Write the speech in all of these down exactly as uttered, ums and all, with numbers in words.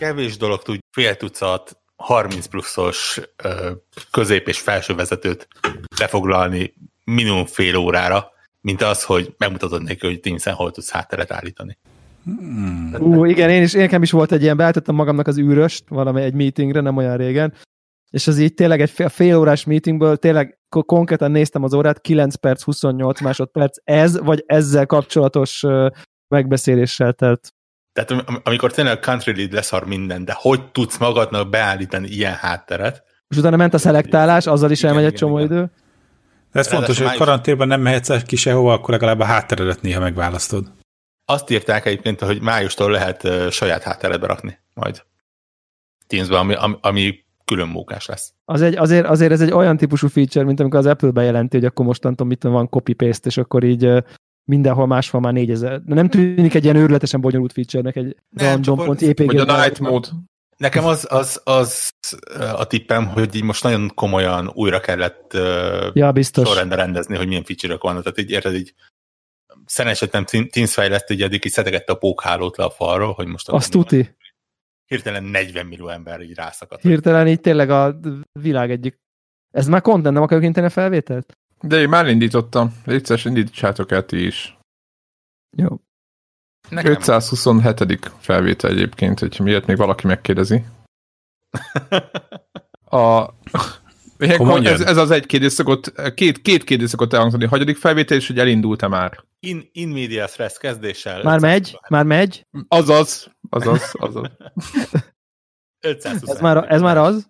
kevés dolog tud fél tucat harminc pluszos közép- és felsővezetőt lefoglalni minimum fél órára, mint az, hogy megmutatod neki, hogy Teams-en hol tudsz hátteret állítani. Hmm. Ú, igen, én is, nekem is volt egy ilyen, beállítottam magamnak az űröst valami egy meetingre, nem olyan régen, és az így tényleg egy fél, fél órás meetingből tényleg konkrétan néztem az órát, kilenc perc, huszonnyolc másodperc, ez vagy ezzel kapcsolatos uh, megbeszéléssel telt. Tehát am- amikor tényleg a country lead leszar minden, de hogy tudsz magadnak beállítani ilyen hátteret? És utána ment a szelektálás, azzal is igen, elmegy egy csomó igen. idő. De ez fontos, hogy karanténban nem mehetsz ki sehova, akkor legalább a hátteredet néha megválasztod. Azt írták egyébként, hogy májustól lehet uh, saját hátteredbe rakni majd Teamsbe, ami, ami, ami külön mókás lesz. Az egy, azért, azért ez egy olyan típusú feature, mint amikor az Apple bejelenti, hogy akkor mostantól mit van copy-paste, és akkor így uh, mindenhol máshol már négyezer. De nem tűnik egy ilyen őrületesen bonyolult feature-nek egy random.jpg. Vagy a night mode. Nekem az, az, az a tippem, hogy így most nagyon komolyan újra kellett uh, ja, biztos. sorrendben rendezni, hogy milyen feature-ök vannak. Tehát így érted, így szerencsétlen Teams fejlesztő, így eddig így szedegette a pókhálót le a falról, hogy most... Azt tuti. Hirtelen negyven millió ember így rászakadt. Hirtelen így tényleg a világ egyik... Ez már content, nem akarjuk inteni a felvételt? De én már indítottam. Létszes, indítsátok el ti is. Jó. Nekem. ötszázhuszonhetedik felvétel egyébként, hogyha miért még valaki megkérdezi. A... Ez, ez az egy kérdés szokott, két, két kérdés szokott elhangzani. A hagyadik felvétel is, hogy elindult-e már? In, in medias res kezdéssel. Már megy? Már megy? Azaz, azaz, azaz. ez, már, ez már az?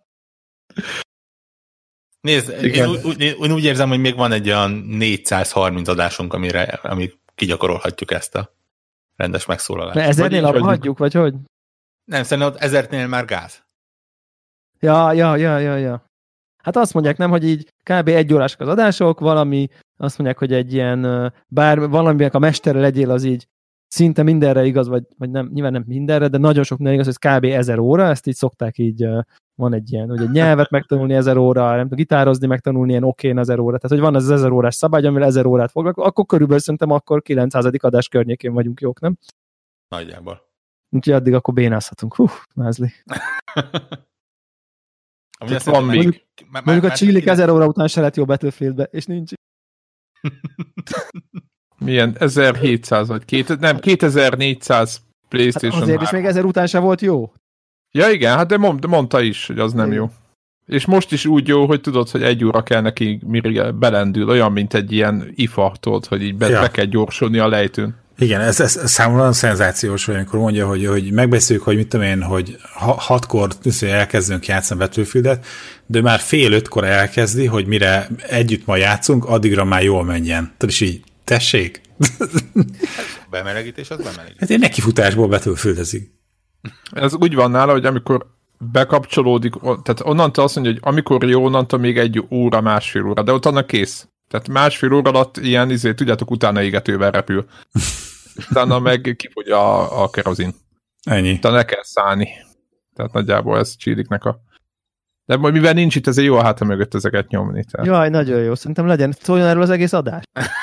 Nézd, én úgy, én úgy érzem, hogy még van egy olyan négyszázharminc adásunk, amire, amíg kigyakorolhatjuk ezt a rendes megszólalást. De ezernél abba hagyjuk, vagy hogy? Nem, szerintem ott ezernél már gáz. Ja, ja, ja, ja, ja. Hát azt mondják, nem, hogy így kb. Egy órások az adások, valami, azt mondják, hogy egy ilyen, bár valaminek a mestere legyél, az így szinte mindenre igaz, vagy, vagy nem, nyilván nem mindenre, de nagyon sok minden igaz, hogy kb. Ezer óra, ezt így szokták így, van egy ilyen, hogy egy nyelvet megtanulni ezer óra, nem tudom, gitározni megtanulni ilyen okén ezer óra, tehát hogy van ez az ezer órás szabály, amivel ezer órát foglalkozunk, akkor körülbelül szerintem akkor kilencszázadik adás környékén vagyunk jók, nem? Nagyjából. Úgyhogy addig akkor bénázhatunk. Hú, mázli. Van még. Mondjuk, már, mondjuk már, a Chillik ezer óra után se lett jó Battlefieldbe, és nincs. Milyen? ezerhétszáz vagy két, nem, kétezer-négyszáz PlayStation hát azért is még ezer után se volt jó. Ja igen, hát de, mond, de mondta is, hogy az nem igen. Jó. És most is úgy jó, hogy tudod, hogy egy óra kell neki, mire belendül, olyan, mint egy ilyen ifa, tudod, hogy így be, ja. be kell gyorsulni a lejtőn. Igen, ez, ez számomra szenzációs, hogy amikor mondja, hogy, hogy megbeszéljük, hogy mit tudom én, hogy hatkor elkezdünk játszani Battlefieldet, de már fél ötkor elkezdi, hogy mire együtt ma játszunk, addigra már jól menjen. Tehát is így, tessék? Bemelegítés az bemelegítés. Hát én nekifutásból Battlefieldezik. Ez úgy van nála, hogy amikor bekapcsolódik, tehát onnantól azt mondja, hogy amikor jó, onnantól még egy óra, másfél óra, de ott annak kész. Tehát másfél óra alatt ilyen, izé, tudjátok, utána égetővel repül. Utána meg kifogy a, a kerozin. Ennyi. Utána le kell szállni. Tehát nagyjából ez Chilliknek a... De majd mivel nincs itt, ezért jó a háta mögött ezeket nyomni. Tehát. Jaj, nagyon jó. Szerintem legyen. Szóljon erről az egész adás.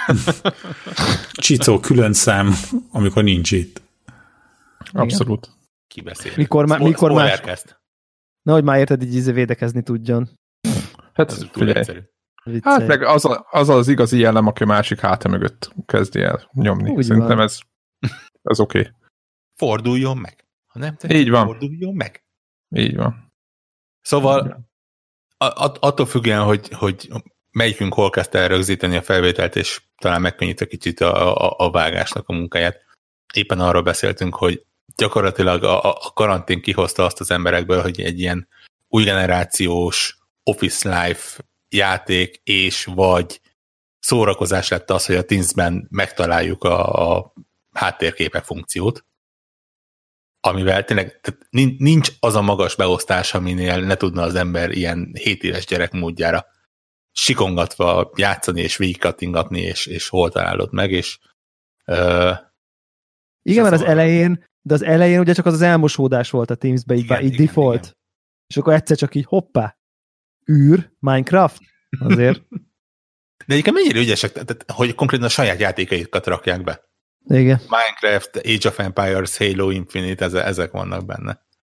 Csicó külön szám, amikor nincs itt. Abszolút. Ki beszél? Mikor, má, mikor más... Kezd. Nehogy már érted, így védekezni tudjon. Hát figyelj. Hát meg az, a, az az igazi jellem, aki a másik háta mögött kezdi el nyomni. Úgy Szerintem van. ez, ez oké. Okay. Forduljon meg. Ha nem te, így van. Forduljon meg. Így van. Szóval a, attól függően, hogy, hogy melyikünk hol kezdte el rögzíteni a felvételt, és talán megkönnyítve kicsit a, a, a vágásnak a munkáját. Éppen arról beszéltünk, hogy gyakorlatilag a, a karantén kihozta azt az emberekből, hogy egy ilyen új generációs Office Life játék és vagy szórakozás lett az, hogy a Teams-ben megtaláljuk a, a háttérképek funkciót, amivel tényleg nincs az a magas beosztás, aminél ne tudna az ember ilyen hét éves gyerek módjára sikongatva játszani és végigkattingatni, és, és hol találod meg, és uh, igen, mert az elején, de az elején ugye csak az az elmosódás volt a Teams-be, így, igen, így igen, default. Igen. És akkor egyszer csak így hoppá, űr, Minecraft, azért. De egyébként mennyire ügyesek, tehát, hogy konkrétan a saját játékaikat rakják be. Igen. Minecraft, Age of Empires, Halo Infinite, ezek vannak benne.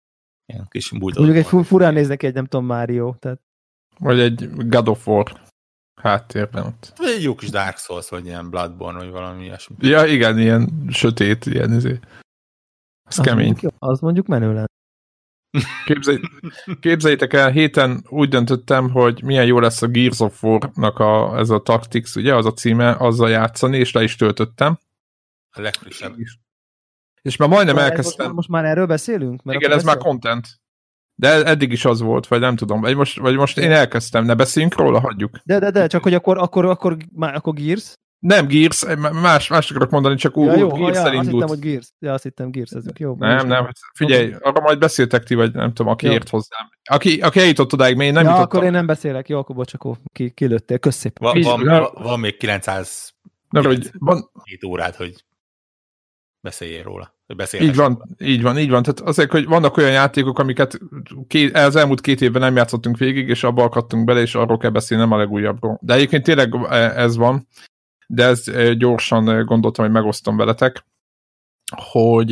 Ilyen kis bulldog. Mondjuk egy fu- furán néznek egy, nem tudom, Mario. Tehát... Vagy egy God of War háttérben ott. Vagy egy jó kis Dark Souls, vagy ilyen Bloodborne, vagy valami ilyesmi. Ja, igen, ilyen sötét, ilyen izé. Az az kemény. Mondjuk, az mondjuk menő lenne. Képzelj, képzeljétek el, héten úgy döntöttem, hogy milyen jó lesz a Gears of War-nak a, ez a Tactics, ugye, az a címe, azzal játszani, és le is töltöttem. A legfrissebb. És már majdnem Most elkezdtem. már, most már erről beszélünk? Mert Igen, ez beszél... már content. De eddig is az volt, vagy nem tudom. Vagy most, vagy most én elkezdtem, ne beszéljünk róla, hagyjuk. De, de, de, csak hogy akkor, akkor, akkor, már, akkor Gears? Nem Gears, más, más akarok mondani, csak úgy Ja, jó, Gears ja, azt elindult. hittem, hogy Gears. Ja, azt hittem Gears, ezek jó. Nem, nem, figyelj, arra majd beszéltek ti, vagy nem tudom, aki jó. ért hozzám. Aki, aki eljutott odáig, még én nem ja, jutottam. akkor én nem beszélek. Jó, akkor bocs, akkor ki, kilőttél. Kösz szépen. Va, van, van, van még kilencszáz Na, hogy van, órát, hogy beszéljél róla. Így van, így van, így van. Tehát azért, hogy vannak olyan játékok, amiket két, az elmúlt két évben nem játszottunk végig, és abba akadtunk bele, és arról kell beszélni, nem a legújabbról. De egyébként tényleg ez van, de ezt gyorsan gondoltam, hogy megosztom veletek, hogy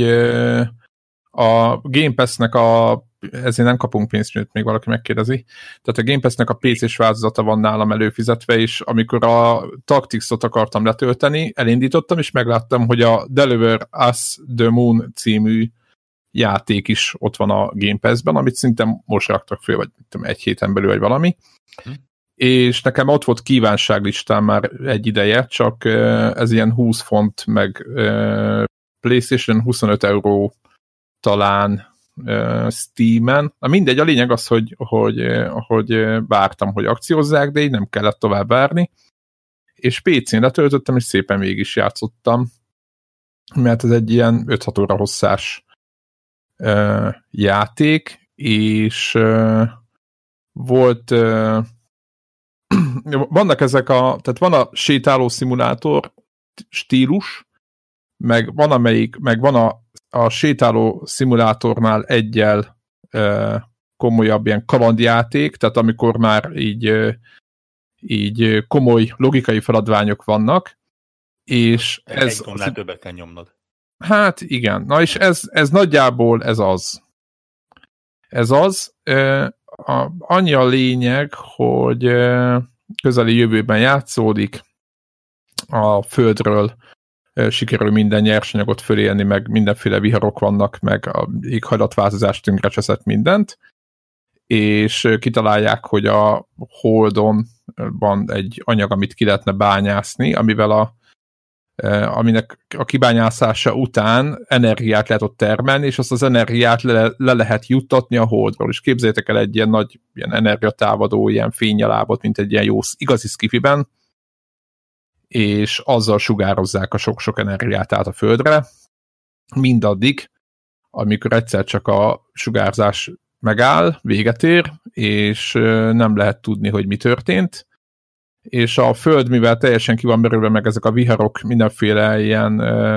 a Game Pass-nek a ezért nem kapunk pénzt, mint még valaki megkérdezi. Tehát a Game Pass-nek a pé cés változata van nálam előfizetve, és amikor a Tactics-ot akartam letölteni, elindítottam, és megláttam, hogy a Deliver Us the Moon című játék is ott van a Game Pass-ben, amit szinte most raktak föl, vagy tudom, egy héten belül, vagy valami. Hm. És nekem ott volt kívánságlistán már egy ideje, csak ez ilyen húsz font, meg PlayStation huszonöt euró talán Steamen. Na mindegy, a lényeg az, hogy, hogy, hogy vártam, hogy akciózzák, de így nem kellett tovább várni. És pé cén letöltöttem, és szépen végig is játszottam, mert ez egy ilyen öt-hat óra hosszás uh, játék, és uh, volt uh, vannak ezek a, tehát van a sétáló szimulátor stílus, meg van amelyik, meg van a a sétáló szimulátornál egyel uh, komolyabb ilyen kalandjáték, tehát amikor már így, uh, így komoly logikai feladványok vannak, és ez... Egy gombnál többet kell nyomnod. Hát igen, na és ez, ez nagyjából ez az. Ez az. Uh, a, annyi a lényeg, hogy uh, közeli jövőben játszódik, a Földről sikerül minden nyersanyagot fölélni, meg mindenféle viharok vannak, meg a éghajlatváltozás tönkrecseszett mindent, és kitalálják, hogy a Holdon van egy anyag, amit ki lehetne bányászni, amivel a, aminek a kibányászása után energiát lehet ott termelni, és azt az energiát le, le lehet juttatni a Holdról. És képzeljétek el egy ilyen nagy ilyen energiatávadó, ilyen fénynyalábot, mint egy ilyen jó igazi skifiben, és azzal sugározzák a sok-sok energiát át a Földre, mindaddig, amikor egyszer csak a sugárzás megáll, véget ér, és nem lehet tudni, hogy mi történt, és a Föld, mivel teljesen ki van merülve, meg ezek a viharok, mindenféle ilyen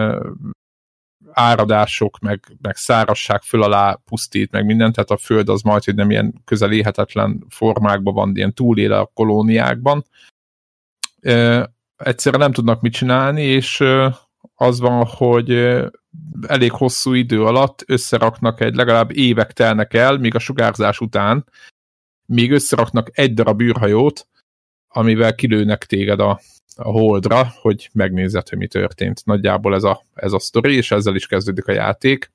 áradások, meg, meg szárazság föl alá pusztít, meg mindent, tehát a Föld az majd, hogy nem ilyen közel élhetetlen formákban van, ilyen túlél a kolóniákban, egyszerre nem tudnak mit csinálni, és az van, hogy elég hosszú idő alatt összeraknak egy, legalább évek telnek el, míg a sugárzás után, míg összeraknak egy darab űrhajót, amivel kilőnek téged a, a Holdra, hogy megnézed, hogy mi történt. Nagyjából ez a, ez a sztori, és ezzel is kezdődik a játék.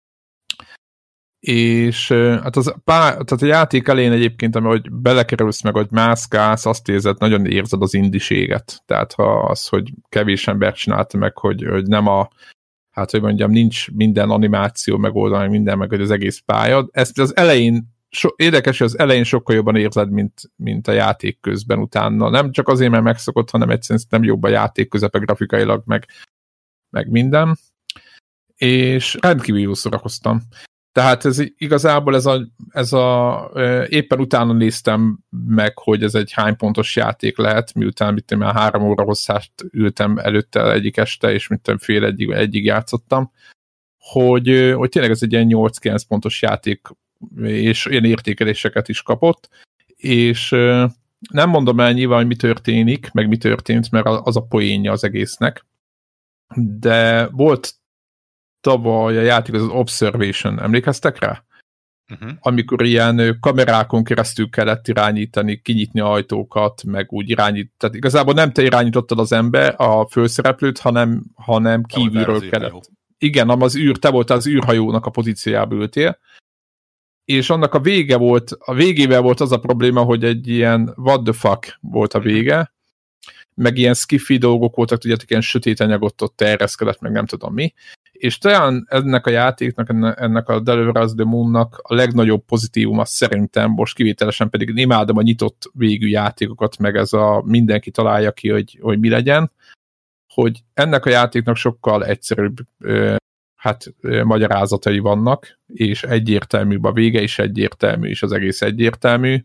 És hát az, tehát a játék elején egyébként, ahogy belekerülsz meg, hogy mászkálsz, azt érzed, nagyon érzed az indiséget. Tehát ha az, hogy kevés ember csinálta meg, hogy, hogy nem a, hát hogy mondjam, nincs minden animáció megoldani, minden meg, hogy az egész pálya. Ezt az elején, so, érdekes, hogy az elején sokkal jobban érzed, mint, mint a játék közben utána. Nem csak azért, mert megszokott, hanem egyszerűen nem jobb a játék közepe grafikailag, meg, meg minden. És rendkívül jól szórakoztam. Tehát ez igazából ez a, ez a éppen utána néztem meg, hogy ez egy hány pontos játék lehet, miután mit már három óra hosszást ültem előtte egyik este, és mit fél egyig, egyig játszottam, hogy, hogy tényleg ez egy ilyen nyolc-kilenc pontos játék, és ilyen értékeléseket is kapott, és nem mondom el nyilván, hogy mi történik, meg mi történt, mert az a poénja az egésznek, de volt tavaly a játék, az Observation, emlékeztek rá? uh-huh. amikor ilyen kamerákon keresztül kellett irányítani, kinyitni ajtókat, meg úgy irányít. Tehát igazából nem te irányítottad az ember, a főszereplőt, hanem, hanem kívülről kellett. Űrhajó. Igen, az űr, te voltál az űrhajónak a pozíciába ültél, és annak a vége volt, a végével volt az a probléma, hogy egy ilyen what the fuck volt a vége, meg ilyen skiffy dolgok voltak, tudjátok, ilyen sötét anyagot ott terjeszkedett, meg nem tudom mi, és talán ennek a játéknak, ennek a Deliver Us the Moon-nak a legnagyobb pozitívuma szerintem, most kivételesen pedig imádom a nyitott végű játékokat, meg ez a mindenki találja ki, hogy, hogy mi legyen, hogy ennek a játéknak sokkal egyszerűbb ö, hát ö, magyarázatai vannak, és egyértelműbb a vége is egyértelmű, és az egész egyértelmű,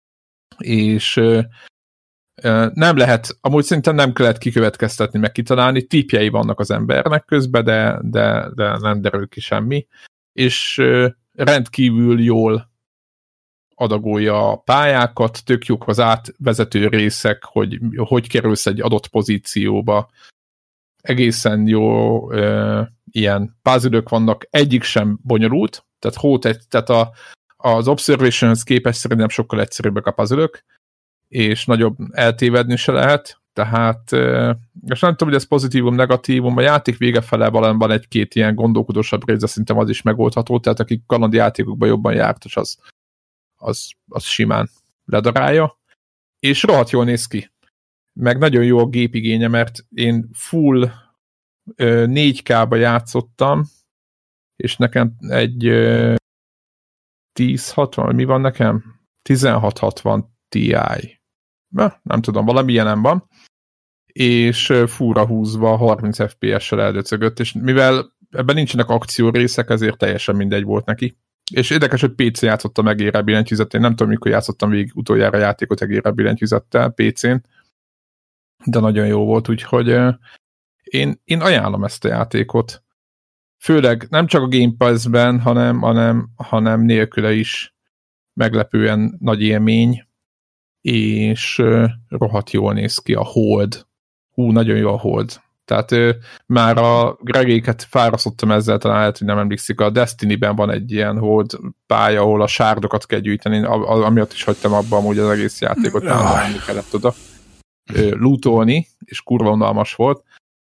és ö, ö, nem lehet, amúgy szerintem nem kellett kikövetkeztetni, meg kitalálni, típjei vannak az embernek közben, de, de, de nem derül ki semmi, és ö, rendkívül jól adagolja a pályákat, tök jók az átvezető részek, hogy hogy kerülsz egy adott pozícióba, egészen jó ö, ilyen puzzle-ök vannak, egyik sem bonyolult, tehát, hót egy, tehát a, az Observationhez képest szerintem sokkal egyszerűbbek a puzzle-ök, és nagyobb eltévedni se lehet, tehát ö, és nem tudom, hogy ez pozitívum, negatívum, a játék vége fele valamiban egy-két ilyen gondolkodósabb része, szerintem az is megoldható, tehát akik kanadi játékokban jobban jártas, az, az, az simán ledarálja, és rohadt jól néz ki. Meg nagyon jó a gépigénye, mert én full ö, négy ká-ba játszottam, és nekem egy ö, tíz hatvan, mi van nekem? tizenhat hatvan Ti. Na, nem tudom, valami ilyenem van. És ö, fúra húzva harminc ef pé es-sel eldöcögött, és mivel ebben nincsenek akciórészek, ezért teljesen mindegy volt neki. És érdekes, hogy pé cén játszottam egérrel billentyűzettel. Én nem tudom, mikor játszottam végig utoljára játékot egérrel billentyűzettel pé cén, de nagyon jó volt, úgyhogy uh, én, én ajánlom ezt a játékot. Főleg nem csak a Game Pass-ben, hanem, hanem, hanem nélküle is meglepően nagy élmény, és uh, rohadt jól néz ki a Hold. Hú, nagyon jó a Hold. Tehát uh, már a Gregéket fárasztottam ezzel, talán lehet, hogy nem emlékszik, a Destiny-ben van egy ilyen Hold pálya, ahol a sárdokat kell gyűjteni, amiatt is hagytam abba amúgy az egész játékot, nem kellett oda lootolni, és kurva unalmas volt.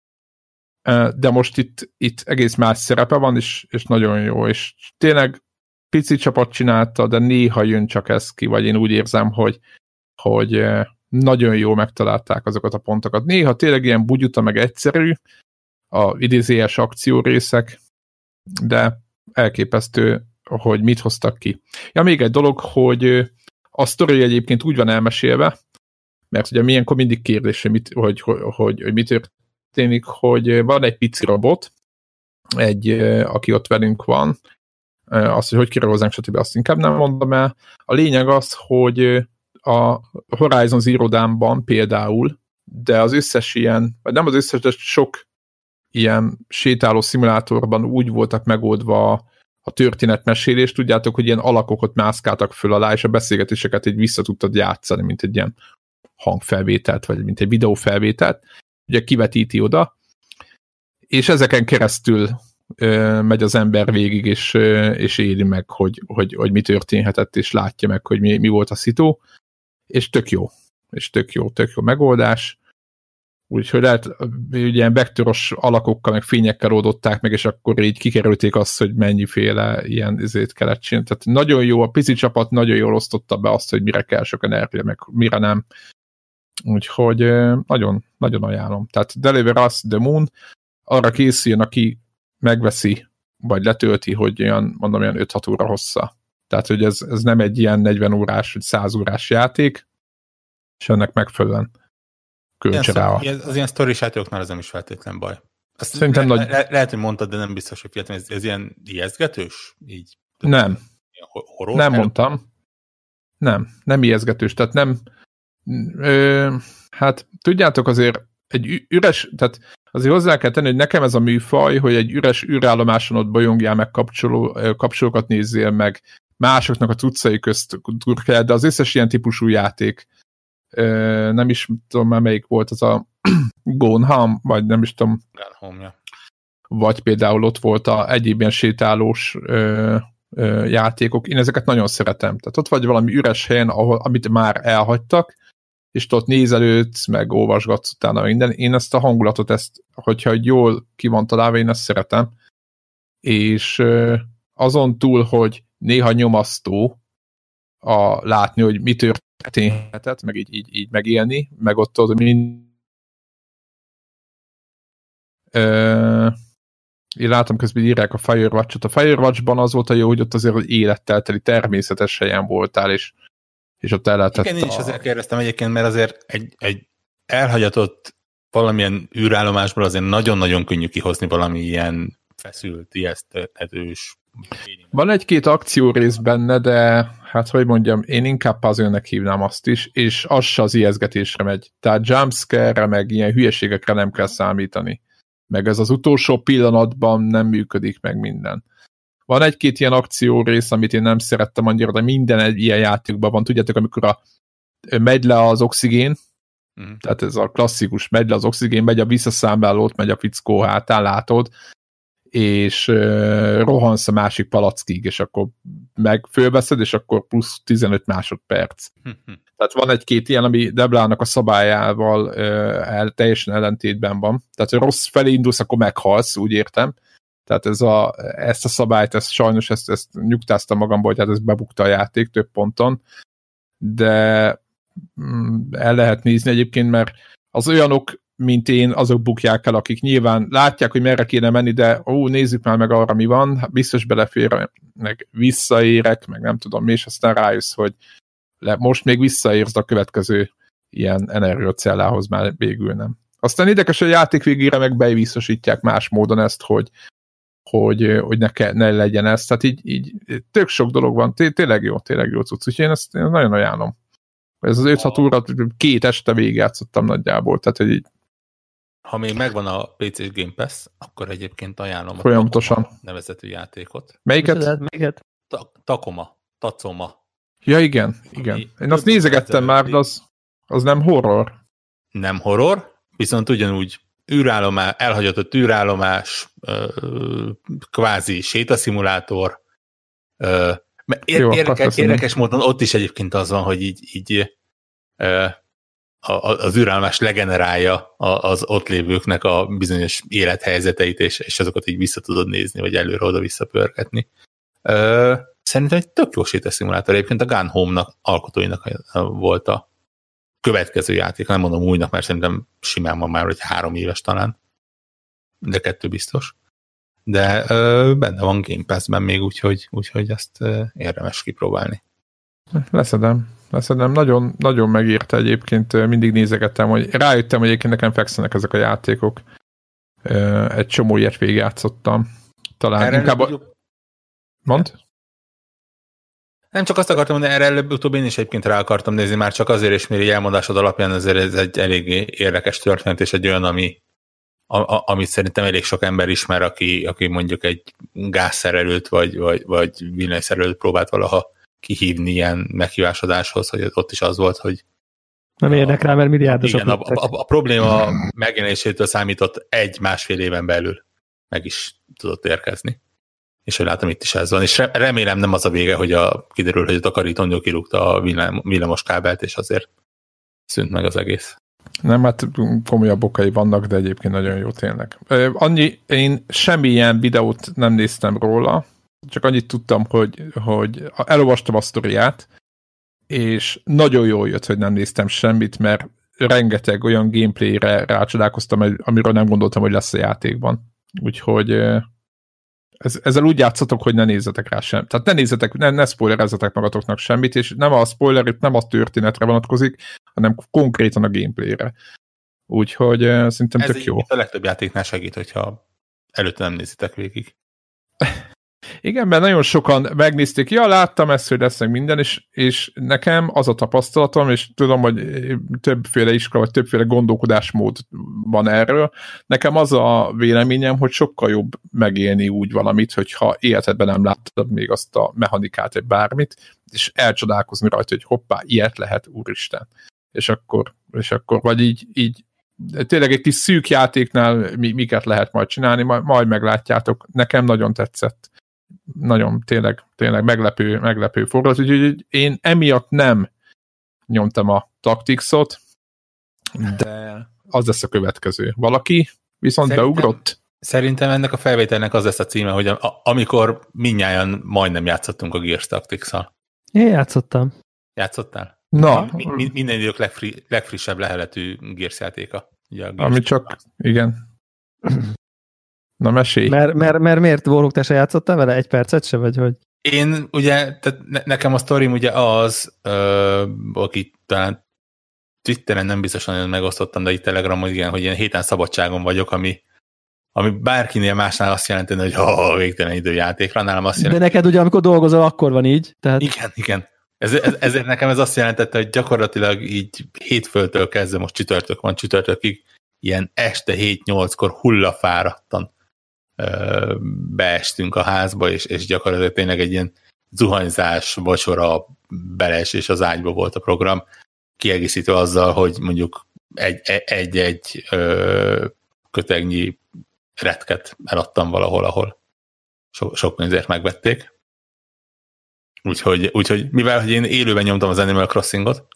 De most itt, itt egész más szerepe van, és, és nagyon jó, és tényleg pici csapat csinálta, de néha jön csak ez ki, vagy én úgy érzem, hogy, hogy nagyon jó megtalálták azokat a pontokat. Néha tényleg ilyen bugyuta, meg egyszerű a idézélyes akciórészek, de elképesztő, hogy mit hoztak ki. Ja, még egy dolog, hogy a sztori egyébként úgy van elmesélve, mert ugye milyenkor mindig kérdés, hogy, mit, hogy, hogy, hogy, hogy mi történik, hogy van egy pici robot, egy, aki ott velünk van, azt, hogy hogy kerül hozzánk, stb. Azt inkább nem mondom el. A lényeg az, hogy a Horizon Zero Dawnban például, de az összes ilyen, vagy nem az összes, de sok ilyen sétáló szimulátorban úgy voltak megoldva a történetmesélés, tudjátok, hogy ilyen alakokat mászkáltak föl alá, és a beszélgetéseket így vissza tudtad játszani, mint egy ilyen hangfelvételt, vagy mint egy videófelvételt, ugye kivetíti oda, és ezeken keresztül ö, megy az ember végig, és, ö, és éli meg, hogy, hogy, hogy mi történhetett, és látja meg, hogy mi, mi volt a szitu, és tök jó, és tök jó, tök jó megoldás, úgyhogy lehet, ugye ilyen vektoros alakokkal, meg fényekkel oldották meg, és akkor így kikerülték azt, hogy mennyiféle ilyen izét kellett csinálni. Tehát nagyon jó, a pici csapat nagyon jól osztotta be azt, hogy mire kell sok energia, meg mire nem. Úgyhogy nagyon, nagyon ajánlom. Tehát Deliver Us the Moon, arra készüljön, aki megveszi, vagy letölti, hogy olyan, mondom, olyan öt-hat óra hossza. Tehát, hogy ez, ez nem egy ilyen negyven órás, vagy száz órás játék, és ennek megfelelően költse rá. Az, az ilyen sztoris játékoknál ez nem is feltétlen baj. Azt Szerintem le, nagy... le, lehet, hogy mondtad, de nem biztos, hogy fiatal, ez, ez ilyen ijesztgetős? Így, nem. Horror? Nem mondtam. Nem, nem ijesztgetős. Tehát nem... Ö, hát tudjátok azért egy üres, tehát azért hozzá kell tenni, hogy nekem ez a műfaj, hogy egy üres űrállomáson ott bolyongjál, meg kapcsoló, kapcsolókat nézzél, meg másoknak a cuccai közt turkál, de az összes ilyen típusú játék, ö, nem is tudom már melyik volt, az a Gone Home, vagy nem is tudom, Gone Home, ja. Vagy például ott volt a egyéb ilyen sétálós ö, ö, játékok, én ezeket nagyon szeretem. Tehát ott vagy valami üres helyen, ahol, amit már elhagytak, és ott nézelődsz, meg olvasgatsz utána minden. Én ezt a hangulatot, ezt, hogyha jól ki van találva, én ezt szeretem. És ö, azon túl, hogy néha nyomasztó a látni, hogy mi történhetett, meg így, így, így megélni, meg ott az mind... Ö, én látom közben írják a Firewatch-ot. A Firewatch-ban az volt a jó, hogy ott azért hogy élettel teli természetes helyen voltál, és, és ott el lehetett... Igen, én is azért kérdeztem egyébként, mert azért egy, egy elhagyatott valamilyen űrállomásból azért nagyon-nagyon könnyű kihozni valami ilyen feszült, ijeszthetős. Van egy-két akciórész benne, de hát hogy mondjam, én inkább puzzle-nek hívnám azt is, és az se az ijesztgetésre megy. Tehát jumpscare-re, meg ilyen hülyeségekre nem kell számítani. Meg ez az utolsó pillanatban nem működik meg minden. Van egy-két ilyen akciórész, amit én nem szerettem annyira, de minden egy ilyen játékban van. Tudjátok, amikor a, megy le az oxigén, mm. tehát ez a klasszikus, megy le az oxigén, megy a visszaszámlálót, megy a fickó hátán, látod, és uh, rohansz a másik palackig, és akkor meg fölveszed, és akkor plusz tizenöt másodperc. Tehát van egy-két ilyen, ami Deblának a szabályával uh, el, teljesen ellentétben van. Tehát, ha rossz felé indulsz, akkor meghalsz, úgy értem. Tehát ez a, ezt a szabályt, ezt, sajnos ezt, ezt nyugtáztam magamból, hogy hát ez bebukta a játék több ponton, de mm, el lehet nézni egyébként, mert az olyanok, mint én, azok bukják el, akik nyilván látják, hogy merre kéne menni, de ó, nézzük már meg arra, mi van, biztos belefér, meg visszaérek, meg nem tudom mi, és aztán rájössz, hogy le, most még visszaérsz a következő ilyen energiacellához, már végül nem. Aztán érdekes, hogy a játék végére meg bejvisszosítják más módon ezt, hogy, hogy, hogy ne, ke, ne legyen ez. Tehát így, így tök sok dolog van, Té- tényleg jó, tényleg jó cucc, úgyhogy én ezt én nagyon ajánlom. Ez az öt-hat óra, két este végigjátszottam nagyjából, tehát hogy így. Ha még megvan a pé cés Game Pass, akkor egyébként ajánlom folyamatosan a Tacoma nevezetű játékot. Melyiket? Melyiket? Ta- Tacoma. Tacoma. Ja, igen, igen. Én azt nézegettem már, de az, az nem horror. Nem horror, viszont ugyanúgy űrállomás, elhagyatott űrállomás, ö, kvázi sétaszimulátor. Ö, ér- Jó, érdekes, érdekes módon ott is egyébként az van, hogy így, így ö, az űrállomás legenerálja az ott lévőknek a bizonyos élethelyzeteit, és, és azokat így vissza tudod nézni, vagy előre-oda visszapörgetni. Ö, szerintem egy tök jó sétaszimulátor. Egyébként a Gone Home-nak, alkotóinak volt a következő játék, nem mondom újnak, mert szerintem simán van már, hogy három éves talán, de kettő biztos. De ö, benne van Game Pass-ben még, úgyhogy, úgyhogy ezt ö, érdemes kipróbálni. Leszedem. Leszedem. Nagyon, nagyon megírta egyébként, mindig nézegettem, hogy rájöttem, hogy egyébként nekem fekszenek ezek a játékok. Egy csomó ilyet végigjátszottam. Talán erre inkább... A... Mondd? Nem csak azt akartam mondani, erre előbb-utóbb én is egyébként rá akartam nézni, már csak azért is, mert elmondásod alapján azért ez egy eléggé érdekes történet, és egy olyan, ami, a, a, amit szerintem elég sok ember ismer, aki, aki mondjuk egy gázszerelőt, vagy, vagy, vagy villanyszerelőt próbált valaha kihívni ilyen meghívásodáshoz, hogy ott is az volt, hogy nem érnek rá, mert milliárdosok. Igen, a, a, a probléma megjelenésétől számított egy-másfél éven belül meg is tudott érkezni. És hogy látom, itt is ez van. És remélem nem az a vége, hogy a, kiderül, hogy a takarító kirúgta a villám, villamos kábelt, és azért szűnt meg az egész. Nem, hát komolyabb okai vannak, de egyébként nagyon jó tényleg. Annyi, én semmilyen videót nem néztem róla, csak annyit tudtam, hogy, hogy elolvastam a sztoriát, és nagyon jól jött, hogy nem néztem semmit, mert rengeteg olyan gameplayre rácsodálkoztam, amiről nem gondoltam, hogy lesz a játékban. Úgyhogy ez, ezzel úgy játszatok, hogy ne nézzetek rá semmit. Tehát ne nézzetek, ne, ne spoilerezzetek magatoknak semmit, és nem a spoiler itt nem a történetre vonatkozik, hanem konkrétan a gameplayre. Úgyhogy szerintem ez tök jó. Ez a legtöbb játéknál segít, hogyha előtte nem nézitek végig. Igen, mert nagyon sokan megnézték, ja, láttam ezt, hogy lesz meg minden, és, és nekem az a tapasztalatom, és tudom, hogy többféle iskola, vagy többféle gondolkodásmód van erről, nekem az a véleményem, hogy sokkal jobb megélni úgy valamit, hogyha életedben nem láttad még azt a mechanikát, vagy bármit, és elcsodálkozni rajta, hogy hoppá, ilyet lehet, úristen. És akkor, és akkor vagy így, így tényleg egy kis szűk játéknál mi, miket lehet majd csinálni, majd, majd meglátjátok. Nekem nagyon tetszett. nagyon tényleg, tényleg meglepő, meglepő fordulat, úgyhogy én emiatt nem nyomtam a Tacticsot, de az lesz a következő. Valaki viszont szerintem, beugrott? Szerintem ennek a felvételnek az lesz a címe, hogy a, amikor mindnyájan majdnem játszottunk a Gears Tactics-szal. Én játszottam. Játszottál? Na. Mi, mi, minden idők legfri, legfrissebb leheletű Gears játéka. Ugye a Gears ami csak, játék. Igen. Na, mesélj. Mert, mert, mert miért, Warhawk, te se játszottál vele? Egy percet se, vagy hogy? Én ugye, tehát ne, nekem a sztorim ugye az, ö, aki talán Twitteren nem biztosan nagyon megosztottam, de itt Telegramon igen, hogy ilyen héten szabadságon vagyok, ami, ami bárkinél másnál azt jelenti, hogy ha végtelen időjátékra, nálam azt jelenti. De neked ugye, amikor dolgozol, akkor van így. Tehát... Igen, igen. Ez, ez, ezért nekem ez azt jelentette, hogy gyakorlatilag így hétfőtől kezdve, most csütörtök van, csütörtökig, ilyen este hét-nyolckor hullafáradtan ö, beestünk a házba, és, és gyakorlatilag tényleg egy ilyen zuhanyzás, vacsora, beleesés az ágyba volt a program, kiegészítve azzal, hogy mondjuk egy-egy kötegnyi retket eladtam valahol, ahol so, sok pénzért megvették. Úgyhogy, úgyhogy mivel hogy én élőben nyomtam az Animal Crossingot,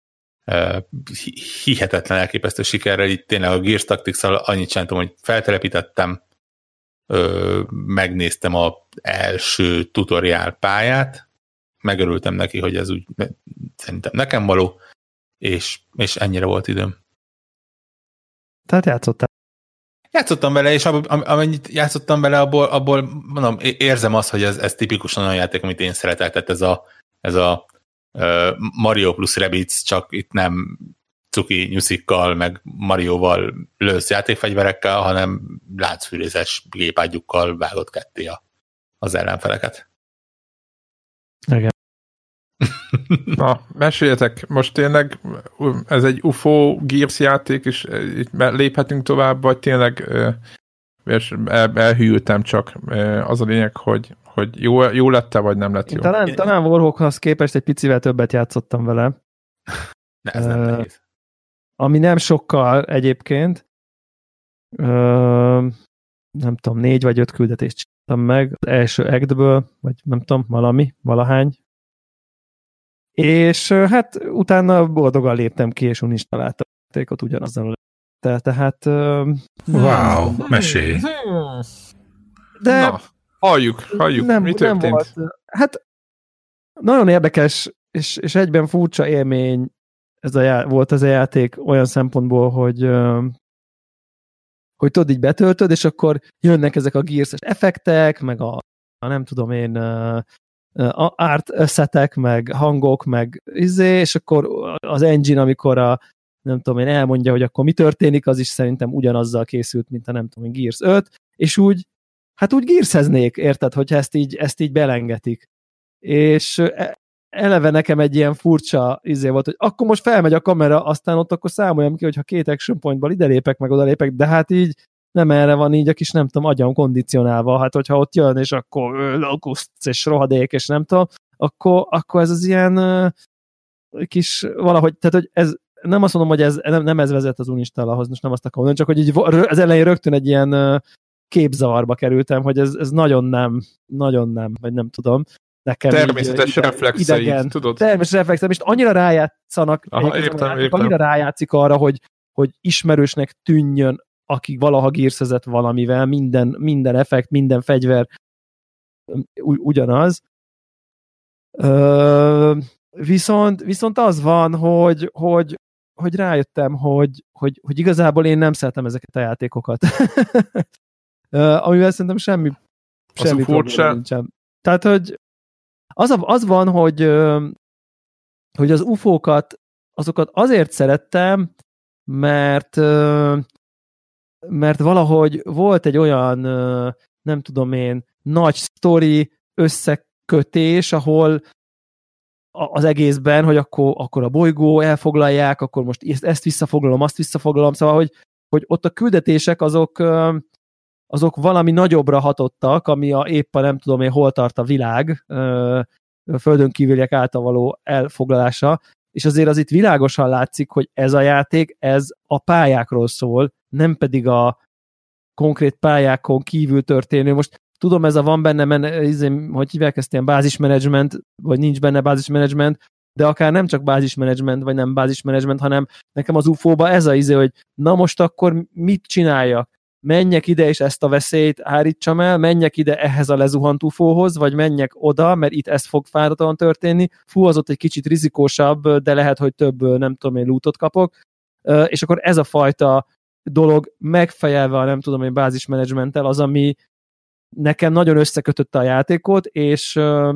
hihetetlen elképesztő sikerrel, itt tényleg a Gears Tactics-szal annyit csináltam, hogy feltelepítettem, megnéztem az első tutoriál pályát, megörültem neki, hogy ez úgy szerintem nekem való, és, és ennyire volt időm. Tehát játszottál? Játszottam vele, és amennyit játszottam vele, abból, abból mondom, érzem azt, hogy ez, ez tipikusan olyan játék, amit én szeretek, tehát ez a, ez a uh, Mario plus Rabbids, csak itt nem cuki nyuszikkal, meg Marioval lősz játékfegyverekkel, hanem láncfűrészes gépágyukkal vágott ketté a, az ellenfeleket. Igen. Na, meséljetek, most tényleg ez egy u f o Gears játék, és itt léphetünk tovább, vagy tényleg és el, elhűltem csak. Az a lényeg, hogy, hogy jó, jó lett-e, vagy nem lett jó? Talán, talán Warhawkhoz képest egy picivel többet játszottam vele. Ne, ez nem uh, nehéz. Ami nem sokkal egyébként. Uh, nem tudom, négy vagy öt küldetést csináltam meg az első actből, vagy nem tudom, valami, valahány. És hát utána boldogan léptem ki, és uninstaláltam a játékot ugyanazzal a tehát... Wow, mesélj! De... Na, halljuk, halljuk, nem, mi történt? Nem volt. Hát nagyon érdekes, és, és egyben furcsa élmény ez a já- volt ez a játék olyan szempontból, hogy hogy tudod, így betöltöd, és akkor jönnek ezek a Gears-es effektek, meg a, a nem tudom én a art összetek, meg hangok, meg izé, és akkor az engine, amikor a nem tudom én elmondja, hogy akkor mi történik, az is szerintem ugyanazzal készült, mint a nem tudom én Gears öt, és úgy, hát úgy Gears-eznék, érted, hogyha ezt így, ezt így belengetik. És eleve nekem egy ilyen furcsa izé volt, hogy akkor most felmegy a kamera, aztán ott akkor számoljam ki, hogyha két action pointból ide lépek, meg oda lépek, de hát így nem erre van így a kis, nem tudom, agyam kondicionálva, hát hogyha ott jön, és akkor lokuszt és rohadék, és nem tudom, akkor, akkor ez az ilyen uh, kis valahogy, tehát hogy ez, nem azt mondom, hogy ez, nem, nem ez vezet az uninstallához, most nem azt akarom mondani, csak hogy így az elején rögtön egy ilyen uh, képzavarba kerültem, hogy ez, ez nagyon nem, nagyon nem, vagy nem tudom. Nekem természetes reflexeid, tudod? Természetes reflexeid, és annyira rájátszanak, Aha, értem, értem. annyira rájátszik arra, hogy, hogy ismerősnek tűnjön, aki valaha gírszezett valamivel, minden, minden effekt, minden fegyver ugyanaz. Ö, viszont, viszont az van, hogy, hogy, hogy rájöttem, hogy, hogy, hogy igazából én nem szeretem ezeket a játékokat. Amivel szerintem semmi, semmi probléma nincsen. Tehát, hogy az, a, az van, hogy, hogy az ufókat, azokat azért szerettem, mert mert valahogy volt egy olyan, nem tudom én, nagy sztori összekötés, ahol az egészben, hogy akkor, akkor a bolygó elfoglalják, akkor most ezt, ezt visszafoglalom, azt visszafoglalom, szóval, hogy, hogy ott a küldetések azok, azok valami nagyobbra hatottak, ami a épp a nem tudom én, hol tart a világ, a földön kívüliek által való elfoglalása, és azért az itt világosan látszik, hogy ez a játék, ez a pályákról szól, nem pedig a konkrét pályákon kívül történő. Most tudom, ez a van benne, men, izé, hogy hívják ezt, ilyen bázismenedzsment, vagy nincs benne bázismenedzsment, de akár nem csak bázismenedzsment, vagy nem bázismenedzsment, hanem nekem az u ef o-ba ez az izé, hogy na most akkor mit csináljak? Menjek ide, és ezt a veszélyt hárítsam el, menjek ide ehhez a lezuhant u ef o-hoz, vagy menjek oda, mert itt ez fog fáradtan történni. Fú, az ott egy kicsit rizikósabb, de lehet, hogy több, nem tudom én, lootot kapok. És akkor ez a fajta dolog megfejelve a nem tudom én bázismenedzsmenttel az, ami nekem nagyon összekötötte a játékot, és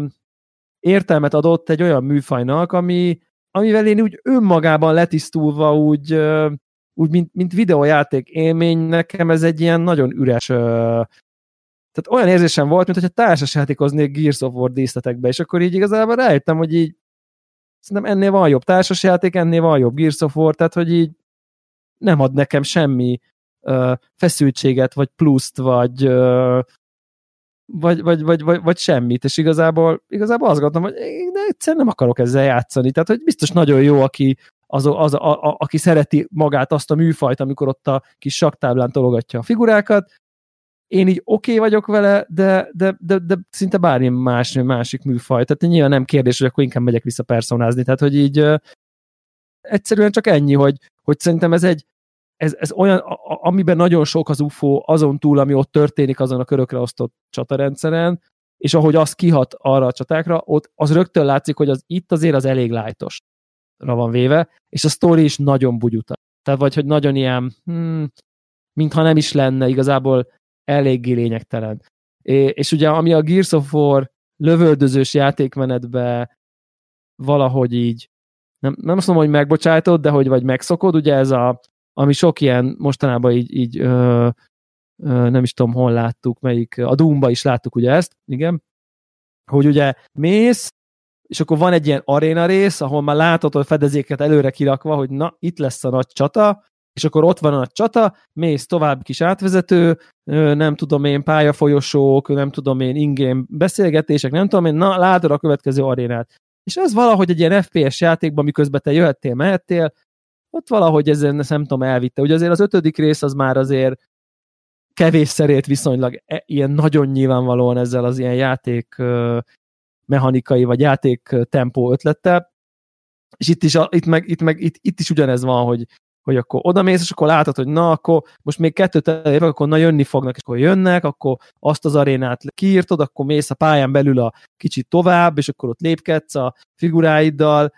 értelmet adott egy olyan műfajnak, ami, amivel én úgy önmagában letisztulva úgy, úgy mint, mint videójáték élmény, nekem ez egy ilyen nagyon üres, tehát olyan érzésem volt, mint hogyha társasjátékoznék Gears of War díszletekbe, és akkor így igazából rájöttem, hogy így szerintem ennél van jobb társasjáték, ennél van jobb Gears of War, tehát hogy így nem ad nekem semmi uh, feszültséget, vagy pluszt, vagy, uh, vagy, vagy, vagy, vagy, vagy semmit, és igazából, igazából azt gondolom, hogy én egyszerűen nem akarok ezzel játszani, tehát hogy biztos nagyon jó, aki, az, az, a, a, aki szereti magát azt a műfajt, amikor ott a kis saktáblán tologatja a figurákat, én így oké okay vagyok vele, de, de, de, de szinte bármi más, másik műfaj, tehát nyilván nem kérdés, hogy akkor inkább megyek vissza personázni, tehát hogy így uh, egyszerűen csak ennyi, hogy, hogy szerintem ez egy ez, ez olyan, a, amiben nagyon sok az u ef o azon túl, ami ott történik azon a körökre osztott csatarendszeren, és ahogy az kihat arra a csatákra, ott az rögtön látszik, hogy az itt azért az elég lájtosra van véve, és a sztori is nagyon bugyuta. Tehát vagy, hogy nagyon ilyen, hmm, mintha nem is lenne, igazából eléggé lényegtelen. É, és ugye ami a Gears of War lövöldözős játékmenetbe valahogy így nem, nem azt mondom, hogy megbocsájtod, de hogy vagy megszokod, ugye ez a, ami sok ilyen mostanában így, így ö, ö, nem is tudom, hol láttuk, melyik, a Doomba is láttuk ugye ezt, igen, hogy ugye mész, és akkor van egy ilyen aréna rész, ahol már látod, hogy fedezéket előre kirakva, hogy na, itt lesz a nagy csata, és akkor ott van a nagy csata, mész tovább kis átvezető, nem tudom én, pályafolyosók, nem tudom én, in-game beszélgetések, nem tudom én, na, látod a következő arénát. És ez valahogy egy ilyen ef pé es játékban, miközben te jöhettél, mehettél, ott valahogy ezen nem tudom, elvitte. Ugye azért az ötödik rész az már azért kevésszer ért viszonylag e, ilyen nagyon nyilvánvalóan ezzel az ilyen játék uh, mechanikai, vagy játék tempó ötlettel, és itt is, a, itt, meg, itt, meg, itt, itt is ugyanez van, hogy hogy akkor odamész, és akkor látod, hogy na, akkor most még kettőt elérek, akkor na jönni fognak, és akkor jönnek, akkor azt az arénát kiírtod, akkor mész a pályán belül a kicsit tovább, és akkor ott lépkedsz a figuráiddal,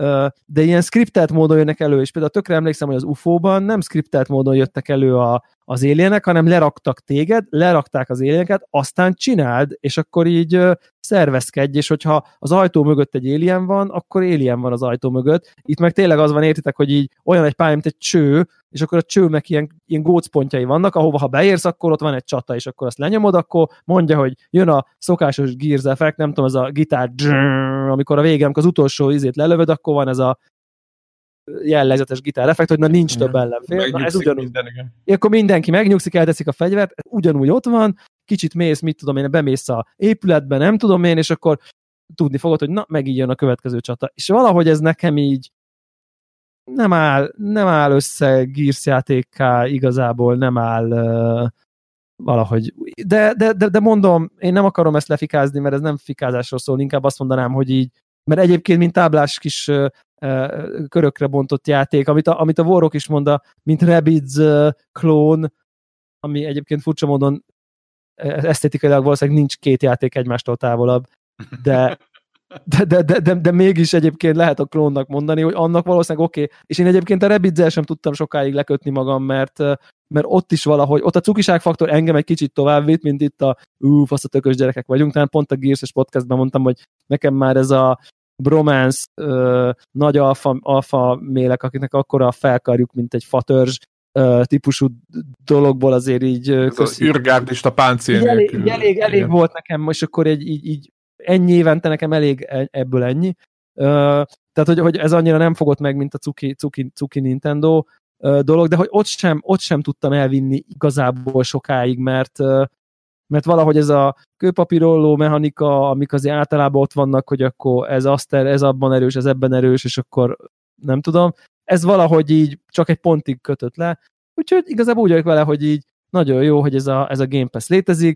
de ilyen skriptelt módon jönnek elő, és például tökre emlékszem, hogy az u ef o-ban nem skriptelt módon jöttek elő a, az alienek, hanem leraktak téged, lerakták az alieneket, aztán csináld, és akkor így szervezkedj, és hogyha az ajtó mögött egy alien van, akkor alien van az ajtó mögött. Itt meg tényleg az van, értitek, hogy így olyan egy pálya, mint egy cső, és akkor a csőnek ilyen, ilyen gócpontjai vannak, ahova ha beérsz, akkor ott van egy csata, és akkor azt lenyomod, akkor mondja, hogy jön a szokásos Gears effekt, nem tudom, ez a gitár, amikor a végén, amikor az utolsó izét lelövöd, akkor van ez a jellegzetes gitár effekt, hogy na nincs több ellenfél. Na, ez ugyanúgy. Minden, igen. Akkor mindenki megnyugszik, elteszik a fegyvert, ugyanúgy ott van, kicsit mész, mit tudom én, bemész a épületbe, nem tudom én, és akkor tudni fogod, hogy na, meg így jön a következő csata. És valahogy ez nekem így nem áll, nem áll össze Gears játékká, igazából nem áll uh, valahogy. De, de, de, de mondom, én nem akarom ezt lefikázni, mert ez nem fikázásról szól, inkább azt mondanám, hogy így, mert egyébként mint táblás kis uh, uh, körökre bontott játék, amit a, amit a Warrock is mond, mint Rabbids uh, klón, ami egyébként furcsa módon esztétikailag valószínűleg nincs két játék egymástól távolabb, de De, de, de, de, de mégis egyébként lehet a klónnak mondani, hogy annak valószínűleg oké. Okay. És én egyébként a Rabbidszel sem tudtam sokáig lekötni magam, mert, mert ott is valahogy, ott a cukiságfaktor engem egy kicsit tovább vitt, mint itt a ú, fasz a tökös gyerekek vagyunk. Tehát pont a Gears-es podcastben mondtam, hogy nekem már ez a bromance, ö, nagy alfa, alfa mélek, akiknek akkora a felkarjuk, mint egy fatörzs, ö, típusú dologból azért így... Ez az űrgárdista páncél nélkül. Elég, elég, elég volt nekem, és akkor egy, így, így ennyi évente nekem elég ebből ennyi. Uh, tehát, hogy, hogy ez annyira nem fogott meg, mint a cuki, cuki, cuki Nintendo uh, dolog, de hogy ott sem, ott sem tudtam elvinni igazából sokáig, mert, uh, mert valahogy ez a kőpapírolló mechanika, amik azért általában ott vannak, hogy akkor ez, azt, ez abban erős, ez ebben erős, és akkor nem tudom. Ez valahogy így csak egy pontig kötött le. Úgyhogy igazából úgy vagyok vele, hogy így nagyon jó, hogy ez a, ez a Game Pass létezik.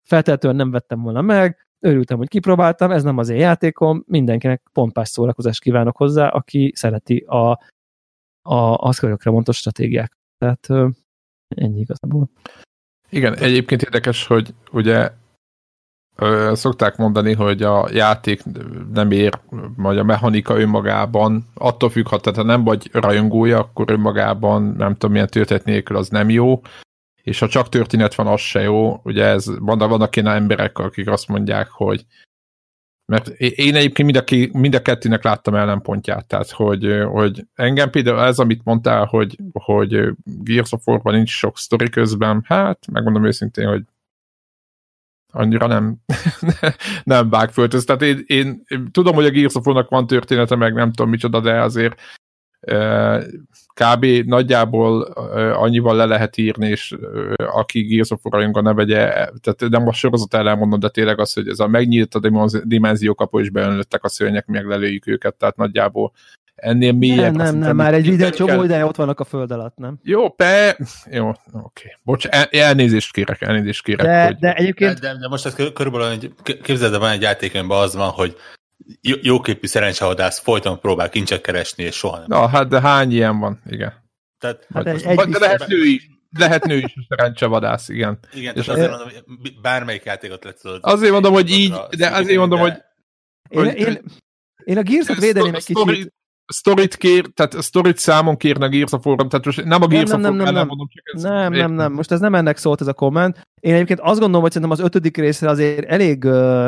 feltétlenül nem vettem volna meg, örültem, hogy kipróbáltam, ez nem az én játékom, mindenkinek pompás szórakozást kívánok hozzá, aki szereti a, a, a szkörökre mondott stratégiák. Tehát ennyi igazából. Igen, egyébként érdekes, hogy ugye ö, szokták mondani, hogy a játék nem ér, vagy a mechanika önmagában, attól függ, ha tehát nem vagy rajongója, akkor önmagában nem tudom, milyen történet nélkül az nem jó, és ha csak történet van, az se jó. Ugye ez, vannak ilyen emberek, akik azt mondják, hogy mert én egyébként mind a, mind a kettőnek láttam ellenpontját, tehát hogy, hogy engem például ez, amit mondtál, hogy, hogy Gears of War-ban nincs sok sztori közben, hát megmondom őszintén, hogy annyira nem, nem vág föl. Tehát én, én, én tudom, hogy a Gears of War-nak van története, meg nem tudom micsoda, de azért kb. Nagyjából annyival le lehet írni, és aki Gears of War rajongó ne vegye, tehát nem a sorozat ellen mondom, de tényleg az, hogy ez a megnyílt a dimenziókapu, és beönlöttek a szörnyek, meg lelőjük őket, tehát nagyjából ennél mélyebb. Nem, nem, nem, már egy ide, csomó ideje ott vannak a föld alatt, nem? Jó, pe... Jó, oké. Okay. Bocs, elnézést kérek, elnézést kérek. De, hogy... de egyébként... De, de, de most ez körülbelül, egy, képzeld, van egy játékemben az van, hogy jóképű szerencsehadász folyton próbál kincset keresni, és soha nem. Na, hát de hány ilyen van, igen. Tehát, hát most, egy, egy de lehet nő is, lehet nő is a szerencsevadász, igen. Igen, és azért mondom, hogy bármelyik játékot le tudod. Azért mondom, hogy így, de azért mondom, hogy... Én, én, én a Gears-ot védeném egy kicsit. Sztorit kér, tehát sztorit számon kérne a Gears of War-on, tehát most nem a Gears nem, of War nem, nem, nem. mondom, csak ez... Nem, nem, nem, most ez nem ennek szólt ez a komment. Én egyébként azt gondolom, hogy szerintem az ötödik részre azért elég uh,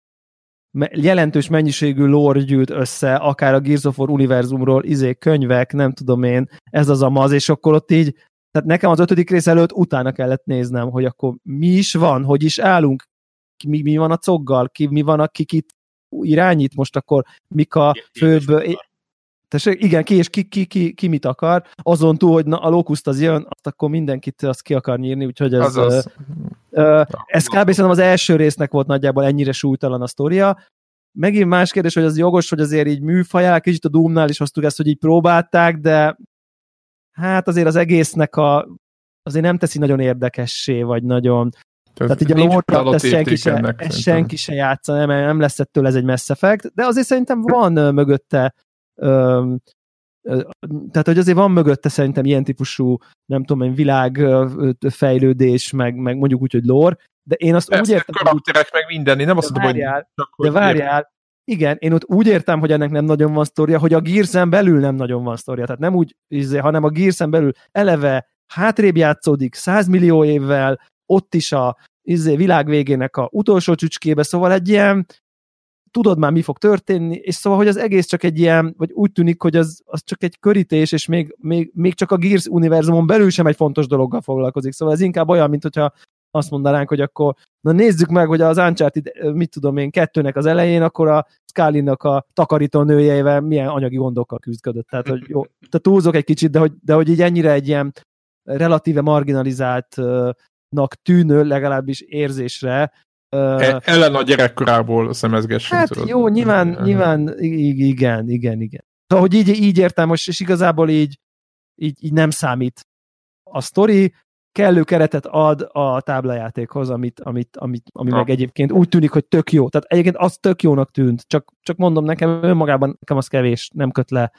jelentős mennyiségű lore gyűlt össze, akár a Gears of War univerzumról, izé, könyvek, nem tudom én, ez az amaz, és akkor ott így, tehát nekem az ötödik rész előtt utána kellett néznem, hogy akkor mi is van, hogy is állunk, mi, mi van a coggal, ki, mi van a kikit irányít most, akkor mik a főbb... Tessék, igen, ki és ki, ki, ki, ki mit akar, azon túl, hogy na, a lókuszt az jön, azt akkor mindenkit azt ki akar nyírni, úgyhogy ez, uh, uh, ez kb. Szerintem az első résznek volt nagyjából ennyire súlytalan a sztoria. Megint más kérdés, hogy az jogos, hogy azért így műfajál, kicsit a Doomnál is hoztuk ezt, hogy így próbálták, de hát azért az egésznek a, azért nem teszi nagyon érdekessé, vagy nagyon... Tehát, Tehát így a lore-ra senki, se, senki se játsza, nem, nem lesz ettől ez egy Mass Effect, de azért szerintem van uh, mögötte Ö, ö, tehát, hogy azért van mögötte szerintem ilyen típusú, nem tudom én, világfejlődés, meg, meg mondjuk úgy, hogy lore, de én azt Persze, úgy értem, karakterek hogy, meg minden, én nem azt mondom, hogy csak, de várjál, igen, én ott úgy értem, hogy ennek nem nagyon van sztoria, hogy a Gears-en belül nem nagyon van sztoria, tehát nem úgy, hanem a Gears-en belül eleve hátrébb játszódik száz millió évvel, ott is a izé, világ végének a utolsó csücskébe, szóval egy ilyen tudod már, mi fog történni, és szóval, hogy az egész csak egy ilyen, vagy úgy tűnik, hogy az, az csak egy körítés, és még, még, még csak a Gears univerzumon belül sem egy fontos dologgal foglalkozik. Szóval ez inkább olyan, mint hogyha azt mondanánk, hogy akkor na nézzük meg, hogy az Uncharted, mit tudom én, kettőnek az elején, akkor a Scully-nak a takarító nőjeivel milyen anyagi gondokkal küzdködött. Tehát, hogy jó, tehát túlzok egy kicsit, de hogy, de hogy így ennyire egy ilyen relatíve marginalizáltnak tűnő, legalábbis érzésre, E- ellen a gyerekkorából szemezgessünk. Hát tudod. Jó, nyilván, nyilván igen, igen, igen. Szóval, hogy így, így értem most, és igazából így, így, így nem számít. A sztori kellő keretet ad a táblajátékhoz, amit, amit, amit, ami meg egyébként úgy tűnik, hogy tök jó. Tehát egyébként az tök jónak tűnt, csak, csak mondom nekem, önmagában nekem az kevés, nem köt le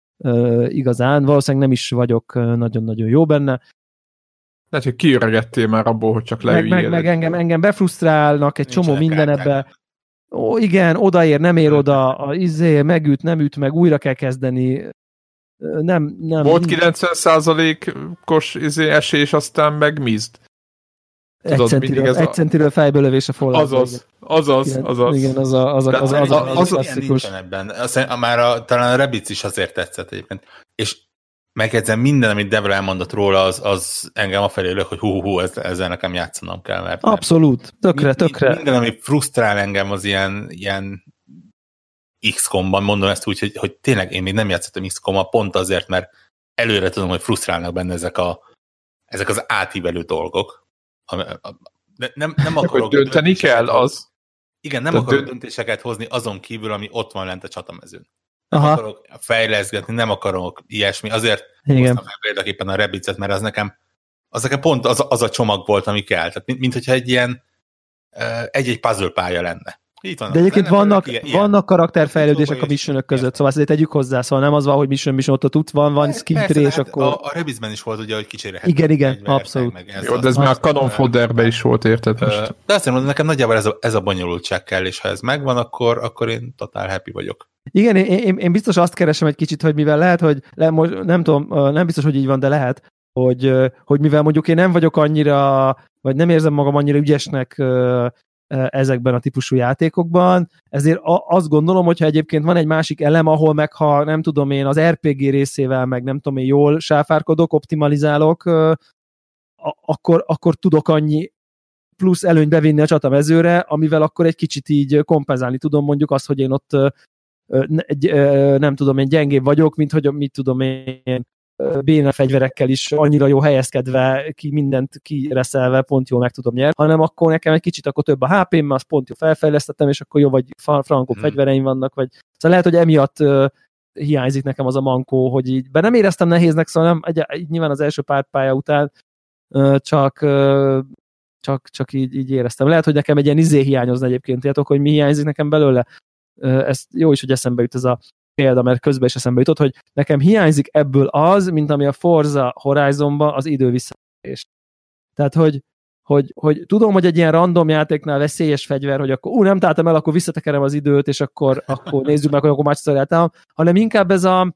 uh, igazán. Valószínűleg nem is vagyok uh, nagyon-nagyon jó benne. Lehet, hogy kiöregettél már abból, hogy csak leüljél. Meg, meg, meg engem, engem befrusztrálnak egy csomó minden ebbe. Ó, igen, odaér, nem ér oda, a izé, megüt, nem üt, meg újra kell kezdeni. Nem, nem. Volt kilencven százalékos izé esély, és aztán meg mizd. Egy centiről, egy centiről fejbelövés a Fallout. Azaz, azaz, azaz. Igen, az a, az a, az a, az a, az az a klasszikus. Ebben. Aztán, már a, talán a Rabbids is azért tetszett egyébként. És megjegyzem, minden, amit Devil elmondott róla, az, az engem afelé lök, hogy hú, hú, ezzel nekem játszanom kell. Mert abszolút, tökre, tökre. Minden, ami frusztrál engem, az ilyen, ilyen iksz komban, mondom ezt úgy, hogy, hogy tényleg én még nem játszottam iksz kommal, pont azért, mert előre tudom, hogy frusztrálnak benne ezek, a, ezek az átívelő dolgok. De nem, nem akarok hogy dönteni kell, az. Igen, nem akarok dönt... döntéseket hozni azon kívül, ami ott van lent a csatamezőn. Nem Aha. akarok fejleszgetni, nem akarok ilyesmi. Azért igen. hoztam fel példaképpen a Rabbids-et, mert az nekem, az nekem pont az, az a csomag volt, ami kell. Tehát mint, mint hogyha egy ilyen egy-egy puzzle pálya lenne. Itt vannak de egyébként vannak, ilyen, vannak karakterfejlődések a missionök között, szóval ezt tegyük hozzá, szóval nem az van, hogy mission mission ott tudsz, van, van skill tree, és akkor... A, a Rebizben is volt ugye, hogy kicsérelhet. Igen, igen, abszolút. Meg, meg Jó, de ez már a Cannon Fodderben is volt, érted most? De azt mondom, nekem nagyjából ez a, ez a bonyolultság kell, és ha ez megvan, akkor, akkor én totál happy vagyok. Igen, én, én, én biztos azt keresem egy kicsit, hogy mivel lehet, hogy le, most, nem tudom, nem biztos, hogy így van, de lehet, hogy, hogy mivel mondjuk én nem vagyok annyira, vagy nem érzem magam annyira ügyesnek ezekben a típusú játékokban, ezért azt gondolom, hogyha egyébként van egy másik elem, ahol meg ha nem tudom én az er pé gé részével meg nem tudom én jól sáfárkodok, optimalizálok, akkor, akkor tudok annyi plusz előnyt bevinni a csatamezőre, amivel akkor egy kicsit így kompenzálni tudom mondjuk azt, hogy én ott nem tudom én gyengébb vagyok, mint hogy mit tudom én béna fegyverekkel is annyira jó helyezkedve, ki mindent kireszelve pont jól meg tudom nyerni, hanem akkor nekem egy kicsit akkor több a há pém, azt pont jó felfejlesztettem, és akkor jó, vagy frankó hmm. fegyvereim vannak, vagy szóval lehet, hogy emiatt uh, hiányzik nekem az a mankó, hogy így, be nem éreztem nehéznek, szóval nem, egy, nyilván az első pár pálya után uh, csak uh, csak, csak így, így éreztem. Lehet, hogy nekem egy ilyen izé hiányozna egyébként, tudjátok, hogy mi hiányzik nekem belőle? Uh, ez jó is, hogy eszembe jut ez a példa, mert közben is eszembe jutott, hogy nekem hiányzik ebből az, mint ami a Forza Horizonban az idő visszatérés. Tehát, hogy, hogy, hogy tudom, hogy egy ilyen random játéknál veszélyes fegyver, hogy akkor ú, nem találtam el, akkor visszatekerem az időt, és akkor, akkor nézzük meg, hogy akkor másszor eltállom, hanem inkább ez a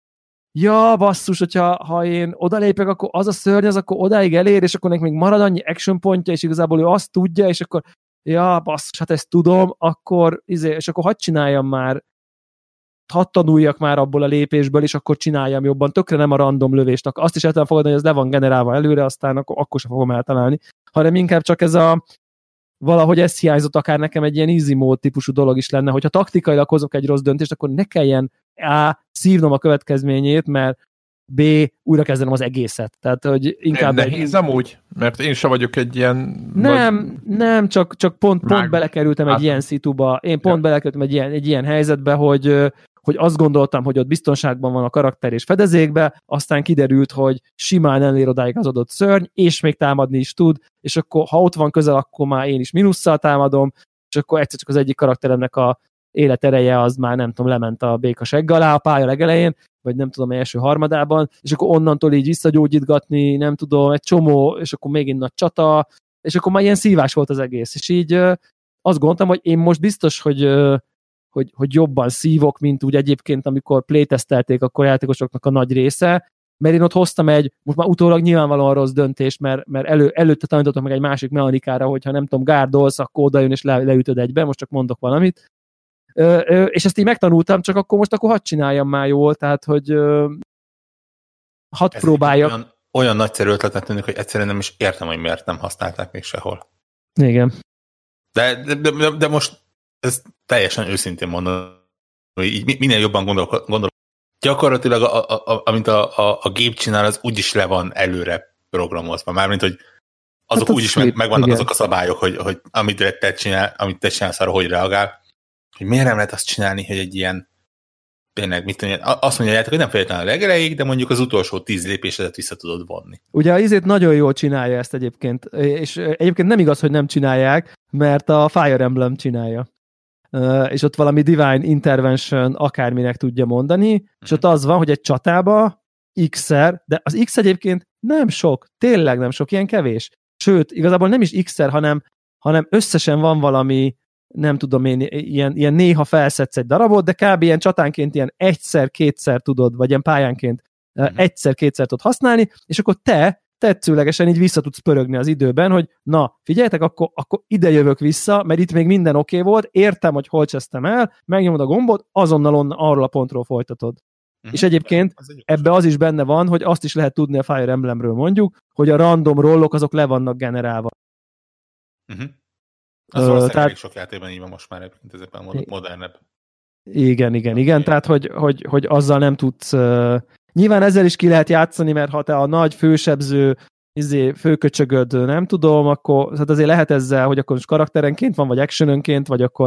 ja, basszus, hogyha ha én odalépek, akkor az a szörny, az akkor odáig elér, és akkor még marad annyi action pontja, és igazából ő azt tudja, és akkor ja, basszus, hát ezt tudom, akkor izé, és akkor hadd csináljam már, hadd tanuljak már abból a lépésből, és akkor csináljam jobban, tökre nem a random lövést. Azt is el tudom fogadni, hogy ez le van generálva előre, aztán akkor, akkor sem fogom eltalálni, hanem inkább csak ez a valahogy ez hiányzott, akár nekem egy ilyen easy mode típusú dolog is lenne, hogyha taktikailag hozok egy rossz döntést, akkor ne kelljen A. szívnom a következményét, mert B. újra kezdenem az egészet. Tehát, hogy inkább... Nehéz egy... amúgy? Mert én sem vagyok egy ilyen... Nem, vagy... nem, csak, csak pont, pont belekerültem egy ilyen szituba. Én pont ja. belekerültem egy ilyen, egy ilyen helyzetbe, hogy, hogy azt gondoltam, hogy ott biztonságban van a karakter és fedezékbe, aztán kiderült, hogy simán elér odáig az adott szörny, és még támadni is tud, és akkor, ha ott van közel, akkor már én is mínusszal támadom, és akkor egyszer csak az egyik karakteremnek a életereje az már nem tudom, lement a béka segg alá a pálya legelején, vagy nem tudom, első harmadában, és akkor onnantól így visszagyógyítgatni, nem tudom, egy csomó, és akkor még egy nagy csata, és akkor már ilyen szívás volt az egész. És így azt gondoltam, hogy én most biztos, hogy, hogy, hogy jobban szívok, mint úgy egyébként, amikor playtesztelték akkor játékosoknak a nagy része, mert én ott hoztam egy, most már utólag nyilvánvalóan rossz döntés, mert, mert elő, előtte tanítottam meg egy másik mechanikára, hogyha nem tudom, gárdolsz, akkor odajön és le, leütöd egybe, most csak mondok valamit. Ö, ö, és ezt így megtanultam, csak akkor most akkor hadd csináljam már jól, tehát, hogy ö, hadd ez próbáljak. Olyan, olyan nagyszerű ötletnek tűnik, hogy egyszerűen nem is értem, hogy miért nem használták még sehol. Igen. De, de, de, de most ezt teljesen őszintén mondom, hogy így minél jobban gondol, gondol gyakorlatilag a, a, a, amint a, a, a gép csinál, az úgyis le van előre programozva. Mármint, hogy azok hát úgyis meg, megvannak igen. azok a szabályok, hogy, hogy amit te csinál, amit te csinálsz arra, hogy reagál. Hogy miért nem lehet azt csinálni, hogy egy ilyen tényleg, mit tudom, azt mondják, hogy nem feltétlenül a legelejéig, de mondjuk az utolsó tíz lépésedet vissza tudod vonni. Ugye az izét nagyon jól csinálja ezt egyébként, és egyébként nem igaz, hogy nem csinálják, mert a Fire Emblem csinálja. És ott valami Divine Intervention akárminek tudja mondani, mm-hmm. és ott az van, hogy egy csatába X-szer, de az X egyébként nem sok, tényleg nem sok, ilyen kevés. Sőt, igazából nem is X-szer, hanem, hanem összesen van valami nem tudom én, ilyen, ilyen néha felszedsz egy darabot, de kb. Ilyen csatánként ilyen egyszer-kétszer tudod, vagy ilyen pályánként mm-hmm. egyszer-kétszer tudod használni, és akkor te tetszőlegesen így vissza tudsz pörögni az időben, hogy na, figyeljetek, akkor, akkor ide jövök vissza, mert itt még minden oké okay volt, értem, hogy hol csesztem el, megnyomod a gombot, azonnal on, arról a pontról folytatod. Mm-hmm. És egyébként az ebbe az is benne van, hogy azt is lehet tudni a Fire Emblemről mondjuk, hogy a random rollok azok le vannak generálva. Mm-hmm. Az uh, valószínűleg tehát... sok játékban így van most már egyébként ezekben modernebb. Igen, igen, igen, tehát hogy, hogy, hogy azzal nem tudsz... Uh... Nyilván ezzel is ki lehet játszani, mert ha te a nagy fősebző izé, főköcsögöd, nem tudom, akkor hát azért lehet ezzel, hogy akkor most karakterenként van, vagy actionönként, vagy akkor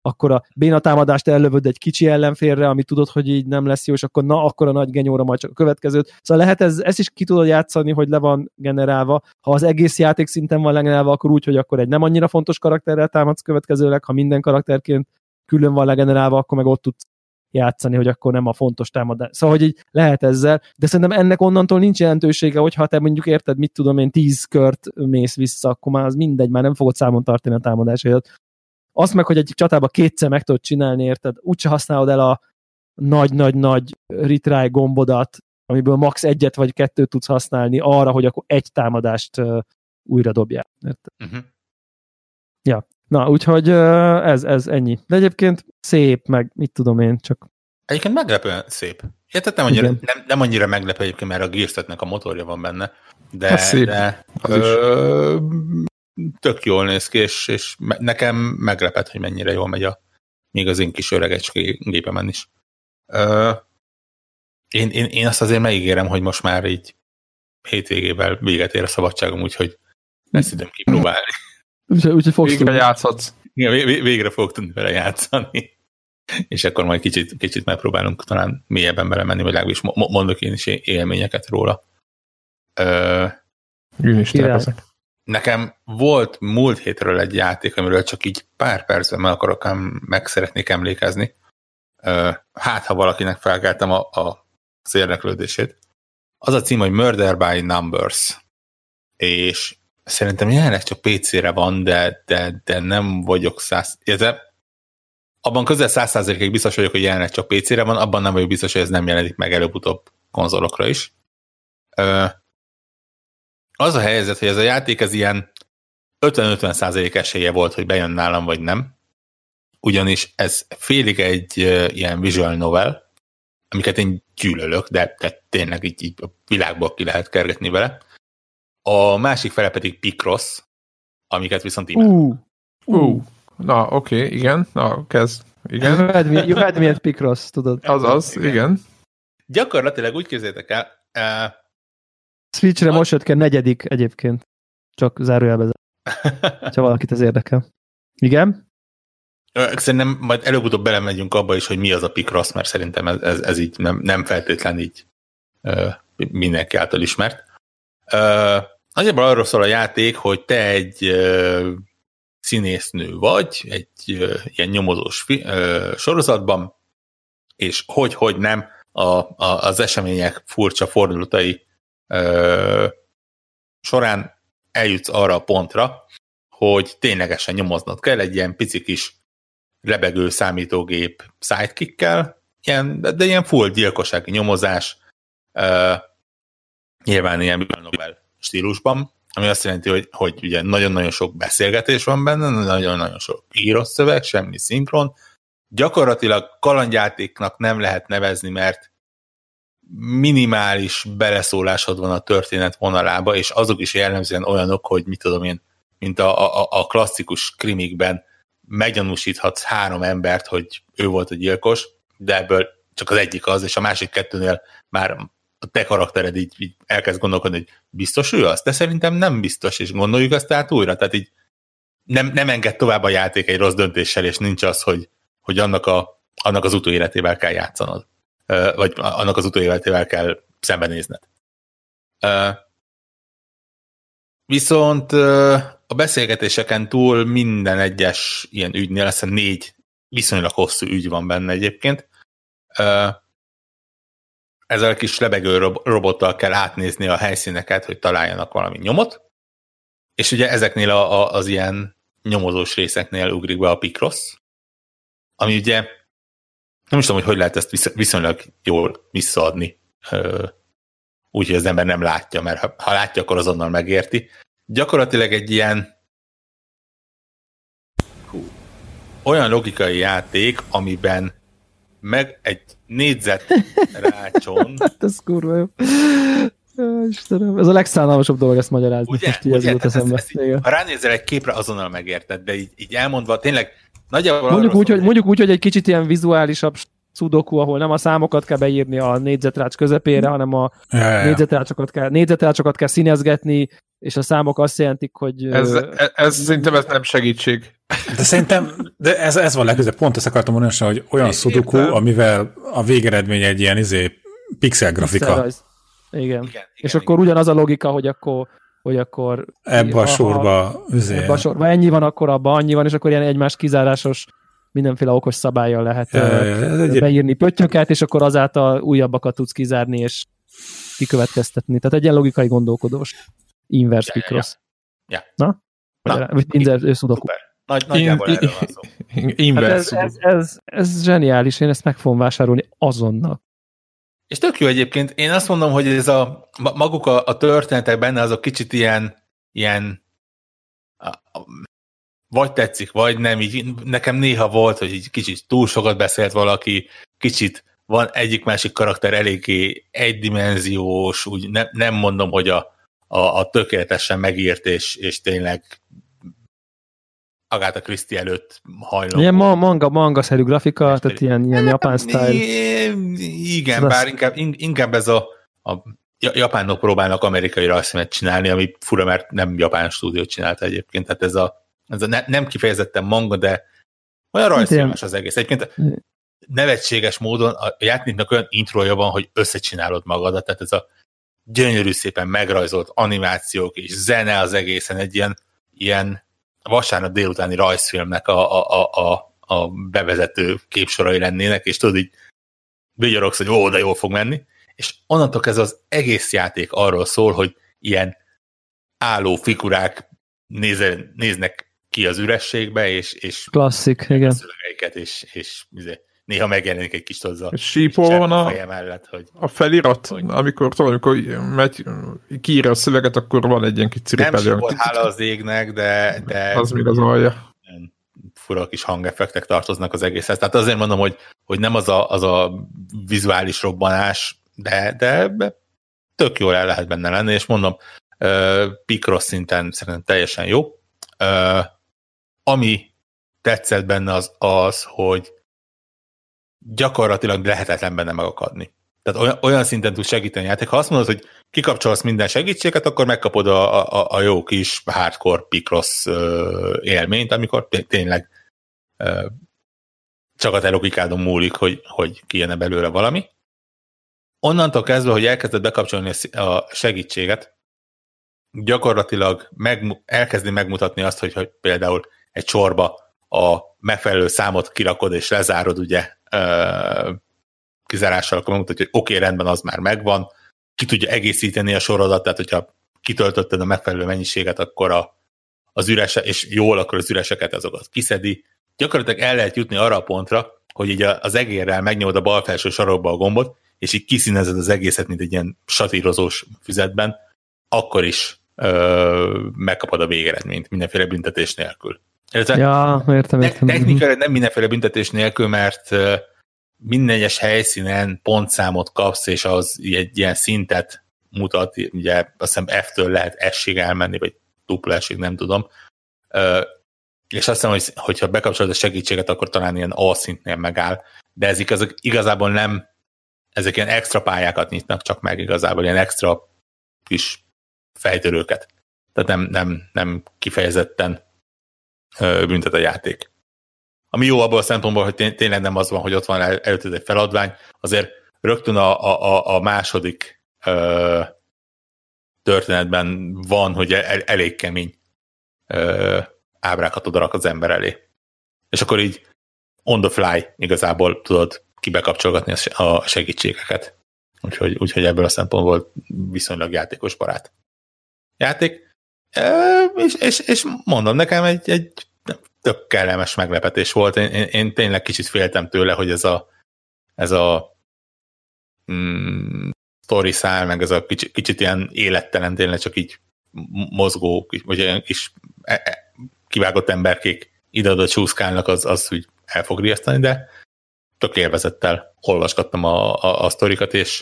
akkor a béna támadást ellövöd egy kicsi ellenfélre, ami tudod, hogy így nem lesz jó, és akkor na, akkor a nagy genyóra majd csak a következőt. Szóval lehet ez, ezt is ki tudod játszani, hogy le van generálva. Ha az egész játék szinten van legenerálva, akkor úgy, hogy akkor egy nem annyira fontos karakterrel támadsz következőleg, ha minden karakterként külön van legenerálva, akkor meg ott tudsz játszani, hogy akkor nem a fontos támadás. Szóval, hogy így lehet ezzel, de szerintem ennek onnantól nincs jelentősége, hogyha te mondjuk érted, mit tudom én, tíz kört mész vissza, akkor már az mindegy, már nem fogod számon tartani a támadásaidat. Azt meg, hogy egy csatába kétszer meg tudod csinálni, érted, úgyse használod el a nagy-nagy-nagy retry gombodat, amiből max egyet vagy kettőt tudsz használni arra, hogy akkor egy támadást uh, újra dobjál. Érted? Uh-huh. Ja. Na, úgyhogy uh, ez, ez ennyi. De egyébként szép, meg mit tudom én, csak... Egyébként meglepően szép. Érted, nem annyira, nem, nem annyira meglepő egyébként, mert a Gears-nek a motorja van benne, de, szép. de ö, tök jól néz ki, és, és nekem meglepett, hogy mennyire jól megy a még az én kis öregecske gépemen is. Ö, én, én, én azt azért megígérem, hogy most már így hétvégével véget ér a szabadságom, úgyhogy lesz időm kipróbálni. Úgyhogy úgy, fogsz végre tudni. Játszhatsz. Igen, végre fogok tudni vele játszani. És akkor majd kicsit, kicsit megpróbálunk talán mélyebben belemenni, vagy legalábbis mondok én is élményeket róla. Ö, én is tervezek. Nekem volt múlt hétről egy játék, amiről csak így pár percben meg akarok, meg szeretnék emlékezni. Ö, hát, ha valakinek felkeltem a, a, az érdeklődését. Az a cím, hogy Murder by Numbers. És szerintem jelenleg csak pé cére van, de, de, de nem vagyok száz... Érde, abban közel száz százalékig biztos vagyok, hogy jelenleg csak pé cére van, abban nem vagyok biztos, hogy ez nem jelenik meg előbb-utóbb konzolokra is. Az a helyzet, hogy ez a játék ez ilyen ötven-ötven százalék esélye volt, hogy bejön nálam, vagy nem. Ugyanis ez félig egy ilyen visual novel, amiket én gyűlölök, de, de tényleg így, így a világból ki lehet kergetni vele. A másik fele pedig Picross, amiket viszont imádok. Uh, uh. Na, oké, okay, igen. Na, kezd. Igen. You had me at Picross, tudod. Azaz, igen. igen. Gyakorlatilag úgy képzeljétek el... Uh, Switchre most jött ki a negyedik egyébként. Csak zárójelbe. Ha valakit ez érdekel. Igen? Szerintem majd előbb-utóbb belemegyünk abba is, hogy mi az a Picross, mert szerintem ez, ez, ez így nem, nem feltétlen így uh, mindenki által ismert. Uh, Nagyjából arról szól a játék, hogy te egy uh, színésznő vagy, egy uh, ilyen nyomozós fi, uh, sorozatban, és hogy-hogy nem a, a, az események furcsa fordulatai uh, során eljutsz arra a pontra, hogy ténylegesen nyomoznod kell egy ilyen pici kis lebegő számítógép sidekickkel, ilyen, de ilyen full gyilkossági nyomozás, uh, nyilván ilyen novel stílusban, ami azt jelenti, hogy, hogy ugye nagyon-nagyon sok beszélgetés van benne, nagyon-nagyon sok írott szöveg, semmi szinkron. Gyakorlatilag kalandjátéknak nem lehet nevezni, mert minimális beleszólásod van a történet vonalába, és azok is jellemzően olyanok, hogy mit tudom én, mint a, a, a klasszikus krimikben meggyanúsíthatsz három embert, hogy ő volt a gyilkos, de ebből csak az egyik az, és a másik kettőnél már a te karaktered így, így elkezd gondolkodni, hogy biztos ő az? De szerintem nem biztos, és gondoljuk azt át újra. Tehát így nem, nem enged tovább a játék egy rossz döntéssel, és nincs az, hogy, hogy annak, a, annak az utóéletével kell játszanod. Vagy annak az utóéletével kell szembenézned. Viszont a beszélgetéseken túl minden egyes ilyen ügynél, azt hiszem négy viszonylag hosszú ügy van benne egyébként. Ezzel a kis lebegő robottal kell átnézni a helyszíneket, hogy találjanak valami nyomot, és ugye ezeknél a, a, az ilyen nyomozós részeknél ugrik be a Picross, ami ugye nem is tudom, hogy hogy lehet ezt viszonylag jól visszaadni, úgyhogy az ember nem látja, mert ha, ha látja, akkor azonnal megérti. Gyakorlatilag egy ilyen hú, olyan logikai játék, amiben meg egy négyzet rácson. Hát ez kurva jó. Istenem, ez a legszánalmasabb dolog ezt magyarázni. Ugye? Most így ugye? Ez ez, ez így, ha ránézel egy képre, azonnal megérted, de így, így elmondva, tényleg nagyjából mondjuk úgy, hogy, mondjuk úgy, hogy egy kicsit ilyen vizuálisabb sudoku, ahol nem a számokat kell beírni a négyzetrács közepére, hanem a Ja, ja, ja. négyzetrácsokat kell, négyzetrácsokat kell színezgetni, és a számok azt jelentik, hogy... Ez, ö, ez, ez szerintem ez nem segítség. De szerintem, de ez, ez van legközelebb, pont ezt akartam mondani, hogy olyan sudoku, Értem. amivel a végeredmény egy ilyen izé, pixel grafika. pixelrajz. Igen. Igen, És igen, akkor ugyanaz a logika, hogy akkor, hogy akkor Ebbe a ha- sorba, izé, Ebbe a sorba ennyi van, akkor abban annyi van, és akkor ilyen egymás kizárásos mindenféle okos szabállyal lehet Ja, ja, ö, ja, ez egy- beírni pöttyöket, és akkor azáltal újabbakat tudsz kizárni, és kikövetkeztetni. Tehát egy ilyen logikai gondolkodós inverse Ja, ja, Picross. ja. Na? Na. Vagy, vagy inverse sudoku. Szuper. Nagy, nagyjából In- erről van szó. Hát Inverse. ez, ez, ez, ez zseniális, én ezt meg fogom vásárolni azonnal. És tök jó egyébként. Én azt mondom, hogy ez a ma- maguk a, a történetek benne, azok kicsit ilyen, ilyen a, a, vagy tetszik, vagy nem. Így, nekem néha volt, hogy így kicsit túl sokat beszélt valaki, kicsit van egyik-másik karakter eléggé egydimenziós, úgy ne, nem mondom, hogy a, a, a tökéletesen megírt, és, és tényleg Agatha Christie előtt hajló. Ilyen ma, manga, manga-szerű grafika, Mesteri. tehát ilyen, ilyen japán style. Igen, Rossz. bár inkább, inkább ez a, a japánok próbálnak amerikai rajzfilmet csinálni, ami fura, mert nem japán stúdiót csinálta egyébként, tehát ez a, ez a ne, nem kifejezetten manga, de olyan rajzfilmes az egész. Egyébként nevetséges módon a játéknak olyan introja van, hogy összecsinálod magadat, tehát ez a gyönyörű szépen megrajzolt animációk és zene az egészen egy ilyen, ilyen vasárnap délutáni rajzfilmnek a, a, a, a, a bevezető képsorai lennének, és tudod, így vigyorogsz, hogy ó, de jól fog menni, és onnantól kezdve az egész játék arról szól, hogy ilyen álló figurák nézze, néznek ki az ürességbe, és, és Klasszik, igen. a szövegeiket, és, és izé, néha megjelenik egy kis tozzal. Sípol van a, feje mellett, hogy a felirat, amikor, tudom, amikor megy, kiírja a szöveget, akkor van egy ilyen kis nem ciripelő. sípol, hála az égnek, de, de Az még az alja. fura kis hangeffektek tartoznak az egészhez. Tehát azért mondom, hogy, hogy nem az a, az a vizuális robbanás, de, de tök jól el lehet benne lenni, és mondom, uh, Picross szinten szerintem teljesen jó. Uh, ami tetszett benne az az, hogy gyakorlatilag lehetetlen benne megakadni. Tehát olyan, olyan szinten tud segíteni a játék. Ha azt mondod, hogy kikapcsolsz minden segítséget, akkor megkapod a, a, a jó kis hardcore Picross uh, élményt, amikor tényleg uh, csak a te logikádon múlik, hogy, hogy kijönne belőle valami. Onnantól kezdve, hogy elkezded bekapcsolni a segítséget, gyakorlatilag meg, elkezdi megmutatni azt, hogy, hogy például egy sorba a megfelelő számot kirakod és lezárod, ugye, uh, kizárással, akkor megmutatja, hogy oké, okay, rendben, az már megvan, ki tudja egészíteni a sorodat, tehát hogyha kitöltötted a megfelelő mennyiséget, akkor a, az ürese, és jól, akkor az üreseket azokat kiszedi. Gyakorlatilag el lehet jutni arra a pontra, hogy így az egérrel megnyomod a bal felső sarokba a gombot, és így kiszínezed az egészet, mint egy ilyen satírozós füzetben, akkor is ö, megkapod a végeredményt, mindenféle büntetés nélkül. Illetve Ja, értem, értem. technikailag nem mindenféle büntetés nélkül, mert minden egyes helyszínen pontszámot kapsz, és az egy ilyen szintet mutat, ugye azt hiszem F-től lehet S-ig elmenni, vagy dupla S-ig, nem tudom. És azt hiszem, hogy hogyha bekapcsolod a segítséget, akkor talán ilyen A szintnél megáll, de ezek azok igazából nem, ezek ilyen extra pályákat nyitnak csak meg igazából, ilyen extra kis fejtörőket. Tehát nem, nem, nem kifejezetten büntet a játék. Ami jó abból a szempontból, hogy tény, tényleg nem az van, hogy ott van el, előtted egy feladvány, azért rögtön a, a, a második ö, történetben van, hogy el, elég kemény ö, ábrákat odarak az ember elé. És akkor így on the fly igazából tudod kibekapcsolgatni a segítségeket. Úgyhogy, úgyhogy ebből a szempontból viszonylag játékos barát játék. E, és, és, és mondom, nekem egy, egy tök kellemes meglepetés volt. Én, én, én tényleg kicsit féltem tőle, hogy ez a ez a mm, sztori szál, meg ez a kicsit, kicsit ilyen élettelen, tényleg csak így mozgó, vagy ilyen kis kivágott emberkék ide-oda csúszkálnak, az, az úgy el fog riasztani, de tök élvezettel olvasgattam a, a, a sztorikat, és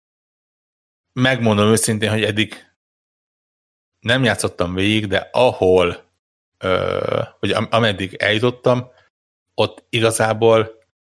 megmondom őszintén, hogy eddig nem játszottam végig, de ahol Ö, hogy am- ameddig eljutottam, ott igazából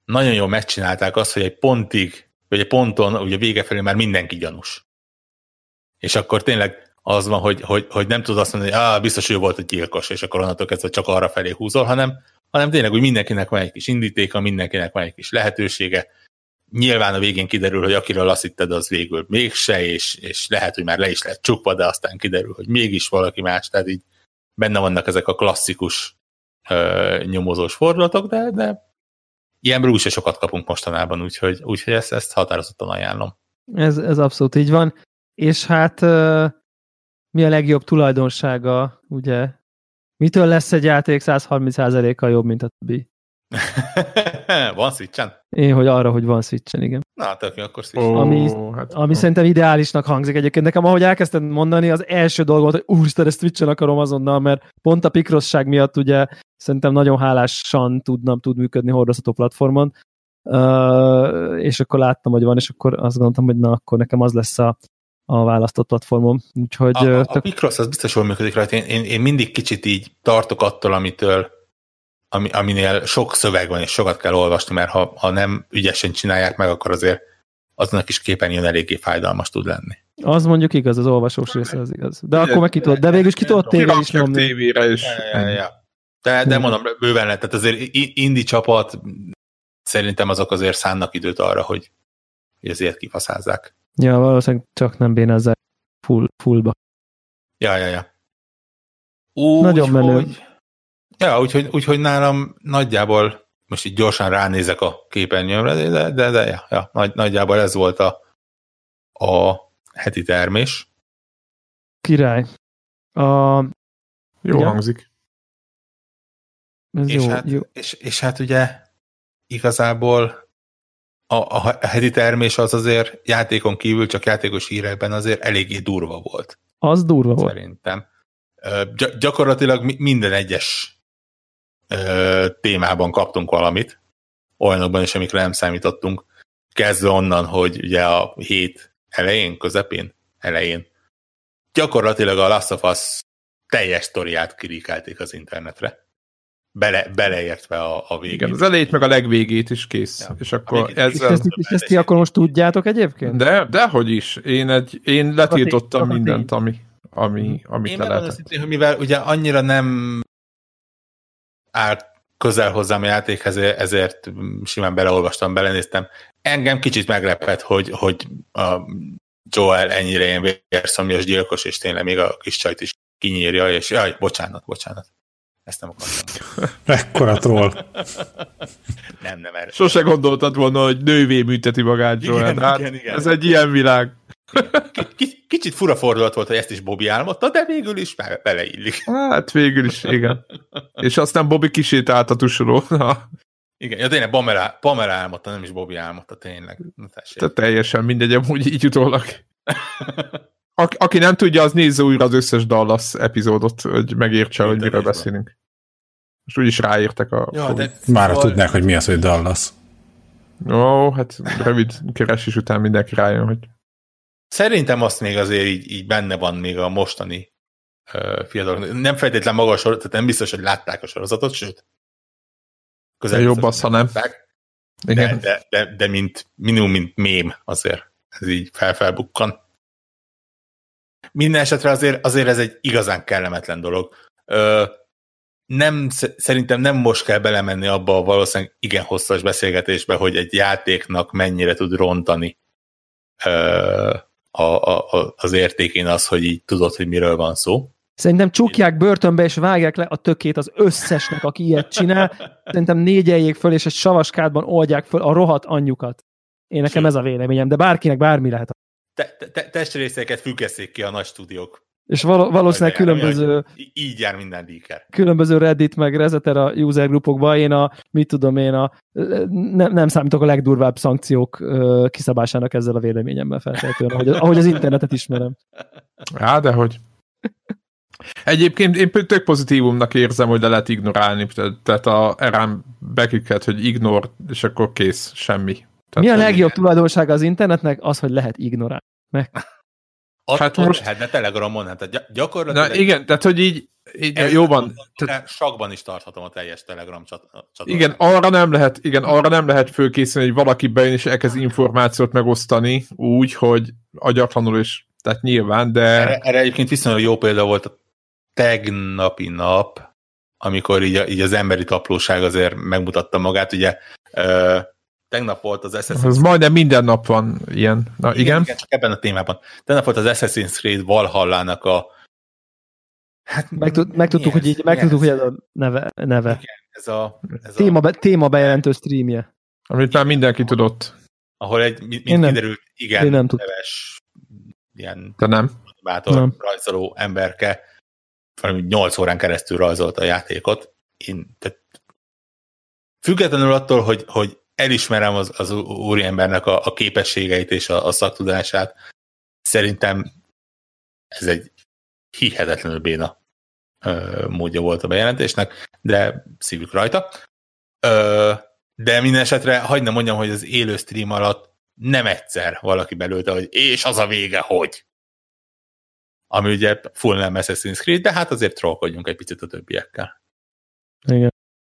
nagyon jól megcsinálták azt, hogy egy pontig, vagy egy ponton, ugye vége felé már mindenki gyanús. És akkor tényleg az van, hogy, hogy, hogy nem tudod azt mondani, hogy ah, biztos, hogy ő volt egy gyilkos, és akkor onnantól kezdve csak arra felé húzol, hanem, hanem tényleg, hogy mindenkinek van egy kis indítéka, mindenkinek van egy kis lehetősége. Nyilván a végén kiderül, hogy akiről azt hitted, az végül mégse, és, és lehet, hogy már le is lett csukva, de aztán kiderül, hogy mégis valaki más, tehát így benne vannak ezek a klasszikus ö, nyomozós fordulatok, de, de ilyenből úgyse sokat kapunk mostanában, úgyhogy, úgyhogy ezt, ezt határozottan ajánlom. Ez, ez abszolút így van. És hát mi a legjobb tulajdonsága, ugye? Mitől lesz egy játék száz harminc százalékkal jobb, mint a többi? Van Switchen? Én, hogy arra, hogy van Switchen, igen. Na, tök jó, akkor Switchen. Oh, ami hát, ami oh. szerintem ideálisnak hangzik egyébként. Nekem, ahogy elkezdtem mondani, az első dolog volt, hogy úristen, ezt Switchen akarom azonnal, mert pont a pikrosság miatt ugye szerintem nagyon hálásan tudnám tud működni hordozható platformon. Uh, és akkor láttam, hogy van, és akkor azt gondoltam, hogy na, akkor nekem az lesz a a választott platformom. Úgyhogy, a, a, tök... a Picross az biztos jól működik rajta. Én, én, én mindig kicsit így tartok attól, amitől, ami, aminél sok szöveg van, és sokat kell olvasni, mert ha, ha nem ügyesen csinálják meg, akkor azért azon a kis képernyőn eléggé fájdalmas tud lenni. Az mondjuk igaz, az olvasós része az igaz. De akkor meg ki tudod, de végül is ki tudod tévére is nyomni. Tévére is. Ja, ja, ja. De, de mondom, bőven lehet. Tehát azért indi csapat szerintem azok azért szánnak időt arra, hogy, hogy ezért kifaszázzák. Ja, valószínűleg csak nem bénázzák full, fullba. Ja, ja, ja. Úgy, nagyon menő. Hogy, ja, úgyhogy, úgyhogy nálam nagyjából, most így gyorsan ránézek a képernyőmre, de, de, de ja, ja, nagy, nagyjából ez volt a, a heti termés. Király. A... Jó ja. hangzik. Ez és, jó, hát, jó. És, és hát ugye igazából A, a heti termés az azért játékon kívül, csak játékos hírekben azért eléggé durva volt. Az durva volt. Szerintem. Gy- gyakorlatilag minden egyes ö, témában kaptunk valamit, olyanokban is, amikre nem számítottunk. Kezdve onnan, hogy ugye a hét elején, közepén, elején gyakorlatilag a Last of Us teljes sztoriát kirikálték az internetre. Bele, beleértve a, a végét. Igen, az elejét meg a legvégét is kész. Ja. És akkor ezzel... És ezt, és ezt ti akkor most tudjátok egyébként? De, dehogy is. Én, egy, én letiltottam mindent, ami, ami, amit én le lehetett. Szintén, hogy mivel ugye annyira nem áll közel hozzám a játékhez, ezért simán beleolvastam, belenéztem. Engem kicsit meglepett, hogy, hogy a Joel ennyire ilyen vérszomjas gyilkos, és tényleg még a kis csajt is kinyírja, és jaj, bocsánat, bocsánat. Ezt nem akartam. Ekkora troll. Nem, nem erre. Sose gondoltad volna, hogy nővé műteti magát, Joel. Igen, hát igen, igen. Ez egy ilyen világ. K- kicsit fura fordulat volt, hogy ezt is Bobby álmodta, de végül is beleillik. Hát végül is, igen. És aztán Bobby kisétált a tusoló. Igen, ja tényleg Pamela, Pamela álmodta, nem is Bobby álmodta, tényleg. Tehát teljesen mindegy, amúgy így utólag. A- aki nem tudja, az nézze újra az összes Dallas epizódot, hogy megértse, hogy miről beszélünk. És úgyis ráírtak a... Ja, de Mára szóval... tudnák, hogy mi az, hogy Dallas. Ó, hát rövid keresés után mindenki rájön, hogy... Szerintem azt még azért így, így benne van még a mostani uh, fiatalok. Nem feltétlen maga a sorozat, tehát nem biztos, hogy látták a sorozatot, sőt. Közel jobb az, ha nem. De, de, de, de mint, minimum, mint mém azért. Ez így fel-felbukkan. Minden esetre azért, azért ez egy igazán kellemetlen dolog. Ö, nem, szerintem nem most kell belemenni abba a valószínűleg igen hosszas beszélgetésbe, hogy egy játéknak mennyire tud rontani ö, a, a, az értékén az, hogy így tudod, hogy miről van szó. Szerintem csukják börtönbe, és vágják le a tökét az összesnek, aki ilyet csinál. Szerintem négyeljék föl, és egy savaskádban oldják föl a rohadt anyjukat. Én nekem ez a véleményem, de bárkinek bármi lehet. Te, te, testrészeket függesszék ki a nagy stúdiók. És val- valószínűleg különböző... Így jár minden leaker. Különböző Reddit, meg Reseter a user grupokban, én a, mit tudom én, a, ne, nem számítok a legdurvább szankciók uh, kiszabásának ezzel a véleményemmel feltétlenül, ahogy, ahogy az internetet ismerem. Á, dehogy. Egyébként én tök pozitívumnak érzem, hogy le lehet ignorálni, tehát a erán beküket, hogy ignor, és akkor kész, semmi. Tehát mi a legjobb tulajdonsága az internetnek? Az, hogy lehet ignorálni. Meg. Ott, Hát ott most... lehetne Telegramon, hát gyakorlatilag... Na igen, tehát hogy így, így jó van. Tehát... Sakban is tarthatom a teljes Telegram csatornát. Igen, arra nem lehet, igen, arra nem lehet fölkészülni, hogy valaki bejön és elkezd információt megosztani úgy, hogy agyatlanul is, tehát nyilván, de... Erre, erre egyébként viszonylag jó példa volt a tegnapi nap, amikor így, így az emberi taplóság azért megmutatta magát, ugye uh, tegnap volt az Assassin's Creed... Ez majdnem minden nap van ilyen. Na, igen, igen? igen, csak ebben a témában. Tegnap volt az Assassin's Creed Valhallának a... Hát, Megtud, megtudtuk, hogy így, megtudtuk, hogy ez a neve. neve. Igen, ez a... Ez téma, a... Be, téma bejelentő streamje. Amit már mindenki tudott. Ahol egy, mint kiderült, igen, nem neves, ilyen... Te nem? Bátor, nem. Rajzoló emberke valami nyolc órán keresztül rajzolta a játékot. Én, tehát függetlenül attól, hogy, hogy elismerem az, az úriembernek a, a képességeit és a, a szaktudását, szerintem ez egy hihetetlenül béna ö, módja volt a bejelentésnek, de szívük rajta. Ö, de minden esetre hagyd ne mondjam, hogy az élő stream alatt nem egyszer valaki belőlte, hogy és az a vége, hogy? Ami ugye full nem Assassin's Creed, de hát azért trollkodjunk egy picit a többiekkel. Igen.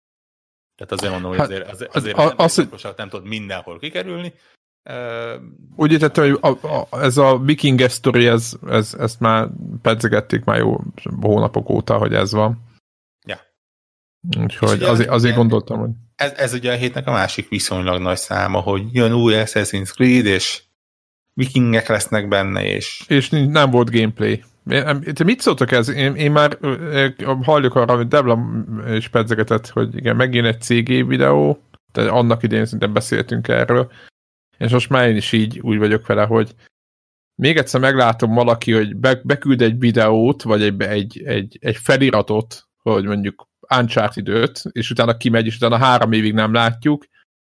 Tehát azért mondom, hogy hát, azért, azért, azért az, az, az, az, nem tud mindenhol kikerülni. Uh, úgy értettem, hogy a, a, ez a Viking Story, ez, ez, ezt már pedzegették már jó hónapok óta, hogy ez van. Ja. Úgyhogy azért, azért gondoltam, hogy... Ez, ez ugye a hétnek a másik viszonylag nagy száma, hogy jön új Assassin's Creed, és vikingek lesznek benne, és... És nem volt gameplay. Te mit szóltak ez? Én, én már halljuk arra, hogy Debla is pedzegetett, hogy igen, megjön egy cé gé videó, de annak idején szerintem beszéltünk erről, és most már én is így úgy vagyok vele, hogy még egyszer meglátom valaki, hogy be, beküld egy videót, vagy egy, egy, egy, egy feliratot, hogy mondjuk Uncharted öt, és utána kimegy, és utána három évig nem látjuk,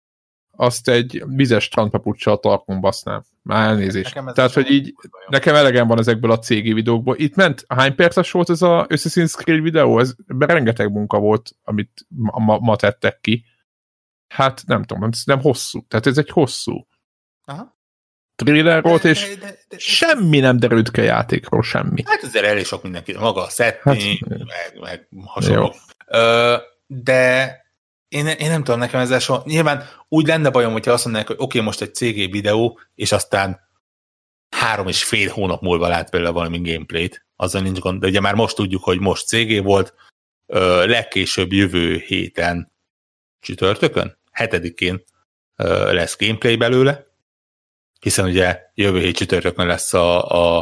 azt egy vizes strandpapuccsal a tarkon basznám. Már elnézést. Tehát, hogy így nekem elegem van ezekből a cé gé videókból. Itt ment, hány perces volt ez a Assassin's Creed videó? Ez rengeteg munka volt, amit ma, ma tettek ki. Hát nem tudom, nem, nem hosszú. Tehát ez egy hosszú. Aha. Trailer volt, és de, de, de, de, semmi nem derült ki a játékról, semmi. Hát azért elég sok mindenki, maga a setting, hát, meg, meg hasonló. Ö, de én, én nem tudom, nekem ezzel soha... Nyilván úgy lenne bajom, hogyha azt mondanák, hogy oké, okay, most egy cé gé videó, és aztán három és fél hónap múlva lát például valami gameplayt, azzal nincs gond, de ugye már most tudjuk, hogy most cé gé volt, ö, legkésőbb jövő héten, csütörtökön, hetedikén ö, lesz gameplay belőle, hiszen ugye jövő hét csütörtökön lesz a, a,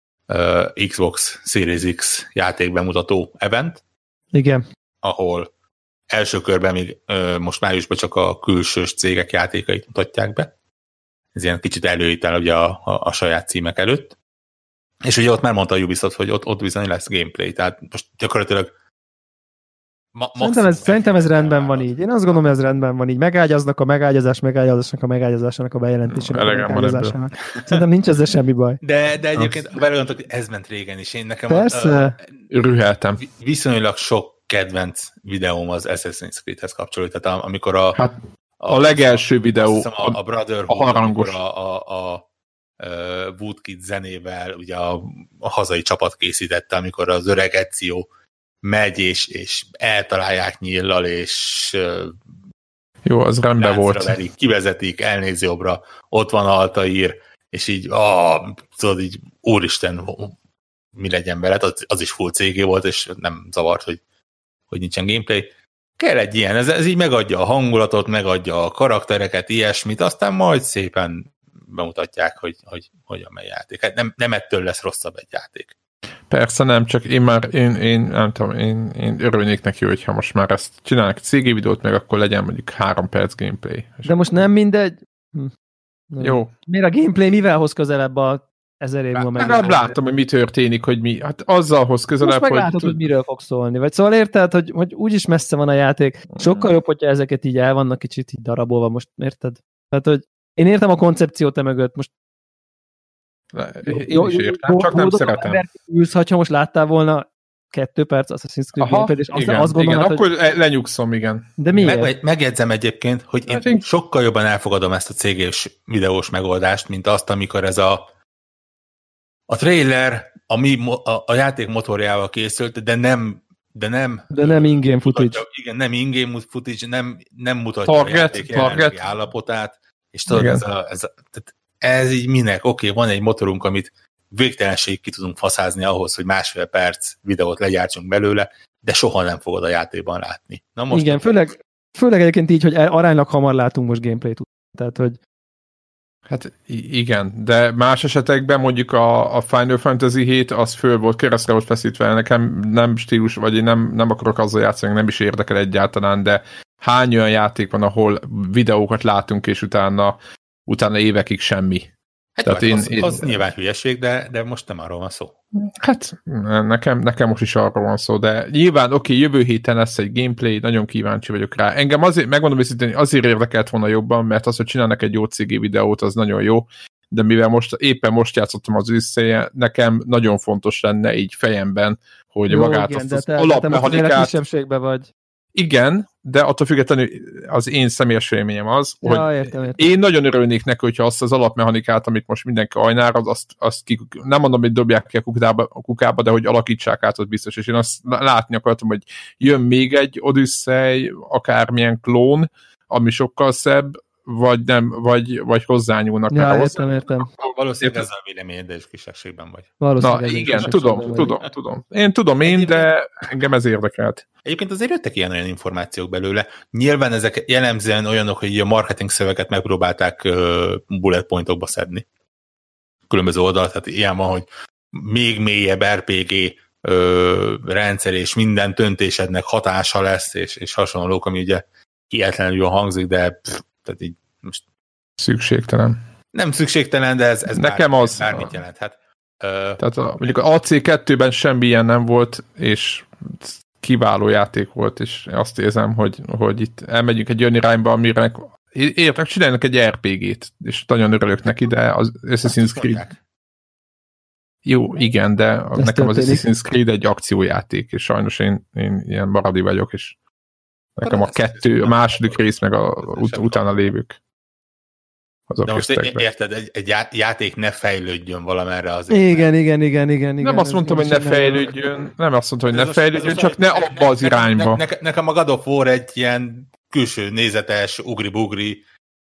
a Xbox Series X játékbemutató event. Igen. Ahol első körben még ö, most májusban csak a külsős cégek játékait mutatják be. Ez ilyen kicsit előítel ugye a, a, a saját címek előtt. És ugye ott már mondta a Ubisoft, hogy ott, ott bizony lesz gameplay, tehát most gyakorlatilag ma, szerintem, ez, szerintem ez rendben van így. Én azt gondolom, hogy ez rendben van így. Megágyaznak a megágyazás, megágyazásnak a megágyazásának a bejelentésének a megágyazásának. Szerintem nincs ezzel semmi baj. De, de egyébként belőlem, ez ment régen is. Én nekem Persze. Rüheltem. Viszonylag sok kedvenc videóm az Assassin's Creedhez kapcsolódik. Tehát amikor a, hát, a, a legelső a, videó, a, a Brotherhood, a harangos, a, a, a, a Woodkid zenével ugye a, a hazai csapat készítette, amikor az öreg Ezio megy, és, és eltalálják nyíllal, és jó, az rendben volt. Verik, kivezetik, elnézi jobbra, ott van Altair, és így, ah, tudod, így, úristen, mi legyen vele, az, az is full cé gé volt, és nem zavart, hogy, hogy nincsen gameplay. Kell egy ilyen, ez, ez így megadja a hangulatot, megadja a karaktereket, ilyesmit, aztán majd szépen bemutatják, hogy, hogy hogyan megy játék. Hát nem, nem ettől lesz rosszabb egy játék. Persze nem, csak én már, én, én nem tudom, én, én örülnék neki, hogyha most már ezt csinálnak cé gé videót, meg akkor legyen mondjuk három perc gameplay. De most nem mindegy. Hm. Jó. Miért a gameplay mivel hoz közelebb a ezer év múlva meg? Nem látom, hogy mi történik, hogy mi, hát azzal hoz közelebb, most meglátod, hogy... hogy miről fog szólni. Vagy szóval érted, hogy, hogy úgyis messze van a játék. Sokkal jobb, hogyha ezeket így el vannak kicsit így darabolva, most érted? Tehát, hogy én értem a koncepciót te mögött, most én jó, is értem, jó, csak nem szeretem. Ülsz, ha most láttál volna kettő perc Assassin's Creed gameplay, és azt, igen, azt gondolod, igen, hogy... akkor lenyugszom, igen. De miért? Meg, megjegyzem egyébként, hogy én hát sokkal jobban elfogadom ezt a cé gés videós megoldást, mint azt, amikor ez a A trailer a, mi, a, a játék motorjával készült, de nem de nem de nem in-game footage. Mutatja, igen, nem in-game footage, nem, nem mutatja target, a játék jelenlegi állapotát, és tudod, ez, a, ez, a, tehát ez így minek? Oké, okay, van egy motorunk, amit végtelenség ki tudunk faszázni ahhoz, hogy másfél perc videót legyártsunk belőle, de soha nem fogod a játékban látni. Na most igen, főleg, főleg egyébként így, hogy aránylag hamar látunk most gameplayt. Tehát, hogy hát igen, de más esetekben mondjuk a, a Final Fantasy hét az föl volt, keresztre volt feszítve, nekem nem stílus, vagy én nem, nem akarok azzal játszani, nem is érdekel egyáltalán, de hány olyan játék van, ahol videókat látunk, és utána, utána évekig semmi. Hát Tehát én, az, én, az nyilván hülyeség, de, de most nem arról van szó. Hát nekem, nekem most is arról van szó, de nyilván oké, okay, jövő héten lesz egy gameplay, nagyon kíváncsi vagyok rá. Engem azért, megmondom őszintén, azért érdekelt volna jobban, mert az, hogy csinálnak egy jó cé gé videót, az nagyon jó, de mivel most, éppen most játszottam az ősszel, nekem nagyon fontos lenne így fejemben, hogy jó, magát igen, azt az te, alapmechanikát... Te kisebbségben vagy. Igen, de attól függetlenül az én személyes véleményem az, ja, hogy értem, értem. én nagyon örülnék neki, hogyha azt az alapmechanikát, amit most mindenki ajnár, az, azt, azt ki, nem mondom, hogy dobják ki a kukába, a kukába, de hogy alakítsák át, az biztos, és én azt látni akartam, hogy jön még egy Odyssey, akármilyen klón, ami sokkal szebb, vagy nem, vagy, vagy hozzányúlnak. Ja, értem, értem. Valószínűleg ezzel a véleményed, de is kisebbségben vagy. Na igen, tudom, tudom, tudom. Én tudom én, de engem ez érdekelt. Egyébként azért jöttek ilyen-olyan információk belőle. Nyilván ezek jellemzően olyanok, hogy a marketing szöveget megpróbálták uh, bullet pointokba szedni. Különböző oldal, tehát ilyen van, hogy még mélyebb er pé gé uh, rendszer, és minden döntésednek hatása lesz, és, és hasonlók, ami ugye hihetetlenül jól hangzik, de pff, tehát így most... Szükségtelen. Nem szükségtelen, de ez, ez nekem bármit, az bármit jelenthet. Uh, Tehát a, mondjuk a á cé kettőben semmi ilyen nem volt, és kiváló játék volt, és azt érzem, hogy, hogy itt elmegyünk egy olyan irányba, amire értek, csinálnak egy er pé gét, és nagyon örülök neki, de az Assassin's Creed... Jó, igen, de Ez nekem az történik. Assassin's Creed egy akciójáték, és sajnos én, én ilyen maradi vagyok, és nekem a kettő, a második rész, meg a, ut- utána lévők. Azok de most érted, egy, egy játék ne fejlődjön valamerre azért. Igen, igen, igen, igen. Nem azt mondtam, hogy ne fejlődjön, nem azt mondtam, hogy ne fejlődjön, csak ne abba az irányba. Ne, ne, nekem a God of War egy ilyen külső nézetes, ugri-bugri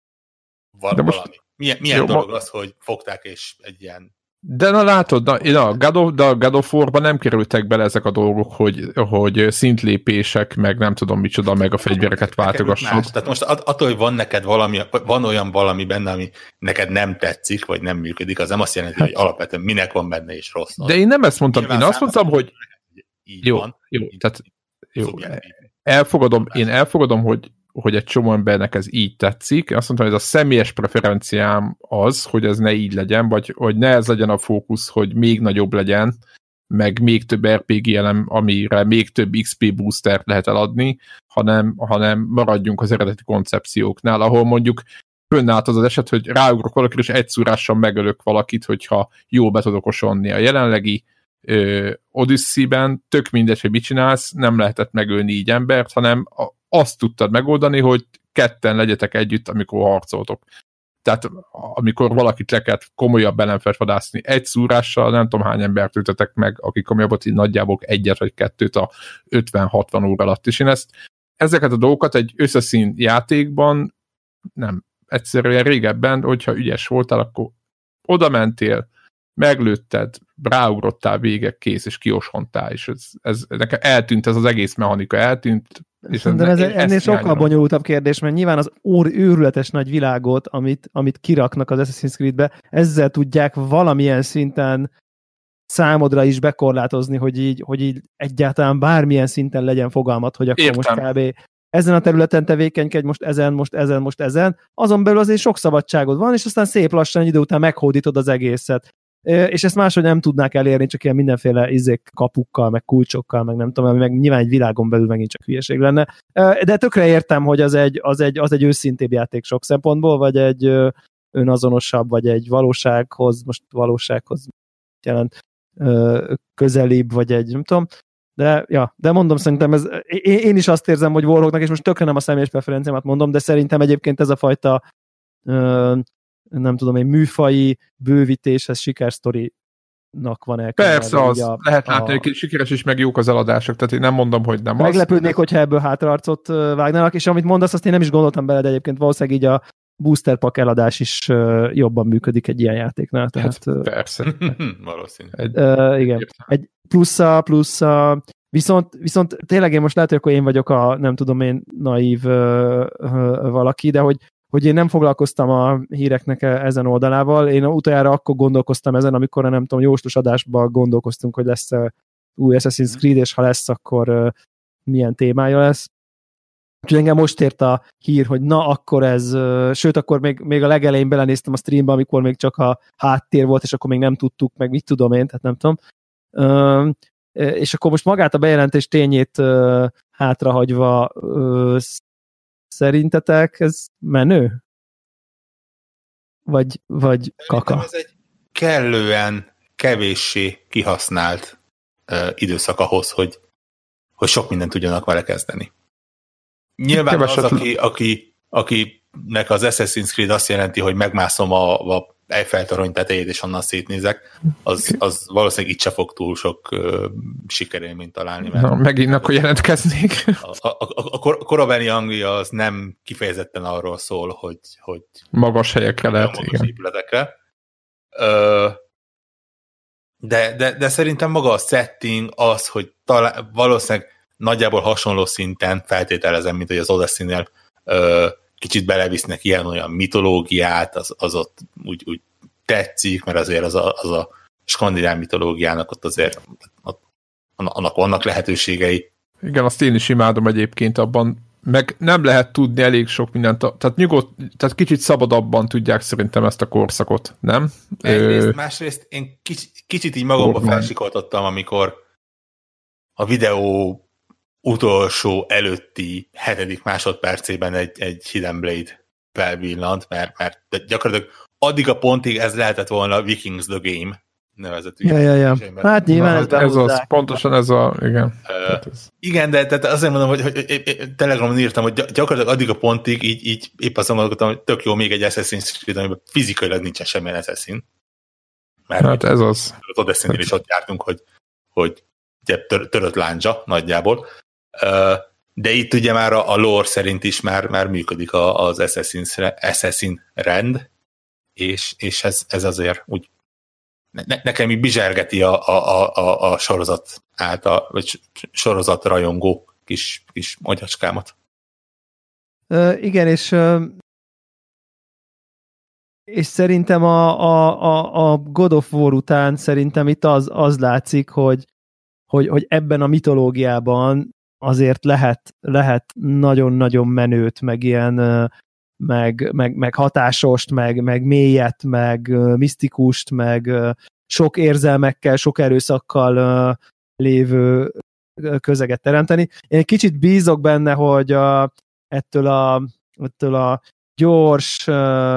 valami. Most, milyen milyen jó, dolog ma... az, hogy fogták és egy ilyen... De na látod, na, na, God of, de a God of War-ban nem kerültek bele ezek a dolgok, hogy, hogy szintlépések, meg nem tudom micsoda, meg a fegyvereket váltogassod. Tehát most attól, hogy van neked valami, van olyan valami benne, ami neked nem tetszik, vagy nem működik, az nem azt jelenti, hogy alapvetően minek van benne és rossz. De én nem ezt mondtam, nyilván én azt mondtam, hogy jó, van, jó, tehát jó, elfogadom, én elfogadom, hogy hogy egy csomó embernek ez így tetszik. Azt mondtam, hogy ez a személyes preferenciám az, hogy ez ne így legyen, vagy hogy ne ez legyen a fókusz, hogy még nagyobb legyen, meg még több er pé gé elem, amire még több iksz pé boostert lehet eladni, hanem, hanem maradjunk az eredeti koncepcióknál, ahol mondjuk fönnállt az az eset, hogy ráugrok valakire, és egy szúrással megölök valakit, hogyha jól be tudok osonni. A jelenlegi ö, Odyssey-ben tök mindegy, hogy mit csinálsz, nem lehetett megölni így embert, hanem a azt tudtad megoldani, hogy ketten legyetek együtt, amikor harcoltok. Tehát amikor valakit le kellett komolyabb ellenfelet vadászni, egy szúrással nem tudom hány embert ütetek meg, akik komolyabbat így nagyjából egyet vagy kettőt a ötven-hatvan óra alatt. És én ezt, ezeket a dolgokat egy összeszín játékban nem. Egyszerűen régebben, hogyha ügyes voltál, akkor oda mentél, meglőtted, ráugrottál végig, kész, és kiosontál, és ez, ez, nekem eltűnt ez az egész mechanika, eltűnt. És de ez ennél sokkal bonyolultabb kérdés, mert nyilván az úr őrületes nagy világot, amit, amit kiraknak az Assassin's Creed-be, ezzel tudják valamilyen szinten számodra is bekorlátozni, hogy így, hogy így egyáltalán bármilyen szinten legyen fogalmat, hogy akkor Értem. most kb. Ezen a területen tevékenykedj, most ezen, most ezen, most ezen. Azon belül azért sok szabadságod van, és aztán szép lassan egy idő után meghódítod az egészet. És ezt máshogy nem tudnák elérni, csak ilyen mindenféle izék kapukkal, meg kulcsokkal, meg nem tudom, meg nyilván egy világon belül megint csak hülyeség lenne. De tökre értem, hogy az egy, az egy, az egy őszintébb játék sok szempontból, vagy egy önazonosabb, vagy egy valósághoz, most valósághoz jelent közelibb, vagy egy, nem tudom. De, ja, de mondom, szerintem ez, én, én is azt érzem, hogy Warhawknak, és most tökre nem a személyes preferenciámat mondom, de szerintem egyébként ez a fajta nem tudom, egy műfaji bővítés, ez sikersztori van elkönyvelve. Persze az, a, lehet látni, a... hogy sikeres is, meg jók az eladások, tehát én nem mondom, hogy nem az. Meglepődnék, hogyha ebből hátraarcot vágnának, és amit mondasz, azt én nem is gondoltam bele, de egyébként valószínűleg így a booster pack eladás is jobban működik egy ilyen játéknál. Tehát, hát, persze. Valószínű. Egy, uh, igen. Egy plusza, plusza, viszont, viszont tényleg én most lehet, hogy akkor én vagyok a, nem tudom én, naív uh, uh, valaki, de hogy hogy én nem foglalkoztam a híreknek ezen oldalával. Én utoljára akkor gondolkoztam ezen, amikor nem tudom, jóstos adásban gondolkoztunk, hogy lesz új Assassin's Creed, és ha lesz, akkor milyen témája lesz. Úgyhogy engem most ért a hír, hogy na, akkor ez, sőt, akkor még, még a legelején belenéztem a streambe, amikor még csak a háttér volt, és akkor még nem tudtuk, meg mit tudom én, tehát nem tudom. És akkor most magát a bejelentés tényét hátrahagyva szerintetek ez menő? Vagy, vagy kaka? Ez egy kellően kevéssé kihasznált uh, időszak ahhoz, hogy, hogy sok mindent tudjanak vele kezdeni. Nyilván Keveset. az, aki, aki, akinek az Assassin's Creed azt jelenti, hogy megmászom a, a Eiffel torony tetejét, és onnan szétnézek, az, az valószínűleg itt se fog túl sok uh, sikerélményt találni. Mert Na, megint akkor jelentkeznék. A, a, a, a korabeli Anglia az nem kifejezetten arról szól, hogy, hogy magas helyekre lehet, magas igen. épületekre. Uh, de, de, de szerintem maga a setting az, hogy talán, valószínűleg nagyjából hasonló szinten feltételezem, mint hogy az Odyssey-nél uh, kicsit belevisznek ilyen-olyan mitológiát, az, az ott úgy, úgy tetszik, mert azért az a, az a skandináv mitológiának ott azért ott, annak vannak lehetőségei. Igen, azt én is imádom egyébként abban, meg nem lehet tudni elég sok mindent, tehát nyugodt, tehát kicsit szabadabban tudják szerintem ezt a korszakot, nem? Egyrészt, Ö... másrészt én kicsit, kicsit így magamba felsikoltottam, amikor a videó utolsó előtti hetedik másodpercében egy, egy Hidden Blade felvillant, mert, mert gyakorlatilag addig a pontig ez lehetett volna Vikings the Game nevezetű. Ja, ja, ja. Hát nyilván Na, ez az, pontosan ez a, igen. Uh, igen, de tehát azért mondom, hogy, hogy, hogy Telegramon írtam, hogy gyakorlatilag addig a pontig így, így épp azt gondolkodtam, hogy tök jó még egy Assassin's Creed, amiben fizikailag nincsen semmilyen Assassin. Mert hát ez az. Az Odyssey-nél is ott jártunk, hogy, hogy tör, törött lándzsa nagyjából. Uh, de itt ugye már a, a lore szerint is már, már működik a, az Assassin, Assassin rend, és, és ez, ez azért úgy ne, nekem így bizsergeti a, a, a, a sorozat által, vagy sorozat rajongó kis, kis agyacskámat. Uh, igen, és uh, és szerintem a, a, a, a God of War után szerintem itt az, az látszik, hogy, hogy, hogy ebben a mitológiában azért lehet, lehet nagyon-nagyon menőt, meg ilyen meg, meg, meg hatásost, meg, meg mélyet, meg misztikust, meg sok érzelmekkel, sok erőszakkal lévő közeget teremteni. Én egy kicsit bízok benne, hogy a, ettől, a, ettől a gyors,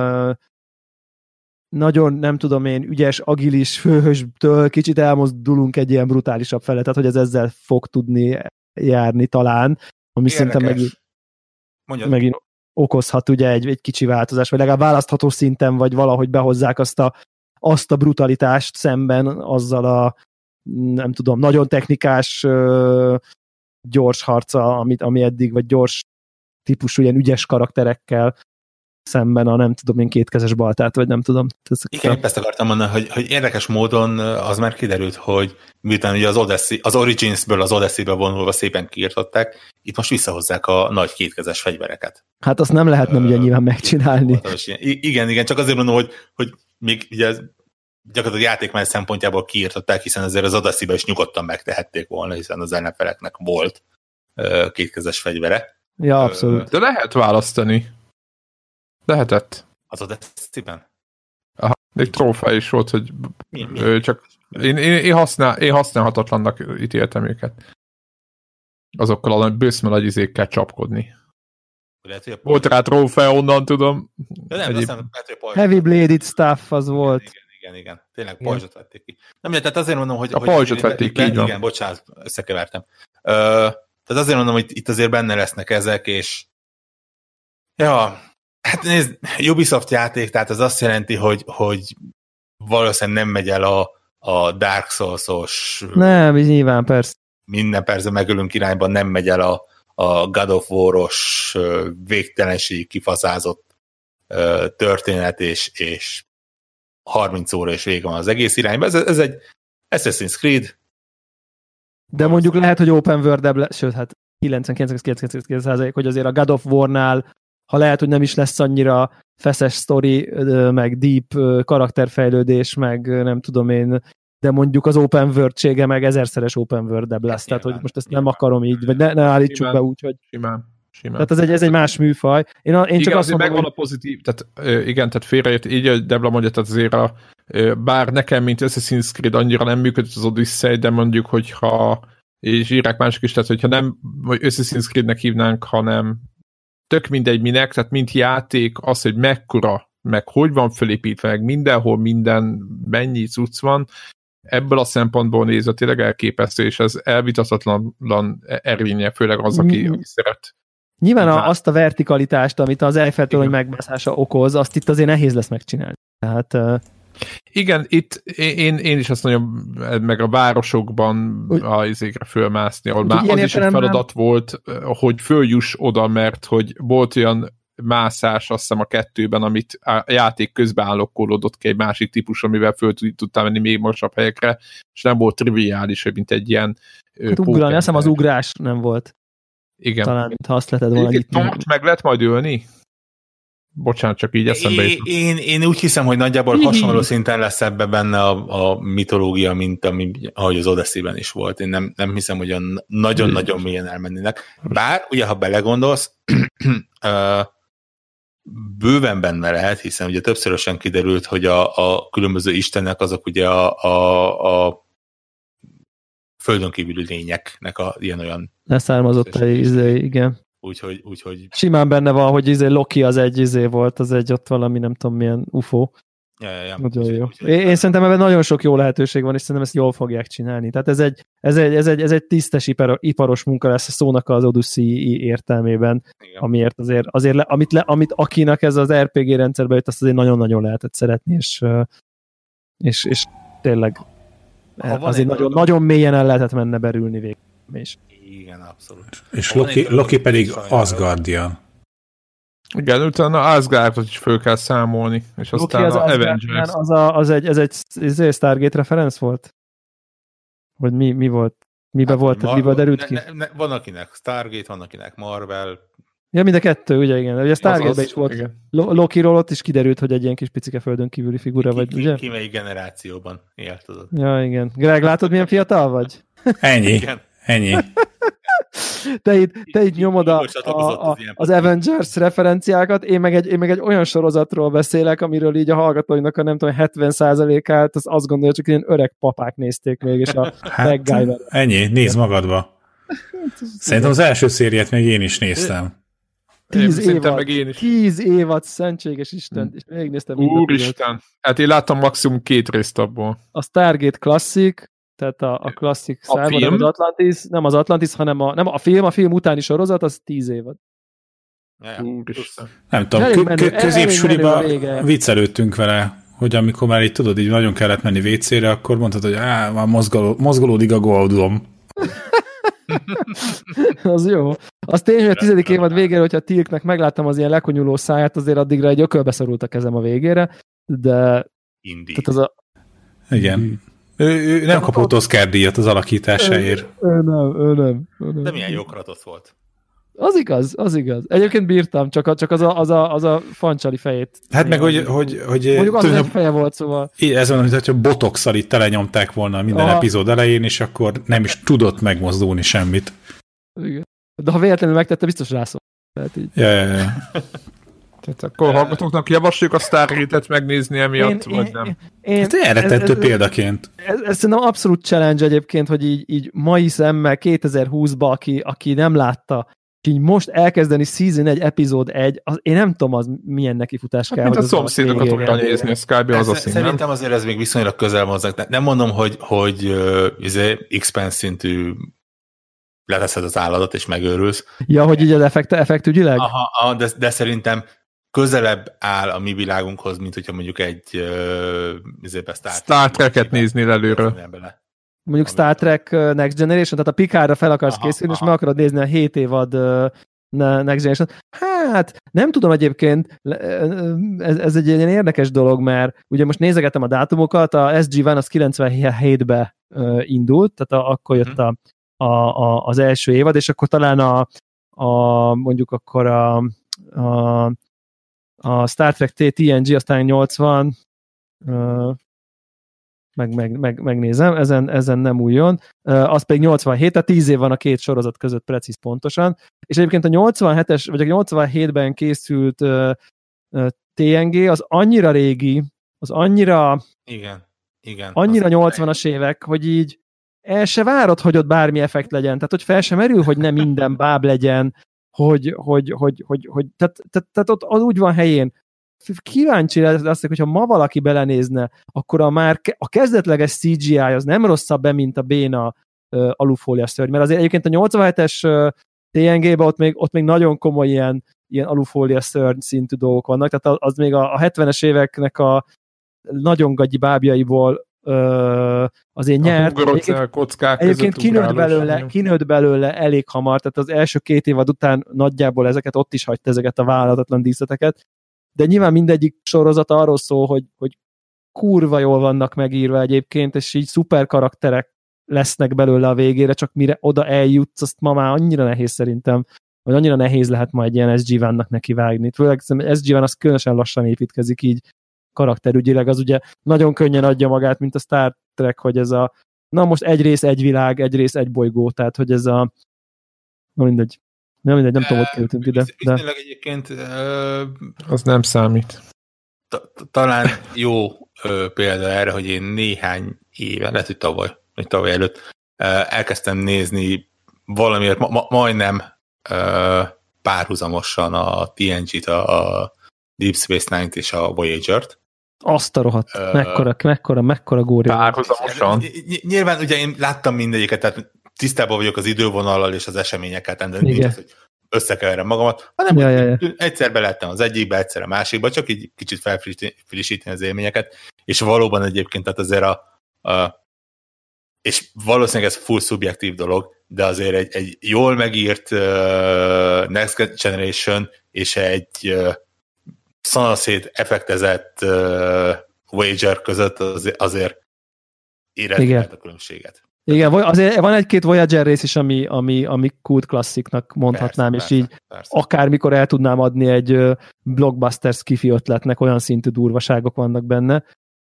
nagyon, nem tudom én, ügyes, agilis főhőstől kicsit elmozdulunk egy ilyen brutálisabb fele, tehát hogy ez ezzel fog tudni járni talán, ami szerintem megint, megint okozhat ugye egy, egy kicsi változás, vagy legalább választható szinten, vagy valahogy behozzák azt a, azt a brutalitást szemben azzal a, nem tudom, nagyon technikás gyors harca, amit, ami eddig, vagy gyors típusú ilyen ügyes karakterekkel szemben a nem tudom én kétkezes baltát, vagy nem tudom. Igen, épp ezt akartam mondani, hogy, hogy érdekes módon az már kiderült, hogy miután ugye az, Odyssey, az Originsből az Odyssey-be vonulva szépen kiirtották, itt most visszahozzák a nagy kétkezes fegyvereket. Hát azt nem lehetne uh, ugye nyilván megcsinálni. Igen, igen, csak azért mondom, hogy, hogy még ugye ez gyakorlatilag játékmenet szempontjából kiirtották, hiszen azért az Odyssey-be is nyugodtan megtehették volna, hiszen az ellenfeleknek volt uh, kétkezes fegyvere. Ja, abszolút. Uh, de lehet választani. Lehetett. Az Odyssey-ben? Aha, egy trófea is volt, hogy mi, mi? csak én, én, én, használ, én használhatatlannak ítéltem őket. Azokkal a bőszme nagy izékkel csapkodni. Lehet, volt rá trófea, onnan tudom. De nem, Egyéb... aztán lehet, Heavy bladed stuff az volt. Igen, igen, igen. Tényleg pajzsot vették ki. Nem, tehát azért mondom, hogy... A pajzsot vették ki, igen, igen, bocsánat, összekevertem. Uh, tehát azért mondom, hogy itt azért benne lesznek ezek, és ja, hát nézd, Ubisoft játék, tehát az azt jelenti, hogy, hogy valószínűleg nem megy el a, a Dark Souls-os nem, nyilván persze. minden persze megölünk irányban nem megy el a, a God of War-os végtelenség kifaszázott történet, és, és harminc óra és vége van az egész irányba. Ez, ez egy Assassin's Creed. De mondjuk lehet, hogy open world-ebb lesz, sőt, hát kilencvenkilenc egész kilencvenkilenc százalék, hogy azért a God of War-nál, ha lehet, hogy nem is lesz annyira feszes sztori, meg deep karakterfejlődés, meg nem tudom én, de mondjuk az open world-sége meg ezerszeres open world-ebb lesz. Tehát, hogy most ezt nem akarom így, vagy ne, ne állítsuk simán, be úgy, hogy... Simán. Simán. Tehát ez egy, ez egy más műfaj. Én, a, én igen, csak azt mondom, megvan hogy... a pozitív, tehát igen, tehát félreért, így a Debla mondja, tehát azért a, bár nekem, mint Assassin's Creed annyira nem működött az Odyssey, de mondjuk, hogyha és írják mások is, tehát hogyha nem vagy Assassin's Creednek hívnánk, hanem tök mindegy minek, tehát mint játék, az, hogy mekkora, meg hogy van fölépítve, meg mindenhol minden, mennyi cucc van, ebből a szempontból nézve tényleg elképesztő, és ez elvitathatatlan erénye, főleg az, aki, aki szeret. Nyilván a, azt a vertikalitást, amit az Eiffel-torony megmászása okoz, azt itt azért nehéz lesz megcsinálni. Tehát... Uh... Igen, itt én, én is azt mondom, meg a városokban úgy, a izékre fölmászni, ahol már az is egy feladat nem... volt, hogy följuss oda, mert hogy volt olyan mászás, azt hiszem a kettőben, amit a játék közben állokkolódott ki egy másik típus, amivel föl tudtál menni még magasabb helyekre, és nem volt triviális, mint egy ilyen hát ugrani, azt hiszem az ugrás nem volt. Igen. Talán, ha azt lehetett volna nyitni. Meg lehet majd ölni? Bocsánat, csak így eszembe is. Én, én úgy hiszem, hogy nagyjából hasonló szinten lesz ebbe benne a, a mitológia, mint ami, ahogy az Odyssey-ben is volt. Én nem, nem hiszem, hogy nagyon-nagyon mélyen elmennének. Bár, ugye, ha belegondolsz, bőven benne lehet, hiszen ugye többszörösen kiderült, hogy a, a különböző istenek azok ugye a, a, a földön kívüli lényeknek a ilyen-olyan leszármazottai, izé, igen. Úgyhogy, úgyhogy... Simán benne van, hogy izé Loki az egy izé volt, az egy ott valami nem tudom milyen ufó. Ja, ja, ja. Nagyon jó. Úgy, én, én szerintem ebben nagyon sok jó lehetőség van, és szerintem ezt jól fogják csinálni. Tehát ez egy, ez egy, ez egy, ez egy tisztes ipar, iparos munka lesz a szónak az Odyssey értelmében, igen. amiért azért, azért le, amit, le, amit akinek ez az er pé gé rendszerbe jött, azt azért nagyon-nagyon lehetett szeretni, és, és, és tényleg azért nagyon, nagyon mélyen el lehetett menne berülni végül. És. Igen, abszolút. És Loki, Loki pedig Asgardian. Igen, utána Asgardot is föl kell számolni, és Loki aztán az a Avengers. Az, a, az egy, ez egy, ez egy Stargate reference volt? Vagy mi, mi volt? Mibe hát, volt? Mar- mibe derült ki? Ne, ne, van akinek Stargate, van akinek Marvel. Ja, mind a kettő, ugye igen. Ugye Stargate-ben is volt. Igen. Lokiról ott is kiderült, hogy egy ilyen kis picike földön kívüli figura ki, vagy, ki, ugye? Ki melyik generációban élt tudod? Ja, igen. Greg, látod, milyen fiatal vagy? Ennyi. Igen. Ennyi. Te itt, te itt nyomod a, a, a, az Avengers referenciákat, én meg, egy, én meg egy olyan sorozatról beszélek, amiről így a hallgatóinak a nem tudom, hetven százalékát az azt gondolja, csak ilyen öreg papák nézték még, és a hát, ennyi, nézd magadba. Szerintem az első szériát még én is néztem. Tíz évad, tíz évad, szentséges Isten, és még néztem mindent. Úristen, hát én láttam maximum két részt abból. A Stargate Classic, tehát a, a klasszik szárban, nem az Atlantis, nem az Atlantis, hanem a, nem a film, a film utáni sorozat, az tíz évad. Nem tudom, középsuliba viccelődtünk vele, hogy amikor már így tudod, így nagyon kellett menni vécére, akkor mondtad, hogy á, már mozgoló, mozgolódik a goldom. Az jó. Az tény, hogy a tizedik évad végére, hogyha Tilknek megláttam az ilyen lekonyuló száját, azért addigra egy ökölbe szorult a kezem a végére, de... Indi. Az a... Igen. Ő, ő nem kapott Oscar-díjat az alakításáért. Ő, ő, nem, ő nem, ő nem. De milyen jó Kratos volt. Az igaz, az igaz. Egyébként bírtam, csak, a, csak az, a, az, a, az a fancsali fejét. Hát meg, hogy... hogy, hogy mondjuk az egy feje volt, szóval... Ez van, hogyha botoxal itt telenyomták volna minden Aha. epizód elején, és akkor nem is tudott megmozdulni semmit. Igen. De ha véletlenül megtette, biztos rászol. Tehát így. Ja, ja, ja. Tehát akkor hallgatóknak javasljuk a Stargate-et megnézni emiatt, én, vagy én, nem? Én, hát elrettentő példaként. Ez, ez szerintem abszolút challenge egyébként, hogy így, így mai szemmel kétezer-húszban, aki, aki nem látta, és így most elkezdeni season egy, epizód egy, az, én nem tudom, az milyen nekifutás kell. Hát, mint a szomszédokat tudja nézni, ez kb. Az a szín, Szerintem nem? Azért ez még viszonylag közel van. Nem mondom, hogy, hogy uh, X-Pen szintű leteszed az állatot, és megőrülsz. Ja, hogy így az effekt, effektügyileg? Aha, aha de, de szerintem közelebb áll a mi világunkhoz, mint hogyha mondjuk egy uh, Star, Star Trek-et néznél előről. Mondjuk Star Trek Next Generation, tehát a Picardra fel akarsz aha, készülni, aha. és meg akarod nézni a hét évad uh, Next Generation. Hát, nem tudom egyébként, ez, ez egy ilyen érdekes dolog, mert ugye most nézegetem a dátumokat, a es gé egy az kilencvenhétben uh, indult, tehát a, akkor jött a, a, a, az első évad, és akkor talán a, a mondjuk akkor a, a, a Star Trek té en gé aztán nyolcvan, uh, meg, meg, meg, megnézem, ezen, ezen nem újjon, uh, az pedig nyolcvanhét, tehát tíz év van a két sorozat között precíz pontosan, és egyébként a nyolcvanhetes, vagy a nyolcvanhétben készült uh, uh, té en gé az annyira régi, az annyira igen, igen, annyira nyolcvanas évek, hogy így el se várod, hogy ott bármi effekt legyen, tehát hogy fel sem merül, hogy nem minden báb legyen, hogy, hogy, hogy, hogy, hogy tehát, tehát, tehát ott az úgy van helyén. Kíváncsi lesz, hogyha ma valaki belenézne, akkor a már a kezdetleges cé gé í az nem rosszabb be, mint a béna uh, alufóliás szörny, mert azért egyébként a nyolcvanhetes uh, té en gében ott még, ott még nagyon komoly ilyen, ilyen alufóliás szörny szintű dolgok vannak, tehát az még a, a hetvenes éveknek a nagyon gagyi bábjaiból uh, azért nyert. Egyébként, kockák egyébként kinőtt belőle, kinőtt belőle elég hamar, tehát az első két évad után nagyjából ezeket ott is hagyta ezeket a vállalatlan díszleteket, de nyilván mindegyik sorozat arról szól, hogy, hogy kurva jól vannak megírva egyébként, és így szuper karakterek lesznek belőle a végére, csak mire oda eljutsz, azt ma már annyira nehéz szerintem, vagy annyira nehéz lehet majd ilyen es gé egy-nek nekivágni. Főleg es gé egy az különösen lassan építkezik így karakterügyileg, az ugye nagyon könnyen adja magát, mint a Star Trek, hogy ez a na most egy rész egy világ, egy rész egy bolygó, tehát hogy ez a na mindegy. Nem mindegy, nem tudom, hogy kerültünk ide. Viszonylag egyébként az nem számít. Talán jó példa erre, hogy én néhány éve, lehet, hogy tavaly, vagy tavaly előtt elkezdtem nézni valamiért ma, ma, majdnem párhuzamosan a té en gét, a Deep Space Nine-t és a Voyager-t. Azt a rohadt, uh, mekkora, mekkora, mekkora gória. Párhuzamosan. Nyilván ugye én láttam mindegyiket, tehát tisztában vagyok az idővonallal és az eseményekkel, de nincs az, hogy összekeverem magamat, hanem ja, ja, ja. egyszer belettem az egyikbe, egyszer a másikba, csak így kicsit felfrissíteni az élményeket, és valóban egyébként, tehát azért a, a és valószínűleg ez full szubjektív dolog, de azért egy, egy jól megírt uh, Next Generation és egy uh, szanaszét effektezett uh, Voyager között azért, azért érezni lehet a különbséget. Igen, azért van egy-két Voyager rész is, ami, ami, ami kult klassziknak mondhatnám, persze, és persze, így persze. Akármikor el tudnám adni egy blockbuster skifi ötletnek, olyan szintű durvaságok vannak benne.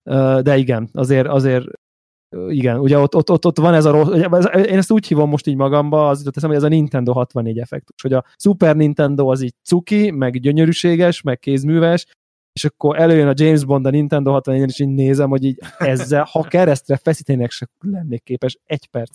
De igen, azért, azért igen, ugye ott, ott, ott, ott van ez a rossz, én ezt úgy hívom most így magamba, az jutott eszembe, hogy ez a Nintendo hatvannégy effektus, hogy a Super Nintendo az így cuki, meg gyönyörűséges, meg kézműves, és akkor előjön a James Bond a Nintendo hatvannégyen, és így nézem, hogy így ezzel, ha keresztre feszítenek, se lennék képes egy perc.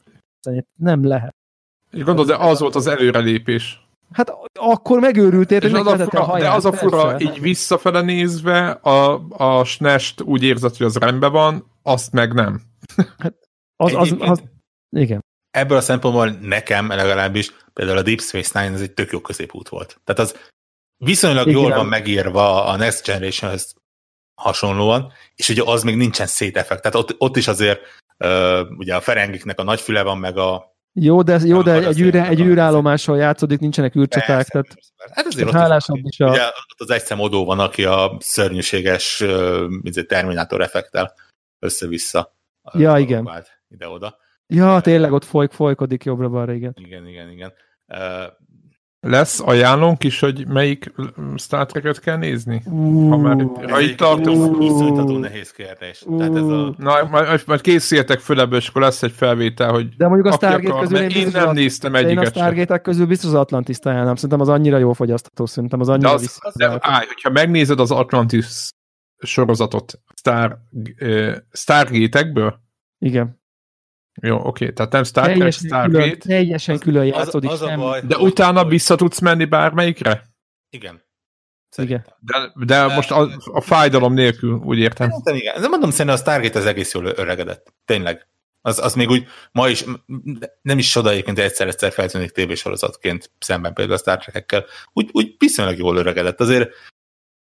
Nem lehet. És gondolod, de az volt az előrelépés. Hát akkor megőrültél, hogy megvezetett a haját. De az a fura, persze. Így visszafele nézve, a, a es en e es-t úgy érzed, hogy az rendben van, azt meg nem. Hát az, az, az, igen. Ebből a szempontból nekem legalábbis például a Deep Space Nine ez egy tök jó középút volt. Tehát az viszonylag igen. Jól van megírva a Next Generationhez hasonlóan, és ugye az még nincsen széteffekt. Tehát ott, ott is azért uh, ugye a Ferengiknek a nagy füle van, meg a jó, de, jó, de egy, űre, egy űrállomással játszódik, nincsenek űrcsaták. Tehát, hát azért ott is, is a... ugye, ott az egyszem odó van, aki a szörnyűséges uh, Terminátor effektel össze-vissza. Ja, igen. Ide-oda. Ja, tényleg ott folyk, folykodik jobbra-balra, igen. Igen, igen, igen. Uh, Lesz ajánlónk is, hogy melyik Star Trek-et kell nézni? Uh, ha már itt, ha itt tartunk. Iszonytató nehéz kérdés. Uh, Tehát ez a... Na, majd, majd készüljetek föl ebből, és akkor lesz egy felvétel, hogy de mondjuk a Stargate közül én, én nem néztem egyiket. Én a Stargate közül biztos az Atlantis-t ajánlom. Szerintem az annyira jól fogyasztható, szerintem az annyira vissza. De állj, hogyha megnézed az Atlantis sorozatot Star, uh, Stargate-ekből? Igen. Jó, oké, okay. Tehát nem Star Trek, Stargate. Teljesen külön játszódik. Az, az a baj, de utána hogy... vissza tudsz menni bármelyikre? Igen. Igen. De, de most a, a fájdalom nélkül, úgy értem. Szerintem igen. De mondom, szerintem a Stargate az egész jól öregedett. Tényleg. Az, az még úgy, ma is, nem is soda egyébként egyszer-egyszer feltűnik tévésorozatként szemben például a Star Trek-ekkel. Úgy, úgy viszonylag jól öregedett. Azért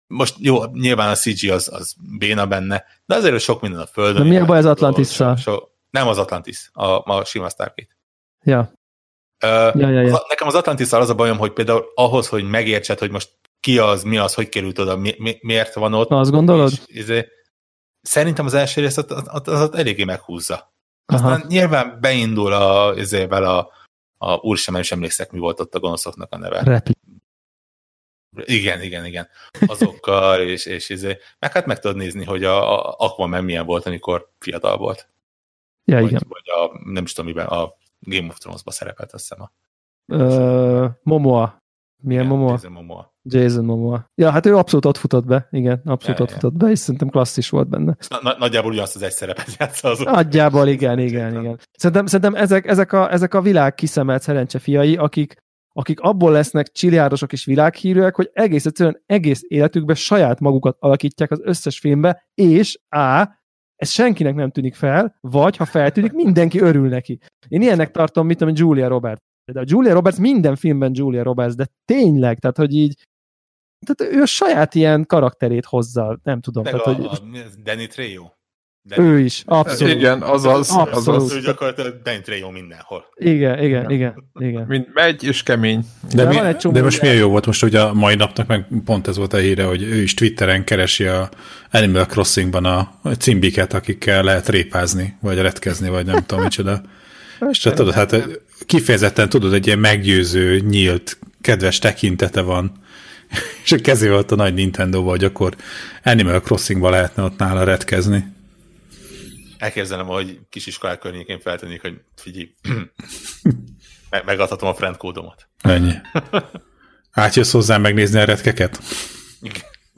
most jó, nyilván a cé gé az, az béna benne, de azért sok minden a földön. De mi a baj az Atlantis-szal? So, so, nem az Atlantis, a, a sima Stargate. Ja. Uh, ja, ja, ja. Az, nekem az Atlantis-szal az a bajom, hogy például ahhoz, hogy megértsed, hogy most ki az, mi az, hogy került oda, mi, mi, miért van ott. Na, azt gondolod? És, és, szerintem az első rész az, az, az, az eléggé meghúzza. Aztán Aha. nyilván beindul a, ezével a, a úr sem, sem emlékszek, mi volt ott a gonoszoknak a neve. Repli. Igen, igen, igen. Azokkal, és, és izé. Meg hát meg tudod nézni, hogy a, a Aquaman milyen volt, amikor fiatal volt. Ja, vagy, igen. Vagy a, nem is tudom, miben, a Game of Thrones-ba szerepelt, azt hiszem. A... Ö, Momoa. Milyen igen, Momoa? Jason Momoa. Jason Momoa. Ja, hát ő abszolút ott futott be. Igen, abszolút ja, ott ja. futott be, és szerintem klasszis volt benne. Na, nagyjából ugyanazt az egy szerepet játsza az. Nagyjából igen, igen, igen. Szerintem, szerintem ezek, ezek, a, ezek a világ kiszemelt szerencsefiai, akik, akik abból lesznek csiliárdosok és világhírűek, hogy egész egyszerűen egész életükben saját magukat alakítják az összes filmbe, és A, ez senkinek nem tűnik fel, vagy ha feltűnik, mindenki örül neki. Én ilyennek tartom, mit tudom, Julia Roberts. De a Julia Roberts minden filmben Julia Roberts, de tényleg, tehát hogy így tehát ő a saját ilyen karakterét hozza, nem tudom. Meg tehát, a, hogy... a Danny Trejo. Danny... Ő is, abszolút. Igen, azaz. Abszolút. azaz. Ő gyakorlatilag Danny Trejo mindenhol. Igen, igen, igen. igen. Mind megy és kemény. De, de, mi, de most milyen jó volt most, hogy a mai napnak meg pont ez volt a híre, hogy ő is Twitteren keresi a Animal Crossingban a cimbiket, akikkel lehet répázni, vagy retkezni, vagy nem tudom micsoda. És tudod, hát kifejezetten tudod, egy ilyen meggyőző, nyílt, kedves tekintete van. És a kezével ott a nagy Nintendo-val, hogy akkor Animal Crossingban lehetne ott nála retkezni. Elképzelem, hogy kisiskolák környékén feltennék, hogy figyelj, meg, megadhatom a friend kódomat. Ennyi. Átjössz hozzám megnézni a retkeket? Igen.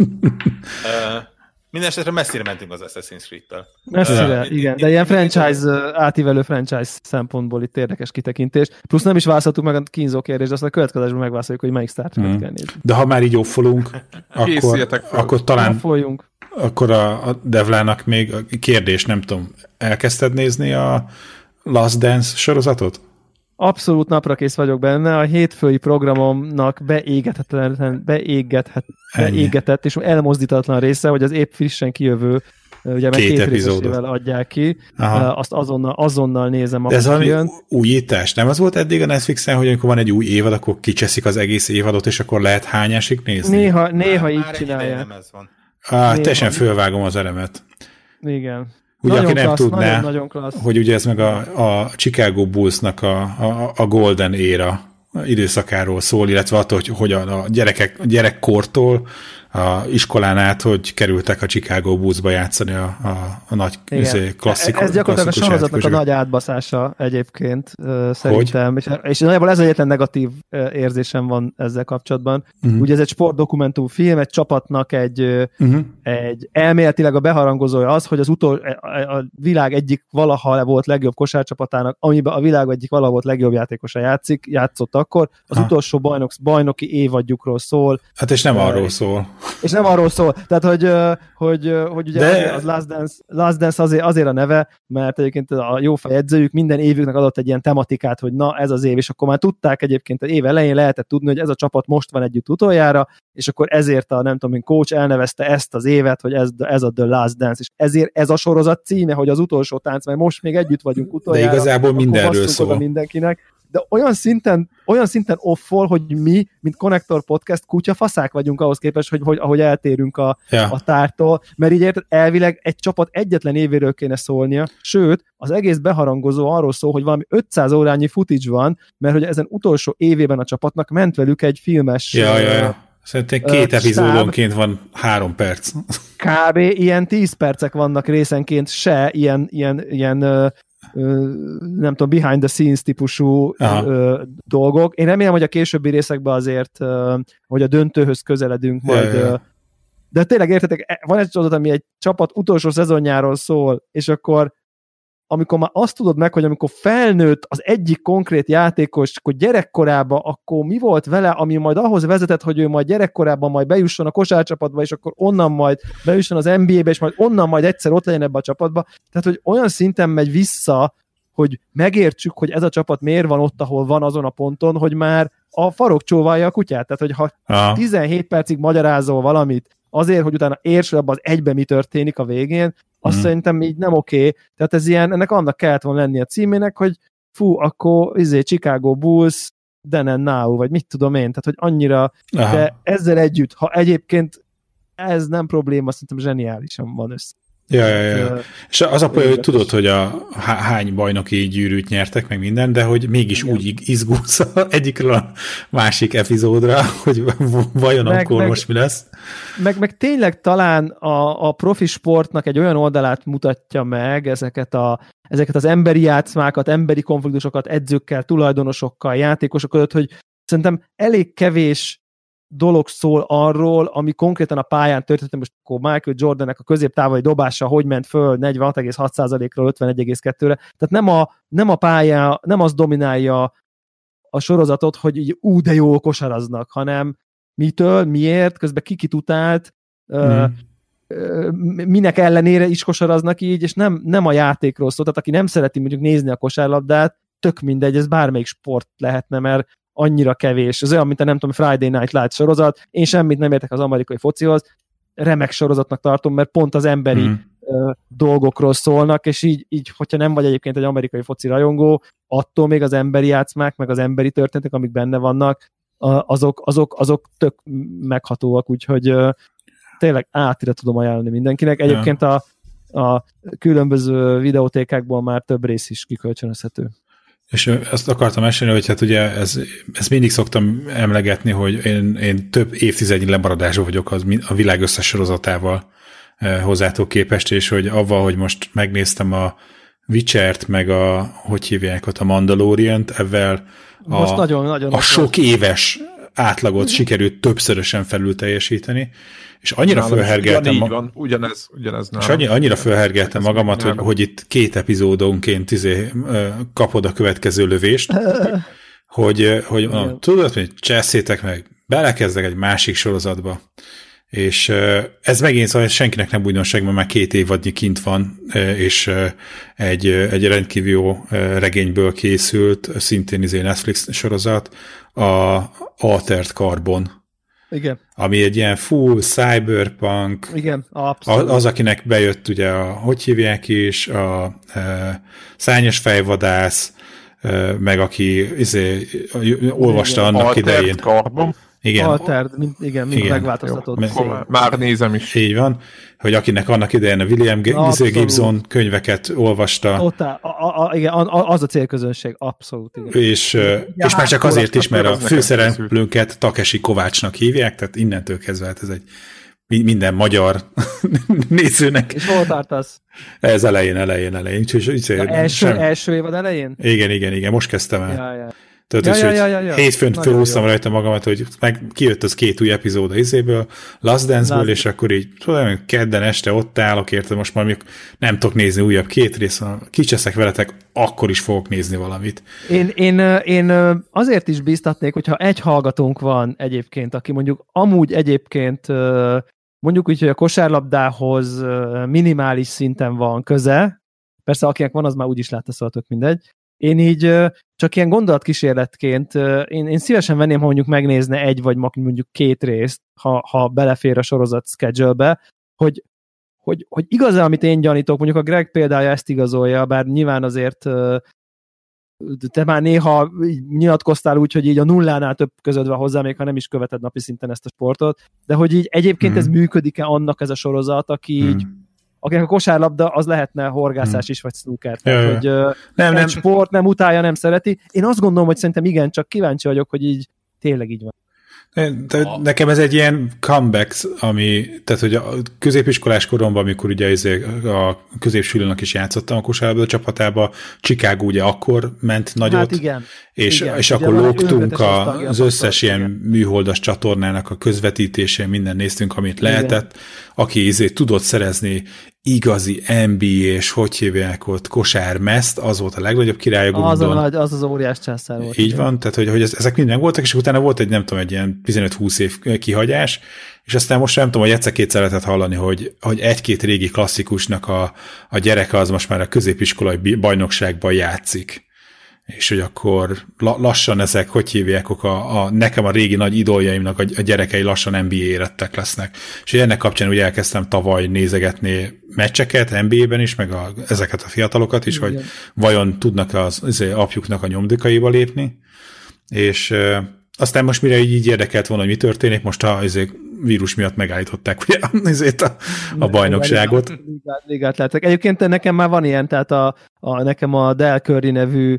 uh, Mindenesetre messzire mentünk az Assassin's Creed-tel. Messzire, uh, igen, de ilyen franchise, átívelő franchise szempontból itt érdekes kitekintés. Plusz nem is választottuk meg a kínzó kérdést, de azt a következésben megválaszoljuk, hogy melyik Star Trek-et hmm. kell nézni. De ha már így ófolunk, akkor, akkor talán akkor a, a Devlának még a kérdés, nem tudom, elkezdted nézni a Last Dance sorozatot? Abszolút naprakész vagyok benne, a hétfői programomnak beégethetetlen, beégethet, beégetett és elmozdítatlan része, hogy az épp frissen kijövő, ugye meg két, két részesével adják ki, Aha. azt azonnal, azonnal nézem, ahogy ez valami jön. Újítás, nem az volt eddig a Netflixen, hogy amikor van egy új évad, akkor kicseszik az egész évadot, és akkor lehet hányásig nézni? Néha, néha így csinálják. Ah, teljesen fölvágom az elemet. Igen. Ugye, nagyon aki nem klassz, tudná, nagyon, nagyon hogy ugye ez meg a, a Chicago Bulls-nak a, a, a Golden Era időszakáról szól, illetve attól, hogy hogyan a gyerekek, a gyerekkortól a iskolán át, hogy kerültek a Chicago Bulls-ba játszani a, a, a nagy klasszikus. Ez gyakorlatilag a sorozatnak a nagy átbaszása egyébként uh, szerintem, és, és nagyjából ez egyetlen negatív uh, érzésem van ezzel kapcsolatban. Uh-huh. Ugye ez egy sportdokumentum film, egy csapatnak egy, uh-huh. egy elméletileg a beharangozója az, hogy az utol, a, a világ egyik valaha volt legjobb kosárcsapatának, amiben a világ egyik valaha volt legjobb játékosa játszik, játszott akkor, az ha. utolsó bajnok, bajnoki évadjukról szól. Hát és nem uh, arról szól. És nem arról szól. Tehát, hogy, hogy, hogy ugye De... az Last Dance, Last Dance azért, azért a neve, mert egyébként a jófej edzőjük minden évüknek adott egy ilyen tematikát, hogy na ez az év, és akkor már tudták egyébként az év elején lehetett tudni, hogy ez a csapat most van együtt utoljára, és akkor ezért a nem tudom, mint coach elnevezte ezt az évet, hogy ez, ez a The Last Dance, és ezért ez a sorozat címe, hogy az utolsó tánc, mert most még együtt vagyunk utoljára. De igazából mindenről szól. Mindenkinek. De olyan szinten, olyan szinten off-ol, hogy mi, mint Connector Podcast, kutyafaszák vagyunk ahhoz képest, hogy, hogy ahogy eltérünk a, ja. a tártól, mert így érted, elvileg egy csapat egyetlen évéről kéne szólnia, sőt, az egész beharangozó arról szól, hogy valami ötszáz órányi footage van, mert hogy ezen utolsó évében a csapatnak ment velük egy filmes... Ja, ja, ja. Szerintem két uh, epizódonként van három perc. Kb. Ilyen tíz percek vannak részenként, se ilyen, ilyen, ilyen uh, nem tudom, behind the scenes típusú ö, dolgok. Én remélem, hogy a későbbi részekben azért, ö, hogy a döntőhöz közeledünk majd. Ja, ja. Ö, de tényleg értetek, van egy sorozat, ami egy csapat utolsó szezonjáról szól, és akkor amikor már azt tudod meg, hogy amikor felnőtt az egyik konkrét játékos, akkor gyerekkorában, akkor mi volt vele, ami majd ahhoz vezetett, hogy ő majd gyerekkorában majd bejusson a kosárcsapatba, és akkor onnan majd bejusson az en bé á-be, és majd onnan majd egyszer ott legyen ebbe a csapatba. Tehát, hogy olyan szinten megy vissza, hogy megértsük, hogy ez a csapat miért van ott, ahol van azon a ponton, hogy már a farok csóválja a kutyát. Tehát, hogy ha Aha. tizenhét percig magyarázol valamit, azért, hogy utána érts, hogy abban az egyben mi történik a végén, azt mm. szerintem így nem oké. Okay. Tehát ez ilyen, ennek annak kellett volna lenni a címének, hogy fú, akkor izé, Chicago Bulls, then and now, vagy mit tudom én, tehát hogy annyira, aha. De ezzel együtt, ha egyébként ez nem probléma, szerintem zseniálisan van össze. Ja, ja, ja. Uh, és az a poén, hogy tudod, hogy a hány bajnoki gyűrűt nyertek, meg minden, de hogy mégis igen. úgy izgulsz egyikről a másik epizódra, hogy vajon meg, akkor meg, most mi lesz. Meg, meg tényleg talán a, a profi sportnak egy olyan oldalát mutatja meg ezeket, a, ezeket az emberi játszmákat, emberi konfliktusokat edzőkkel, tulajdonosokkal, játékosok között, hogy szerintem elég kevés dolog szól arról, ami konkrétan a pályán történt, most akkor Michael Jordannek a középtávoli dobása, hogy ment föl negyvenhat egész hat százalékról ötvenegy egész kettőre. Tehát nem a, nem a pálya, nem az dominálja a sorozatot, hogy így ú, de jó kosaraznak, hanem mitől, miért, közben kikit utált, mm. uh, minek ellenére is kosaraznak így, és nem, nem a játékról szól. Tehát aki nem szereti mondjuk nézni a kosárlabdát, tök mindegy, ez bármelyik sport lehetne, mert annyira kevés. Ez olyan, mint a nem tudom, Friday Night Light sorozat. Én semmit nem értek az amerikai focihoz. Remek sorozatnak tartom, mert pont az emberi mm. uh, dolgokról szólnak, és így, így, hogyha nem vagy egyébként egy amerikai foci rajongó, attól még az emberi játszmák, meg az emberi történetek, amik benne vannak, uh, azok, azok, azok tök meghatóak, úgyhogy uh, tényleg átira tudom ajánlani mindenkinek. Egyébként a, a különböző videótékákból már több rész is kikölcsönözhető. És azt akartam mesélni, hogy hát ugye ez, ezt mindig szoktam emlegetni, hogy én, én több évtizednyi lemaradású vagyok az, a világ összes sorozatával eh, hozzátok képest, és hogy avval, hogy most megnéztem a Witchert, meg a, hogy hívják ott, a Mandaloriant, ezzel a, most nagyon, nagyon a sok éves átlagot sikerült többszörösen felül teljesíteni, és annyira nálam fölhergeltem ugyan van, ugyanez, ugyanez és annyi, annyira fölhergeltem magamat, hogy, hogy itt két epizódonként izé, kapod a következő lövést, hogy, hogy mondom, tudod, hogy csesszétek meg, belekezdek egy másik sorozatba, és ez megint szóval senkinek nem újdonság, mert már két évadnyi kint van, és egy, egy rendkívül jó regényből készült, szintén izé Netflix sorozat, a Altered Carbon. Igen. Ami egy ilyen full cyberpunk, igen, abszolút. Az, akinek bejött ugye a, hogy hívják is, a, a szárnyas fejvadász, meg aki izé, olvasta igen. annak Altered idején. Carbon. Igen. Altered, mint, igen, mint igen. megváltoztatott. Jó, már nézem is. Így van, hogy akinek annak idején a William G- Gibson könyveket olvasta. Totál, a, a, a, igen, az a célközönség, abszolút. Igen. És, ja, és már csak azért is, mert a főszereplőnket Takeshi Kovácsnak hívják, tehát innentől kezdve ez egy minden magyar nézőnek. És hol tartasz? Ez elején, elején, elején. Úgyhogy, úgy, ja, első, sem... első évad elején? Igen, igen, igen, most kezdtem el. Ja, ja. Tehát, ja, és, ja, ja, ja, ja. hétfőn fölhúztam rajta magamat, hogy meg kijött az két új epizód a izéből, Last Dance-ből, Last... és akkor így tudom, kedden este ott állok, érted, most már nem tudok nézni újabb két rész, kicseszek veletek, akkor is fogok nézni valamit. Én, én, én azért is bíztatnék, hogyha egy hallgatónk van egyébként, aki mondjuk amúgy egyébként mondjuk úgy, hogy a kosárlabdához minimális szinten van köze, persze akinek van, az már úgyis látta, szóval tök mindegy. Én így csak ilyen gondolatkísérletként, én, én szívesen venném, ha mondjuk megnézne egy vagy mondjuk két részt, ha, ha belefér a sorozat schedule-be, hogy, hogy, hogy igaz-e, amit én gyanítok, mondjuk a Greg példája ezt igazolja, bár nyilván azért te már néha nyilatkoztál úgy, hogy így a nullánál több közödve hozzá, még ha nem is követed napi szinten ezt a sportot, de hogy így egyébként mm. ez működik-e annak ez a sorozat, aki mm. így akinek a kosárlabda, az lehetne horgászás hmm. is, vagy snooker. Tehát, hogy nem, nem. sport, nem utálja, nem szereti. Én azt gondolom, hogy szerintem igen, csak kíváncsi vagyok, hogy így tényleg így van. De nekem ez egy ilyen comeback, ami, tehát hogy a középiskolás koromban, amikor ugye a középsülőnek is játszottam a kosárlabda csapatába, Chicago ugye akkor ment nagyot, hát igen, és, igen. és akkor lógtunk a, az összes ilyen műholdas csatornának a közvetítésén, minden néztünk, amit lehetett, igen. Aki izé tudott szerezni igazi en bé á-s, hogy hívják ott, kosármezt, az volt a legnagyobb király a Gundon. Az, az az óriás császár volt. Így van, tehát hogy, hogy ezek minden voltak, és utána volt egy, nem tudom, egy ilyen tizenöt-húsz év kihagyás, és aztán most nem tudom, hogy egyszer-kétszer lehetett hallani, hogy, hogy egy-két régi klasszikusnak a, a gyereke az most már a középiskolai bajnokságban játszik. és hogy akkor la- lassan ezek, hogy hívják, a, a, nekem a régi nagy idoljaimnak a, a gyerekei lassan en bé á érettek lesznek. És ennek kapcsán ugye elkezdtem tavaly nézegetni meccseket en bé á-ben is, meg a, ezeket a fiatalokat is, igen, hogy vajon tudnak az, az apjuknak a nyomdikaiba lépni, és e, aztán most mire így érdekelt volna, hogy mi történik, most a azért vírus miatt megállították ugye, azért a, a bajnokságot. Ligát, ligát láttak. Egyébként nekem már van ilyen, tehát a, a, nekem a Del Curry nevű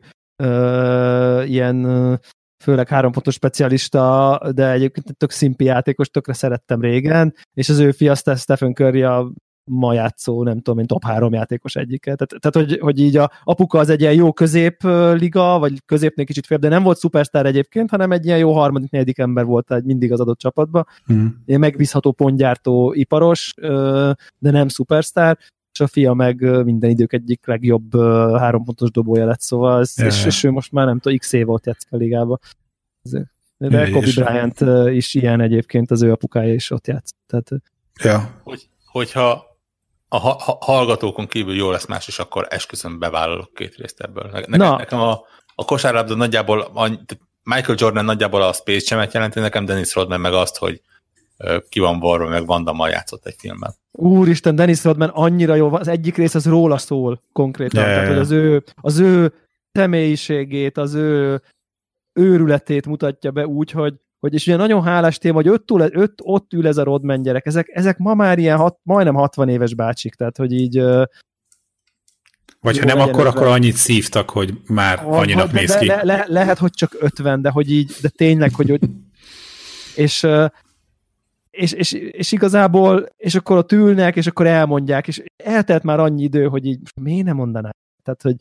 ö, ilyen főleg hárompontos specialista, de egyébként tök szimpi játékos, tökre szerettem régen, és az ő fia Stephen Curry a ma játszó, nem tudom én, top három játékos egyike. Tehát, tehát hogy, hogy így a apuka az egy ilyen jó középliga, vagy középnél kicsit fél, de nem volt szupersztár egyébként, hanem egy ilyen jó harmadik, negyedik ember volt egy mindig az adott csapatban. Mm. Ilyen megbízható pontgyártó iparos, de nem szupersztár, és a fia meg minden idők egyik legjobb hárompontos dobója lett, szóval ez, és, és ő most már nem tudom, x év volt játszik a ligába. De ja, Kobe Bryant is ilyen egyébként, az ő apukája is ott játszik. Tehát, ja. Hogy, hogyha a ha- hallgatókon kívül jó lesz más, és akkor esküszöm bevállalok két részt ebből. Ne- Na. Nekem a, a kosárlabda nagyjából, a, Michael Jordan nagyjából a Space Jam-et jelenti, nekem Dennis Rodman meg azt, hogy uh, ki van varva, meg Van Damme-mal játszott egy filmben. Úristen, Dennis Rodman annyira jó, az egyik rész az róla szól konkrétan, yeah. tehát hogy az ő, az ő személyiségét, az ő őrületét mutatja be úgy, hogy hogy és ugye nagyon hálás téma, hogy öt, öt, ott ül ez a Rodman gyerek, ezek, ezek ma már ilyen hat, majdnem hatvan éves bácsik, tehát hogy így... Vagy ha nem, akkor, akkor annyit szívtak, hogy már ah, annyinak de, néz de, ki. Le, le, lehet, hogy csak ötven, de hogy így, de tényleg, hogy... hogy és, és, és, és igazából, és akkor ott ülnek, és akkor elmondják, és eltelt már annyi idő, hogy így miért nem mondanák? Tehát, hogy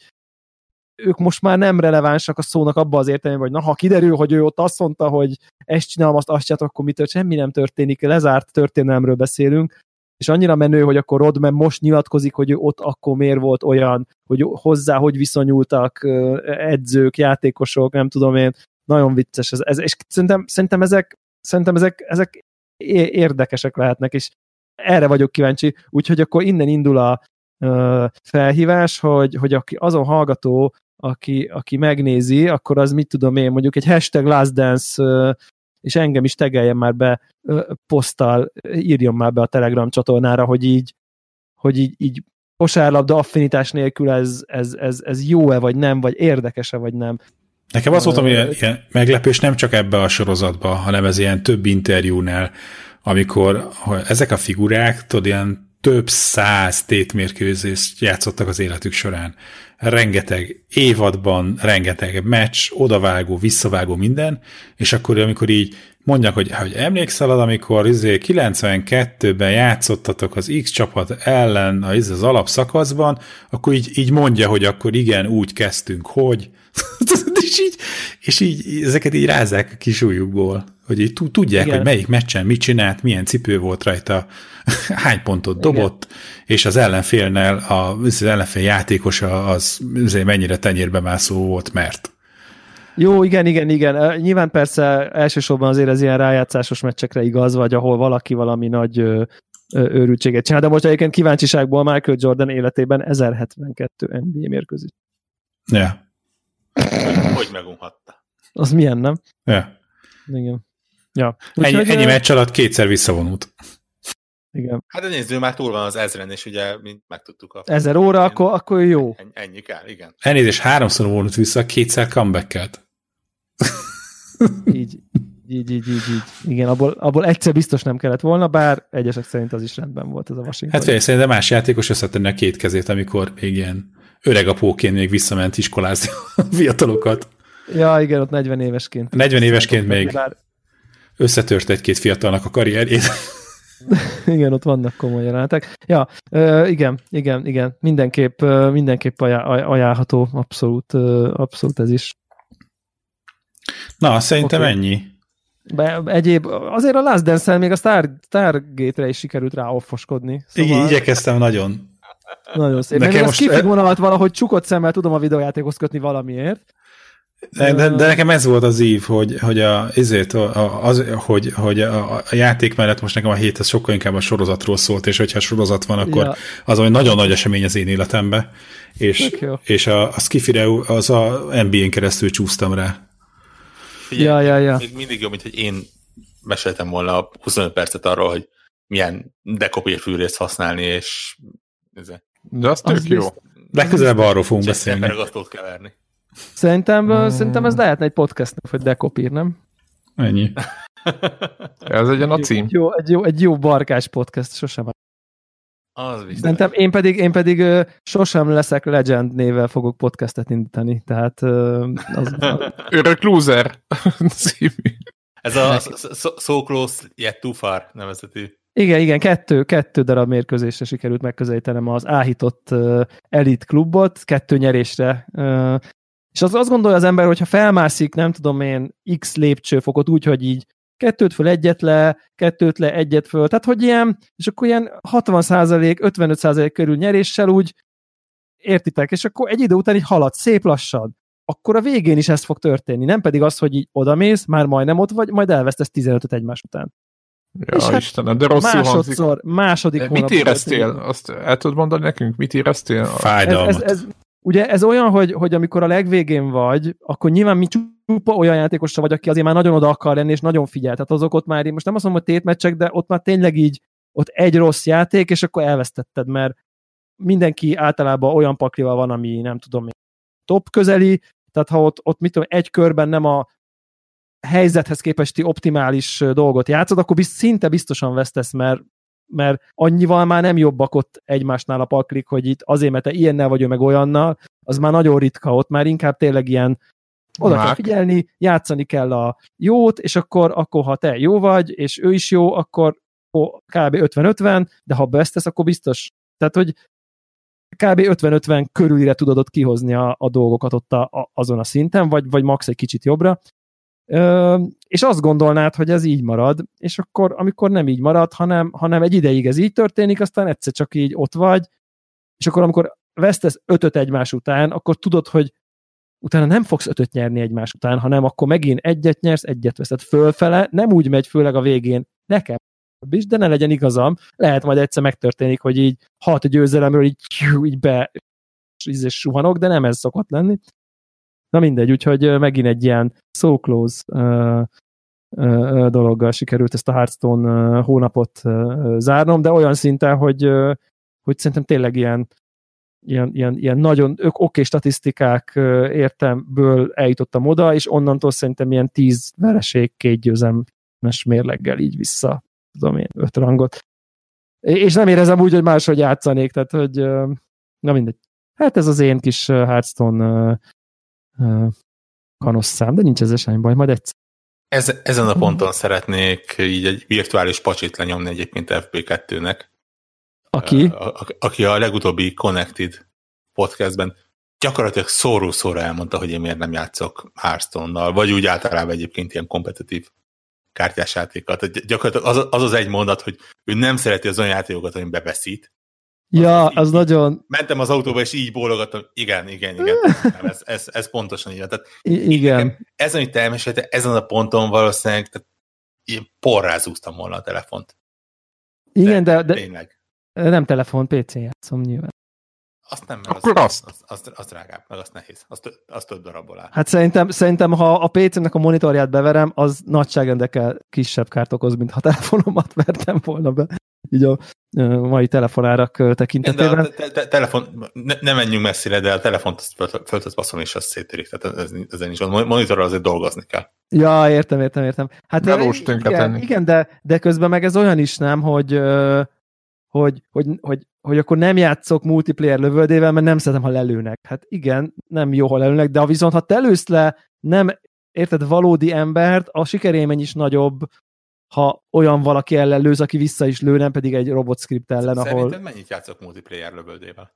ők most már nem relevánsak a szónak abba az értelemben, hogy na, ha kiderül, hogy ő ott azt mondta, hogy ezt csinálom, azt, azt csinálom, akkor mitől semmi nem történik, lezárt történelemről beszélünk, és annyira menő, hogy akkor Rodman most nyilatkozik, hogy ő ott akkor miért volt olyan, hogy hozzá hogy viszonyultak edzők, játékosok, nem tudom én, nagyon vicces ez, ez és szerintem, szerintem, ezek, szerintem ezek, ezek érdekesek lehetnek, és erre vagyok kíváncsi, úgyhogy akkor innen indul a felhívás, hogy, hogy aki, azon hallgató, aki, aki megnézi, akkor az mit tudom én, mondjuk egy hashtag Last Dance, és engem is tegeljen már be poszttal, írjon már be a Telegram csatornára, hogy így, hogy így, így kosárlabda affinitás nélkül ez, ez, ez, ez jó-e, vagy nem, vagy érdekes-e, vagy nem. Nekem az volt, ami ilyen meglepés nem csak ebbe a sorozatba, hanem ez ilyen több interjúnál, amikor ezek a figurák, tudod, ilyen több száz tétmérkőzést játszottak az életük során. Rengeteg évadban, rengeteg meccs, odavágó, visszavágó minden, és akkor, amikor így mondják, hogy, hogy emlékszel az, amikor izé kilencvenkettőben játszottatok az X csapat ellen az, az alapszakaszban, akkor így, így mondja, hogy akkor igen, úgy kezdtünk, hogy... és, így, és így ezeket így rázzák a kis ujjukból, hogy így tudják, igen, hogy melyik meccsen mit csinált, milyen cipő volt rajta, hány pontot dobott, igen, és az ellenfélnél az ellenfél játékosa az mennyire tenyérbe mászó volt, mert. Jó, igen, igen, igen. Nyilván persze elsősorban azért ez ilyen rájátszásos meccsekre igaz, vagy ahol valaki valami nagy ö, ö, őrültséget csinál, de most egyébként kíváncsiságból Michael Jordan életében ezerhetvenkettő en bé á mérkőzés. Ja. Hogy megunhatta. Az milyen, nem? Ja. Igen. Ja. Ennyi, ennyi meccs alatt kétszer visszavonult. Igen. Hát de nézd, ő már túl van az ezren, és ugye mint megtudtuk. A Ezer óra, akkor, akkor jó. Ennyi, ennyi kell, igen. Elnézést, háromszor vonult vissza, kétszer comeback-kelt. így, így, így, így, így. Igen, abból, abból egyszer biztos nem kellett volna, bár egyesek szerint az is rendben volt ez a Washington. Hát fél, szerintem más játékos összetenne a két kezét, amikor még ilyen öreg apóként még visszament iskolázni a fiatalokat. Ja, igen, ott negyven évesként. negyven évesként még bár... összetört egy-két fiatalnak a karrierjét. Igen, ott vannak komoly jelenetek. Ja, uh, igen, igen, igen. Mindenképp, uh, mindenképp ajá- ajánlható, abszolút, uh, abszolút ez is. Na, szerintem okay. Ennyi. Be, egyéb, azért a Last Dance-el még a Star, Stargate-re is sikerült rá offoskodni. Szóval... Igen, igyekeztem nagyon. Nagyon szép. Nekem most... a skifi vonalat valahogy csukott szemmel tudom a videójátékhoz kötni valamiért. De, de, de nekem ez volt az ív, hogy, hogy, a, ezért, a, az, hogy, hogy a, a játék mellett most nekem a hét ez sokkal inkább a sorozatról szólt, és hogyha sorozat van, akkor ja. az egy nagyon nagy esemény az én életemben, és, és a, a Skifire az a en bé á-n keresztül csúsztam rá. Figyelj, ja, ja, ja. Még mindig jobb, mint hogy én meséltem volna huszonöt percet arról, hogy milyen dekopír fűrészt használni, és... De az tök jó. Legközelebb arról fogunk beszélni. Szemperagasztót keverni. Szerintem, hmm. szerintem ez lehetne egy podcastnak, hogy dekopír, nem? Ennyi. Ez legyen a cím. Egy jó, egy jó, egy jó barkás podcast, sosem. Az biztos. Szerintem én pedig, én pedig uh, sosem leszek Legend névvel fogok podcastet indítani, tehát uh, az... Örök loser című. Ez a So Close Yet Too Far nevezetű. Igen, igen, kettő, kettő darab mérkőzésre sikerült megközelítenem az áhított uh, elit klubot, kettő nyerésre. Uh, és az, azt gondolja az ember, hogyha felmászik, nem tudom én, X lépcsőfokot úgy, hogy így kettőt föl, egyet le, kettőt le, egyet föl, tehát hogy ilyen, és akkor ilyen hatvan százalék, ötvenöt százalék körül nyeréssel úgy értitek, és akkor egy idő után így halad szép lassan. Akkor a végén is ez fog történni, nem pedig az, hogy így odamész, már majdnem ott vagy, majd elvesztesz tizenötöt egymás után. Ja, hát Istenem, de rosszul másodszor, hangzik. második hónapban. Mit éreztél? Azt el tudod mondani nekünk? Mit éreztél? Fájdalmat. Ez, ez, ez, ugye ez olyan, hogy, hogy amikor a legvégén vagy, akkor nyilván mi csupa olyan játékosra vagy, aki azért már nagyon oda akar lenni, és nagyon figyel. Tehát azok ott már, most nem azt mondom, hogy tétmeccsek, de ott már tényleg így, ott egy rossz játék, és akkor elvesztetted, mert mindenki általában olyan paklival van, ami nem tudom, top közeli, tehát ha ott, ott mit tudom, egy körben nem a helyzethez képesti optimális dolgot játszod, akkor biz, szinte biztosan vesztesz, mert, mert annyival már nem jobbak ott egymásnál a paklik, hogy itt azért, mert te ilyennel vagy, meg olyannal, az már nagyon ritka, ott már inkább tényleg ilyen oda Mák. kell figyelni, játszani kell a jót, és akkor, akkor ha te jó vagy, és ő is jó, akkor kb. ötven-ötven, de ha vesztesz, akkor biztos. Tehát, hogy kb. ötven-ötven körülire tudod ott kihozni a, a dolgokat ott a, a, azon a szinten, vagy, vagy max egy kicsit jobbra. Ö, és azt gondolnád, hogy ez így marad, és akkor, amikor nem így marad, hanem, hanem egy ideig ez így történik, aztán egyszer csak így ott vagy, és akkor amikor vesztesz ötöt egymás után, akkor tudod, hogy utána nem fogsz ötöt nyerni egymás után, hanem akkor megint egyet nyersz, egyet veszed fölfele, nem úgy megy, főleg a végén, nekem is, de ne legyen igazam, lehet majd egyszer megtörténik, hogy így hat győzelemről így, így be és suhanok, de nem ez szokott lenni. Na mindegy, úgyhogy megint egy ilyen so close uh, uh, dologgal sikerült ezt a Hearthstone uh, hónapot uh, zárnom, de olyan szinten, hogy, uh, hogy szerintem tényleg ilyen, ilyen, ilyen, ilyen nagyon oké statisztikák uh, értemből eljutottam oda, és onnantól szerintem ilyen tíz vereség, két győzelmes mérleggel így vissza, tudom én, öt rangot. És nem érezem úgy, hogy máshogy játszanék, tehát hogy uh, na mindegy. Hát ez az én kis uh, Hearthstone uh, kanosszám, de nincs ezzel semmi baj, majd egyszer. Ez, ezen a ponton szeretnék így egy virtuális pacsit lenyomni egyébként ef bé kettőnek. Aki? A, a, aki a legutóbbi Connected podcastben gyakorlatilag szóról-szóra elmondta, hogy én miért nem játszok Hearthstone-nal, vagy úgy általában egyébként ilyen kompetitív kártyás játékat. Gyakorlatilag az, az az egy mondat, hogy ő nem szereti az olyan játékokat, amin beveszít. Ja, az, az így, nagyon... Mentem az autóba, és így bólogattam, igen, igen, igen, ez, ez, ez pontosan így. Tehát I- igen. Ez, amit te elmeséltél, ezen a ponton valószínűleg tehát ilyen porrázúztam volna a telefont. Igen, de, de, de nem telefon, pé cén játszom nyilván. Azt nem, mert Akkor az, azt. Az, az, az, az drágább, meg az nehéz. Az, tö, az több darabból áll. Hát szerintem, szerintem, ha a pé cémnek a monitorját beverem, az nagyságrendekkel kisebb kárt okoz, mint ha telefonomat vertem volna be. Így a mai telefonárak tekintetében. De a te, te, telefon, ne, ne menjünk messzire, de a telefont föl, föl tudsz baszolni, és az széttörik. Tehát ez, ez nincs van. Monitorral azért dolgozni kell. Ja, értem, értem, értem. Hát Melós igen, igen de, de közben meg ez olyan is nem, hogy, hogy, hogy, hogy, hogy akkor nem játszok multiplayer lövöldével, mert nem szeretem, ha lelőnek. Hát igen, nem jó, ha lelőnek, de ha viszont ha te lősz le, nem érted, valódi embert, a sikerélmény is nagyobb, ha olyan valaki ellen lősz, aki vissza is lő, nem pedig egy robotszkript ellen, Szerinted ahol... Szerinted mennyit játszok multiplayer lövöldével?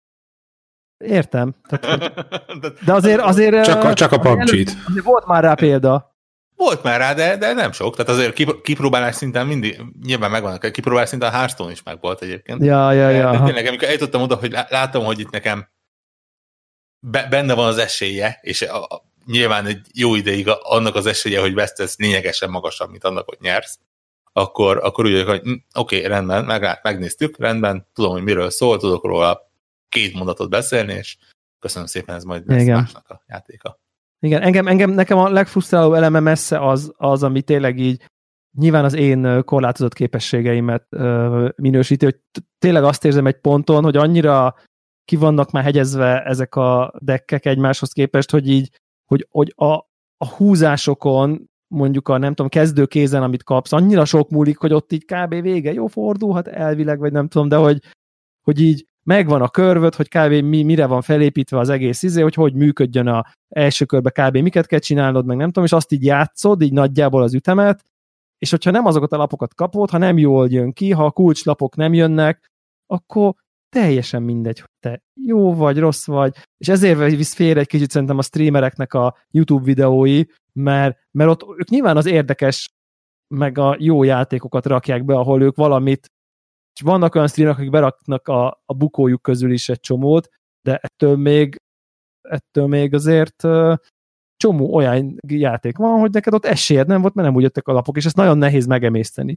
Értem. Tehát, de azért... azért csak, a, csak a pé u bé gé-t. Azért volt már rá példa. Volt már rá, de, de nem sok. Tehát azért kipróbálás szinten mindig, nyilván megvan, kipróbálás szinten a Hearthstone is meg volt egyébként. Ja, ja, ja. De tényleg, amikor eljutottam oda, hogy látom, hogy itt nekem be, benne van az esélye, és a, a, nyilván egy jó ideig annak az esélye, hogy vesztesz lényegesen magasabb, mint annak, hogy nyersz, akkor, akkor úgy, hogy hm, oké, okay, rendben, meg, megnéztük, rendben, tudom, hogy miről szól, tudok róla két mondatot beszélni, és köszönöm szépen, ez majd lesz másnak a játéka. Igen, engem, engem, nekem a legfrusztráló eleme messze az, az, ami tényleg így nyilván az én korlátozott képességeimet ö, minősíti, hogy tényleg azt érzem egy ponton, hogy annyira ki vannak már hegyezve ezek a deckek egymáshoz képest, hogy így, hogy, hogy a, a húzásokon, mondjuk a nem tudom, kezdő kézen, amit kapsz, annyira sok múlik, hogy ott így kb. Vége, jó, fordulhat elvileg, vagy nem tudom, de hogy, hogy így megvan a körvöd, hogy kb. Mi, mire van felépítve az egész izé, hogy hogy működjön a első körbe kb. Miket kell csinálnod, meg nem tudom, és azt így játszod, így nagyjából az ütemet, és hogyha nem azokat a lapokat kapod, ha nem jól jön ki, ha a kulcslapok nem jönnek, akkor teljesen mindegy, hogy te jó vagy, rossz vagy, és ezért visz félre egy kicsit szerintem a streamereknek a YouTube videói, mert, mert ott ők nyilván az érdekes, meg a jó játékokat rakják be, ahol ők valamit, és vannak olyan streamerek, akik beraknak a, a bukójuk közül is egy csomót, de ettől még, ettől még azért uh, csomó olyan játék van, hogy neked ott esélyed nem volt, mert nem úgy jöttek a lapok, és ezt nagyon nehéz megemészteni.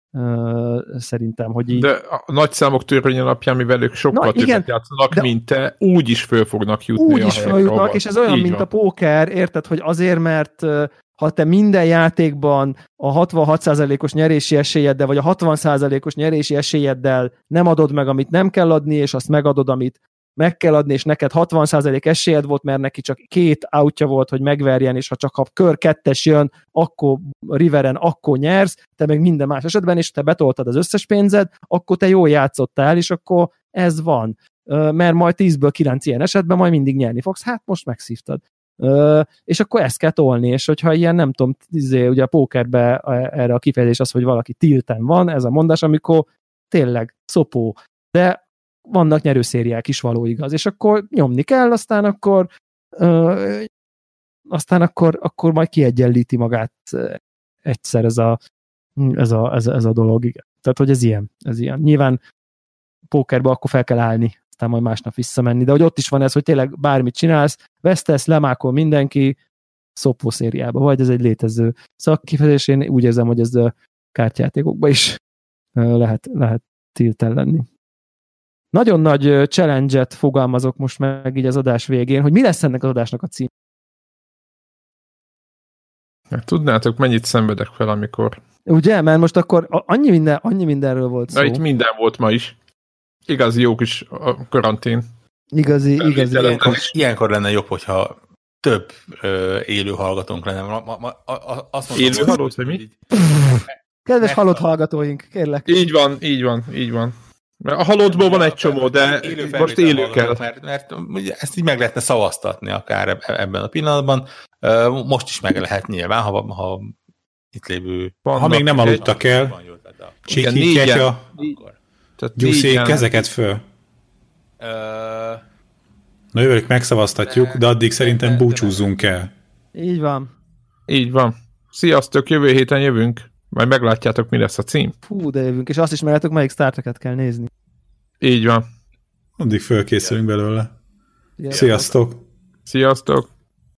Uh, szerintem, hogy így... De a nagy számok törvény alapján, mivel ők sokkal Na, többet igen, játszanak, de... mint te, úgy is föl fognak jutni. Úgy is följutnak, és ez olyan, így mint van. a póker, érted, hogy azért, mert ha te minden játékban a hatvanhat százalékos nyerési esélyeddel, vagy a hatvan százalékos nyerési esélyeddel nem adod meg, amit nem kell adni, és azt megadod, amit meg kell adni, és neked hatvan százalék esélyed volt, mert neki csak két outja volt, hogy megverjen, és ha csak a kör kettes jön, akkor riveren, akkor nyersz, te meg minden más esetben, és te betoltad az összes pénzed, akkor te jól játszottál, és akkor ez van. Mert majd tízből kilenc ilyen esetben majd mindig nyerni fogsz, hát most megszívtad. És akkor ezt kell tolni, és hogyha ilyen nem tudom, tízé, ugye a pókerbe erre a kifejezés az, hogy valaki tilten van, ez a mondás, amikor tényleg szopó, de vannak nyerőszériák is, való igaz, és akkor nyomni kell, aztán akkor ö, aztán akkor, akkor majd kiegyenlíti magát egyszer ez a, ez a, ez a, ez a dolog, igen. Tehát, hogy ez ilyen, ez ilyen. Nyilván pókerbe akkor fel kell állni, aztán majd másnap visszamenni, de hogy ott is van ez, hogy tényleg bármit csinálsz, vesztesz, lemákol mindenki, szopó szériába, vagy ez egy létező szakkifejezés, én úgy érzem, hogy ez a kártyajátékokban is lehet, lehet tilten lenni. Nagyon nagy challenge-et fogalmazok most meg így az adás végén, hogy mi lesz ennek az adásnak a cím. Tudnátok, mennyit szenvedek fel, amikor... Ugye? Mert most akkor annyi, minden, annyi mindenről volt szó. Na, itt minden volt ma is. Igazi jó kis karantén. Igazi, igazi. Ilyenkor, ilyenkor lenne jobb, hogyha több ö, élő hallgatónk lenne. Ma, ma, ma, azt mondom, élő hallót, vagy mi? Kedves halott hallgatóink, kérlek. Így van, így van, így van. A halottból van egy csomó, de élő most élő kell. Mert, mert ezt így meg lehetne szavaztatni akár ebben a pillanatban. Most is meg lehet nyilván, ha, ha itt lévő... Ha még nem aludtak el, Csiki, Ketya, Gyuszi, kezeket föl. Na jövők megszavaztatjuk, de addig szerintem búcsúzzunk el. Így van. Így van. Sziasztok, jövő héten jövünk. Majd meglátjátok, mi lesz a cím. Fú, de jövünk, és azt ismerjátok, melyik Star Trek-et kell nézni. Így van. Addig fölkészülünk belőle. Sziasztok! Sziasztok!